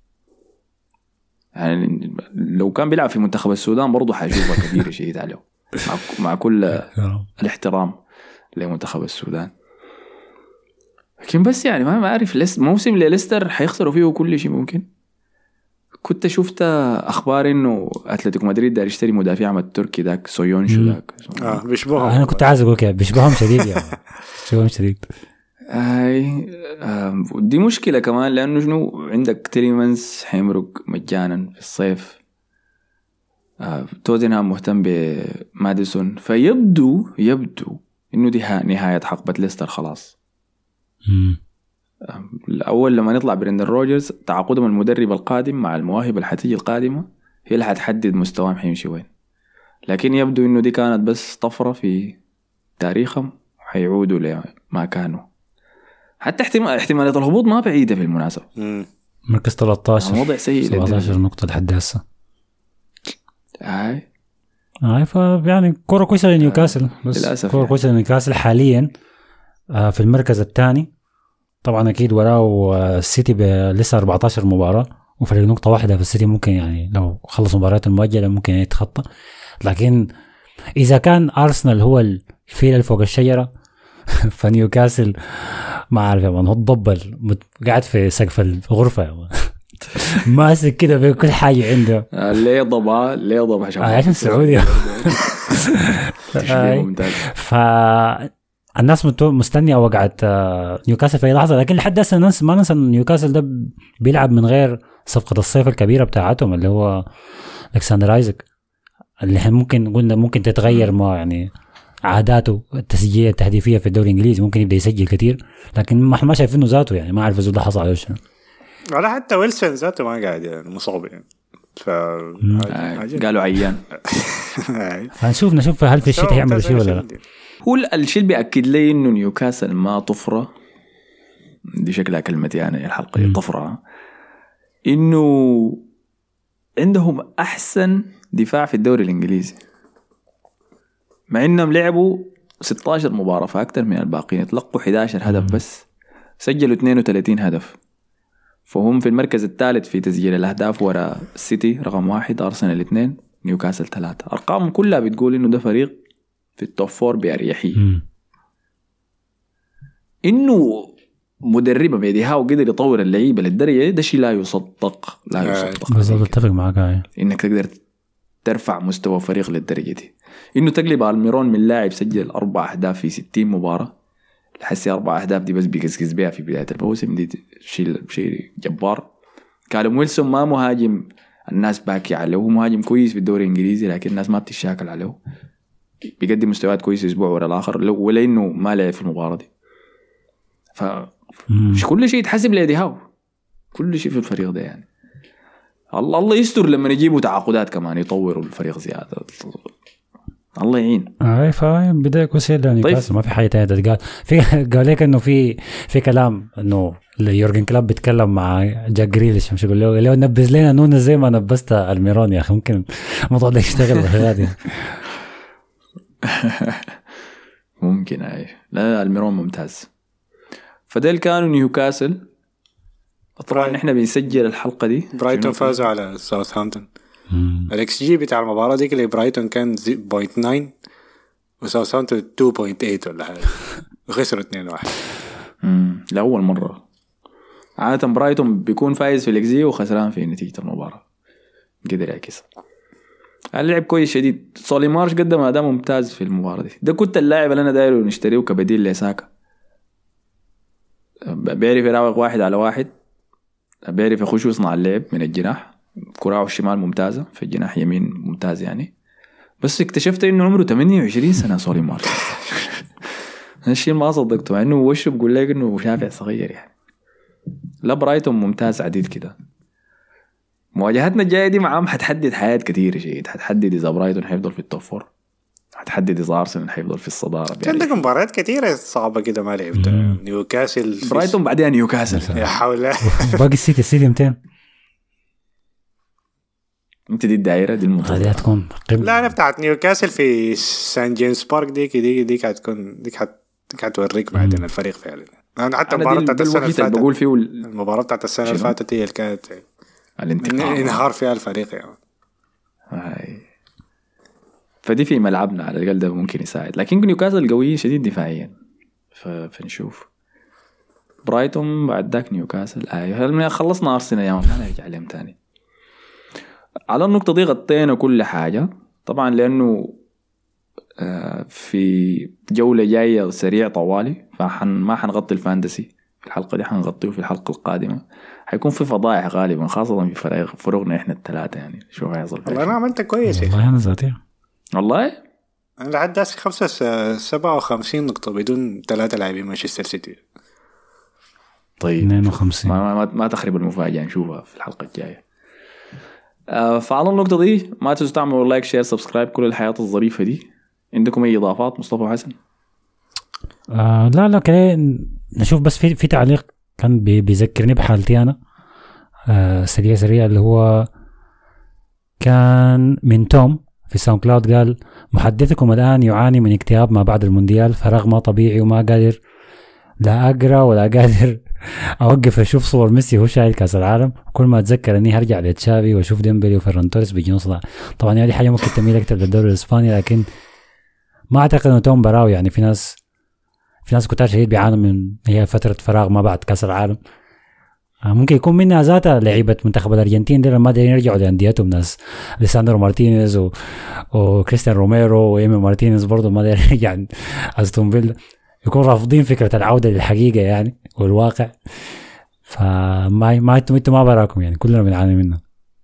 Speaker 2: يعني لو كان بيلعب في منتخب السودان برضه حيشوفه كبير شديد عليه مع, مع كل الاحترام لمنتخب السودان. لكن بس يعني ما أعرف موسم لليستر حيخسروا فيه كل شيء ممكن. كنت شفت أخبار إنه أتلتيكو مدريد دار يشتري مدافع من التركي ذاك سويونشو ذاك
Speaker 3: آه بيشبههم.
Speaker 4: أنا كنت عايز أقول كده بيشبههم شديد يعني بيشبههم شديد.
Speaker 2: أي آه دي مشكلة كمان لأنه شنو عندك تيليمانز حيمرق مجانا في الصيف. آه توتنهام مهتم بماديسون، فيبدو يبدو إنه دي نهاية حقبة ليستر خلاص.
Speaker 4: مم.
Speaker 2: الأول لما نطلع بريندن روجرز تعاقدهم المدرب القادم مع المواهب اللي حتيجي القادمة هي اللي حتحدد مستواهم حيمشي وين. لكن يبدو إنه دي كانت بس طفرة في تاريخهم وحيعودوا لما كانوا. حتى احتمال احتمالية الهبوط ما بعيدة في المناسبة.
Speaker 4: مركز ثلاثة عشر
Speaker 2: موضع سيء
Speaker 4: سبعة عشر نقطة لحد هسه.
Speaker 2: هاي
Speaker 4: هاي فيعني كرة كويسة لنيوكاسل، بس كرة كويسة لنيوكاسل حاليا في المركز الثاني. طبعا اكيد وراه السيتي لسه أربعة عشر مباراة وفرق نقطة واحدة في السيتي، ممكن يعني لو خلص مباريات المؤجلة ممكن يتخطى. لكن اذا كان ارسنال هو الفيل اللي فوق الشجرة فنيوكاسل ما عارف يا مان، هو ضبل قاعد في سقف الغرفة يا مان ماسك كده بكل حاجة عنده.
Speaker 2: ليه ضبا ليه ضبا عشان
Speaker 4: عشان سعودي. فالناس مستنية وقعت نيوكاسل في أي لحظة، لكن لحد هسه الناس ما ننسى نيوكاسل ده بيلعب من غير صفقة الصيف الكبيرة بتاعتهم اللي هو ألكسندر آيزاك، اللي ممكن قلنا ممكن تتغير ما يعني عاداته التسجيلية التهديفية في الدوري الإنجليزي، ممكن يبدأ يسجل كتير لكن ما ما شايفينه ذاته يعني ما عارف إذا ده حصل على وشه.
Speaker 3: ولا حتى ويلسون ذاته ما قاعد يعني مصاب يعني ف
Speaker 2: قالوا عيان.
Speaker 4: فنشوف نشوف هل في الشتاء يعملوا شيء ولا لا.
Speaker 2: هو الشيء اللي بيأكد لي إنه نيوكاسل ما طفرة، دي شكلها كلمتي يعني الحلقة دي طفرة، إنه عندهم أحسن دفاع في الدوري الإنجليزي مع إنهم لعبوا ستة عشر مباراة فأكتر من الباقين، تلقوا إحدى عشر هدف بس سجلوا اثنين وثلاثين هدف، فهم في المركز الثالث في تسجيل الأهداف وراء السيتي رقم واحد، أرسنال اثنين، نيوكاسل ثلاثة. أرقامهم كلها بتقول إنه ده فريق في التوب فور بأريحية. إنه مدربه بيدي هاو قدر يطور اللعيبة للدرجة ده شيء لا يصدق لا يصدق.
Speaker 4: بالضبط اتفق معك
Speaker 2: إنك تقدر ترفع مستوى فريق للدرجة دي. إنه تقلب الميرون من لاعب سجل أربع أهداف في ستين مباراة لحسي أربع أهداف دي بس بيقزقز بيها في بداية الموسم، دي شيء شيء جبار. كالوم ويلسون ما مهاجم الناس باكي عليه، هو مهاجم كويس في الدوري الإنجليزي لكن الناس ما بتشاكل عليه، بيقدم مستويات كويسة أسبوع ورا الآخر ولا إنه ما لعب في المباراة دي. ف مش كل شيء يتحسب ليدي هاو، كل شيء في الفريق ده يعني الله الله يستر لما يجيبوا تعاقدات كمان يطوروا الفريق زيادة، الله يعين.
Speaker 4: اي فا بدايه كويسه لنيوكاسل. طيب. ما في حاجه ثانيه تتقال في قال لك انه في في كلام انه يورجن كلوب بيتكلم مع جاك جريليش مش يقول له لو نبذ لنا نونز زي ما نبذت الميرون يا اخي ممكن الموضوع ده يشتغل غادي.
Speaker 2: ممكن اي لا الميرون ممتاز. فديل كانوا نيوكاسل. طبعا نحن بنسجل الحلقه دي
Speaker 3: برايتون فازوا على ساوثهامبتون. الاكس جي بتاع المباراه دي اللي برايتون كان صفر فاصلة تسعة وساوثهامبتون اثنين فاصلة ثمانية ولا حاجه وخسروا اثنين واحد.
Speaker 2: امم لاول مره عاده برايتون بيكون فايز في الاكس جي وخسران في نتيجه المباراه. قدر يعكس. اللعب كويس شديد. سولي مارش قدم اداء ممتاز في المباراه دي. ده كنت اللاعب اللي انا دايره نشتريه كبديل لساكا. بيعرف يراوغ واحد على واحد، بيعرف يخش ويصنع اللعب من الجناح. كراعه الشمال ممتازه، في الجناح يمين ممتاز يعني. بس اكتشفت انه عمره ثمانية وعشرين سنه سولي مارش. هالشيء ما صدقته مع انه وشه بقول لك انه شافع صغير يعني. لا برايتون ممتاز عديد كده. مواجهتنا الجايه دي معاهم حتحدد حياه كثير شيء. حتحدد اذا برايتون حيفضل في التوب فور، حتحدد اذا ارسنال حيفضل في الصداره.
Speaker 3: عندكم مباريات كثيره صعبه كده ما لعبتها. نيوكاسل
Speaker 2: برايتون بعدين نيوكاسل
Speaker 3: يا حول.
Speaker 4: باقي السيتي السيتي مئتين.
Speaker 2: انت دي الدائره دي المنتظره
Speaker 4: هذه تكون
Speaker 3: لا انا بتاعت نيوكاسل في سان جيمس بارك دي دي دي حتكون دي حتوريك بعدين الفريق فعلا. انا حتى المباراه بتاعت السنه اللي فاتت بقول فيه وال... المباراه بتاعت السنه اللي فاتت هي اللي كانت الانتقام انهار فيها الفريق يعني.
Speaker 2: هاي فدي في ملعبنا على الأقل ده ممكن يساعد. لكن نيوكاسل قوي شديد دفاعيا فنشوف. برايتون بعد ذاك نيوكاسل. ايوه خلصنا ارسنال يا ما نرجع عليهم تاني. على النقطة دي غطينا كل حاجة طبعا لأنه في جولة جاية سريع طوالي فحن ما حنغطي الفانتسي في الحلقة دي. حنغطيه في الحلقة القادمة. حيكون في فضائح غالبا خاصة في فريق فروقنا احنا الثلاثة يعني. شو هيحصل؟
Speaker 3: والله أنا عملت كويس
Speaker 4: والله أنا ذاتي
Speaker 2: والله
Speaker 3: أنا لحد داسي خمسة سبعة وخمسين نقطة بدون ثلاثة لاعبين مانشستر سيتي.
Speaker 2: طيب
Speaker 4: اثنين وخمسين
Speaker 2: ما, ما, ما تخرب المفاجأة نشوفها في الحلقة الجاية. آه فعلى النقطة دي ما تنسوا تعملوا لايك شير سبسكرايب كل الحياة الظريفة دي. عندكم أي إضافات مصطفى وحسن؟
Speaker 4: آه لا لا كده نشوف بس في في تعليق كان بي بيذكرني بحالتي أنا آه سريع سريع اللي هو كان من توم في ساوند كلاود قال محدثكم الآن يعاني من اكتئاب ما بعد المونديال فراغ ما طبيعي وما قادر لا أقرأ ولا قادر أوقف أشوف صور ميسي وهو شايل كأس العالم. كل ما أتذكر إني هرجع لتشافي وأشوف ديمبلي وفيران توريس بيجي نص. طبعا هذه حاجة ممكن تميل أكتر للدوري الإسباني لكن ما أعتقد إنه توم براوي يعني. في ناس في ناس كتار شديد بيعانوا من هي فترة فراغ ما بعد كأس العالم. ممكن يكون منها ذاتها لعيبة منتخب الأرجنتين دول ما قادرين يرجعوا لأنديتهم ناس ليساندرو مارتينيز و... وكريستيان روميرو وإيمي مارتينيز برضو ما قادرين يرجع أستون فيلا. يكون رافضين فكرة العودة للحقيقة يعني والواقع. فما ما انتم انتم ما براكم يعني كلنا بنعاني منه.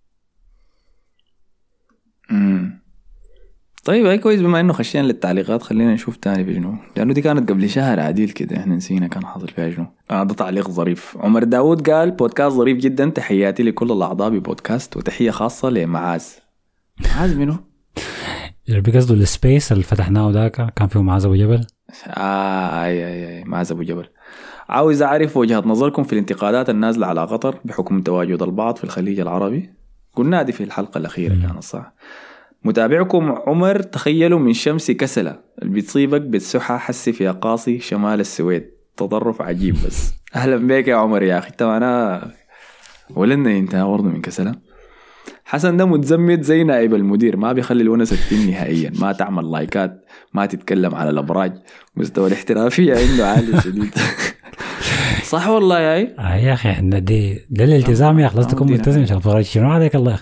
Speaker 2: امم طيب هاي كويس. بما انه خشينا للتعليقات خلينا نشوف تاني في جنو لانه دي كانت قبل شهر عديل كده احنا نسينا كان حاصل فيها جنو. هذا آه تعليق ظريف. عمر داود قال بودكاست ظريف جدا تحياتي لكل الاعضاء ببودكاست وتحية خاصة لمعاز. معاز منو؟
Speaker 4: بقصده السبيس اللي فتحناه ذاك كان فيه معاذ ابو جبل.
Speaker 2: اه اي اي اي معاذ ابو جبل. عاوز اعرف وجهة نظركم في الانتقادات النازلة على قطر بحكم تواجد البعض في الخليج العربي. قلنا دي في الحلقة الأخيرة كان صح. متابعكم عمر تخيلوا من شمس كسلة اللي بتصيبك بالسحة حسي في قاصي شمال السويد. تطرف عجيب بس. أهلا بك يا عمر يا أخي. طبعا أنا ولدنا انت برضه من كسلة. حسن ده متزمت زي نائب المدير ما بيخلي الونس تتم نهائيا. ما تعمل لايكات ما تتكلم على الأبراج. مستوى الاحترافية عنده عالي شديد. صح والله يا أي
Speaker 4: آه يا أخي إحنا دي ده الالتزام يا أخي لازم تكون ملتزم عشان فرج شنو عليك الله.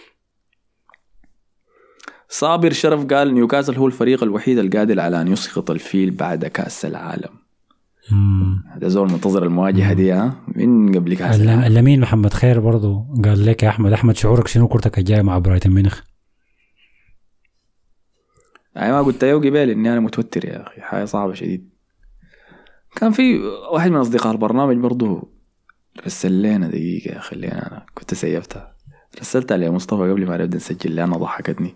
Speaker 2: صابر شرف قال نيوكاسل هو الفريق الوحيد القادر على أن يسقط الفيل بعد كأس العالم. هذا زول منتظر المواجهة دي ها من قبل كأس العالم.
Speaker 4: اللمين محمد خير برضو قال لك يا أحمد أحمد شعورك شنو كرتك الجاية مع برايتون ميونخ؟
Speaker 2: أنا ما قلت يا قبل إني أنا متوتر يا أخي حاجة صعبة شديد. كان في واحد من أصدقاء البرنامج برضو رسل لنا دقيقة خلينا أنا كنت سيفتها رسلتها لمصطفى قبل ما نبدأ نسجل لأنها ضحكتني.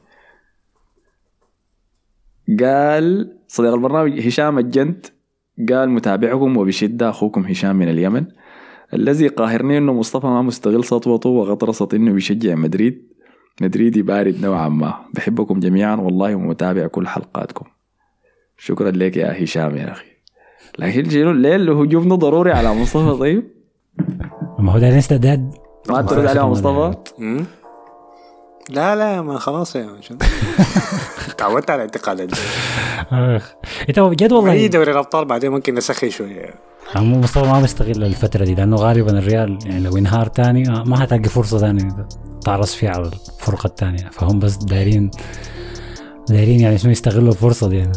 Speaker 2: قال صديق البرنامج هشام الجنت قال متابعكم وبشدة أخوكم هشام من اليمن الذي قاهرني إنه مصطفى ما مستغل سطوته وغطرسة إنه بيشجع مدريد. مدريدي بارد نوعا ما. بحبكم جميعا والله ومتابع كل حلقاتكم. شكرا لك يا هشام يا اخي. لكن شنو الليل هجومنا ضروري على مصطفى. طيب
Speaker 4: ما هو ده استعداد
Speaker 2: ما ترد عليه مصطفى.
Speaker 3: لا لا ما خلاص يا مان تعودت على انتقالات.
Speaker 4: اخ انت بجد والله
Speaker 3: اي دوري الابطال بعدين ممكن نسخي شويه.
Speaker 4: عمو مصطفى ما بيستغل الفتره دي لانه غالبا الريال يعني لو انهار تاني ما هتلاقي فرصه ثانيه تعرص فيها على الفرقه الثانيه. فهم بس دايرين دايرين يعني شنو يستغلوا الفرصه دي يعني.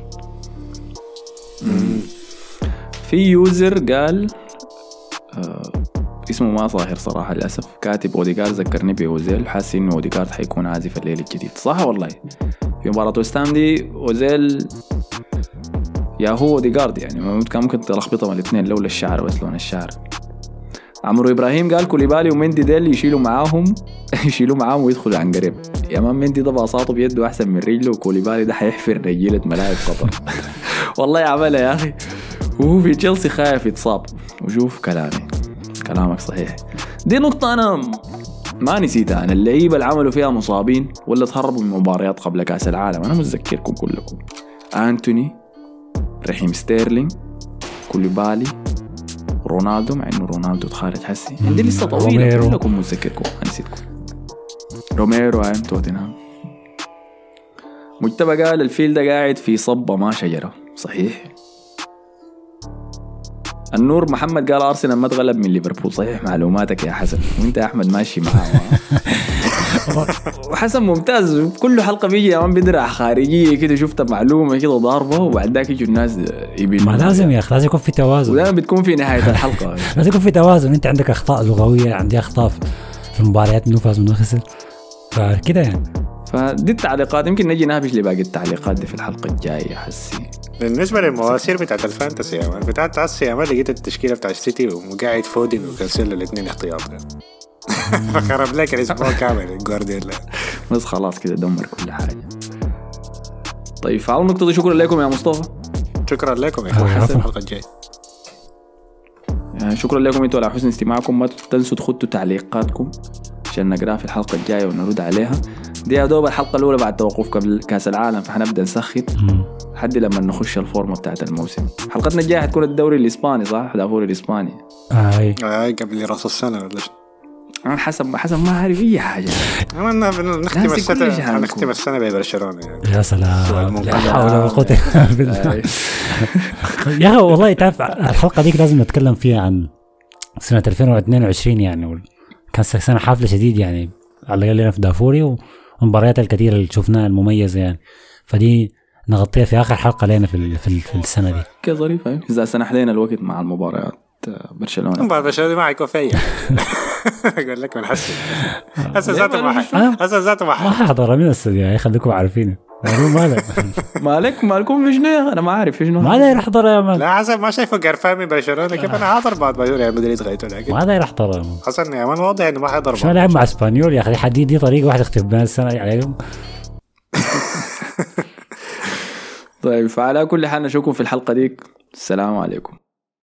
Speaker 2: في يوزر قال آه اسمه ما ظاهر صراحة للأسف، كاتب أوديغارد ذكرني بأوزيل، حاسس إنه أوديغارد حيكون عازف الليل الجديد. صح والله في مباراة وستام دي أوزيل يا هو أوديغارد يعني كان ممكن تلخبطهم الاثنين لولا الشعر بس لون الشعر. عمرو إبراهيم قال كوليبالي ومندي ديل يشيلوا معاهم يشيلوا معاهم ويدخلوا عن قريب. يا مان مندي ده باصاته بيده أحسن من رجله، وكوليبالي ده حيحفر رجيلة ملاعب قطر. والله عملها يا أخي. وهو في تشيلسي خايف يتصاب. وشوف كلامي كلامك صحيح. دي نقطة أنا ما نسيتها. أنا اللعيبة اللي عملوا فيها مصابين ولا تهربوا من مباريات قبل كأس العالم أنا متذكركم كلكم. أنتوني، رحيم ستيرلينج، كوليبالي، رونالدو، مع إنه رونالدو تخارج حسي عندي لسه طويلة كلكم متذكركم نسيتكم. روميرو عن توتنهام. مجتبى قال الفيل ده قاعد في صبة ما شجرة. صحيح. النور محمد قال أرسنال ما تغلب من ليفربول. صحيح معلوماتك يا حسن، وانت يا أحمد ماشي معاه. وحسن ممتاز كل حلقة بيجي يا مان بدرع خارجية كده شفت معلومة كده ضاربة وبعد ذاك يجوا الناس يبين.
Speaker 4: ما لازم يا أخي لازم يكون في توازن.
Speaker 2: ودائما بتكون في نهاية الحلقة
Speaker 4: لازم يكون في توازن. انت عندك أخطاء لغوية عندي أخطاء في المباريات منو فاز منو خسر فكده يعني.
Speaker 2: فدي التعليقات يمكن نجي نهبش لباقي التعليقات دي في الحلقة الجاية حسي.
Speaker 3: بالنسبة للمواسير بتاعت الفانتسي يا مان بتاعت عسي ما لقيت التشكيلة بتاعت السيتي وقاعد فودن وكانسيلو الاثنين احتياطي. فخرب لك الاسبوع كامل جوارديولا.
Speaker 2: بس خلاص كده دمر كل حاجة. طيب فعلوا نقطة دي. شكرا لكم يا مصطفى.
Speaker 3: شكرا لكم يا اخوة حسن الحلقة الجاية.
Speaker 2: يعني شكرا لكم انتوا على حسن استماعكم. ما تنسوا تخطوا تعليقاتكم عشان نقراها في الحلقة الجاية ونرد عليها. دي يا دوب الحلقة الأولى بعد توقف قبل كأس العالم فحنبدأ نسخن لحد لما نخش الفورمة بتاعت الموسم. حلقتنا الجاية حتكون الدوري الإسباني صح؟ الدوري الإسباني.
Speaker 4: آه
Speaker 3: آه قبل رأس السنة ولا شيء.
Speaker 2: أنا حسب حسب ما أعرف أي حاجة.
Speaker 3: أنا نختم السنة نختم السنة ببرشلونة يعني.
Speaker 4: يا سلام لا حول ولا قوة إلا بالله. يا أخي والله تعرف الحلقة ديك لازم نتكلم فيها عن سنة ألفين واثنين وعشرين يعني. كان سنة حافلة شديد يعني على الأقل لنا في دافوري ومباريات الكثيرة اللي شفناها المميزة يعني. فدي نغطيها في آخر حلقة لنا في في, في السنة دي.
Speaker 2: كي ظريفة إذا سنح لنا الوقت مع المباريات برشلونة.
Speaker 3: مباراة برشلونة ما حيكون فيها. أقول لك من حسن. حسن ذاته ما حي. حسن ذاته ما حي.
Speaker 4: ما حضر من السدية يا خليكم عارفين. مالك
Speaker 2: مالك مالكم في شنو؟ أنا ما أعرف في شنو.
Speaker 4: ما داير أحضر يا مان.
Speaker 3: لا حسن ما شايفه قرفان من برشلونة كيف أنا حاضر بعد ما يوري مدريد غايته لكن.
Speaker 4: ما داير أحضر يا مان.
Speaker 3: حسن يا مان واضح إنه ما حيضرب.
Speaker 4: شو لعب مع إسبانيول يا أخي حديد دي طريقة واحدة اختف بين السنة عليهم.
Speaker 2: طيب فعلى كل حال نشوفكم في الحلقة ديك. السلام عليكم.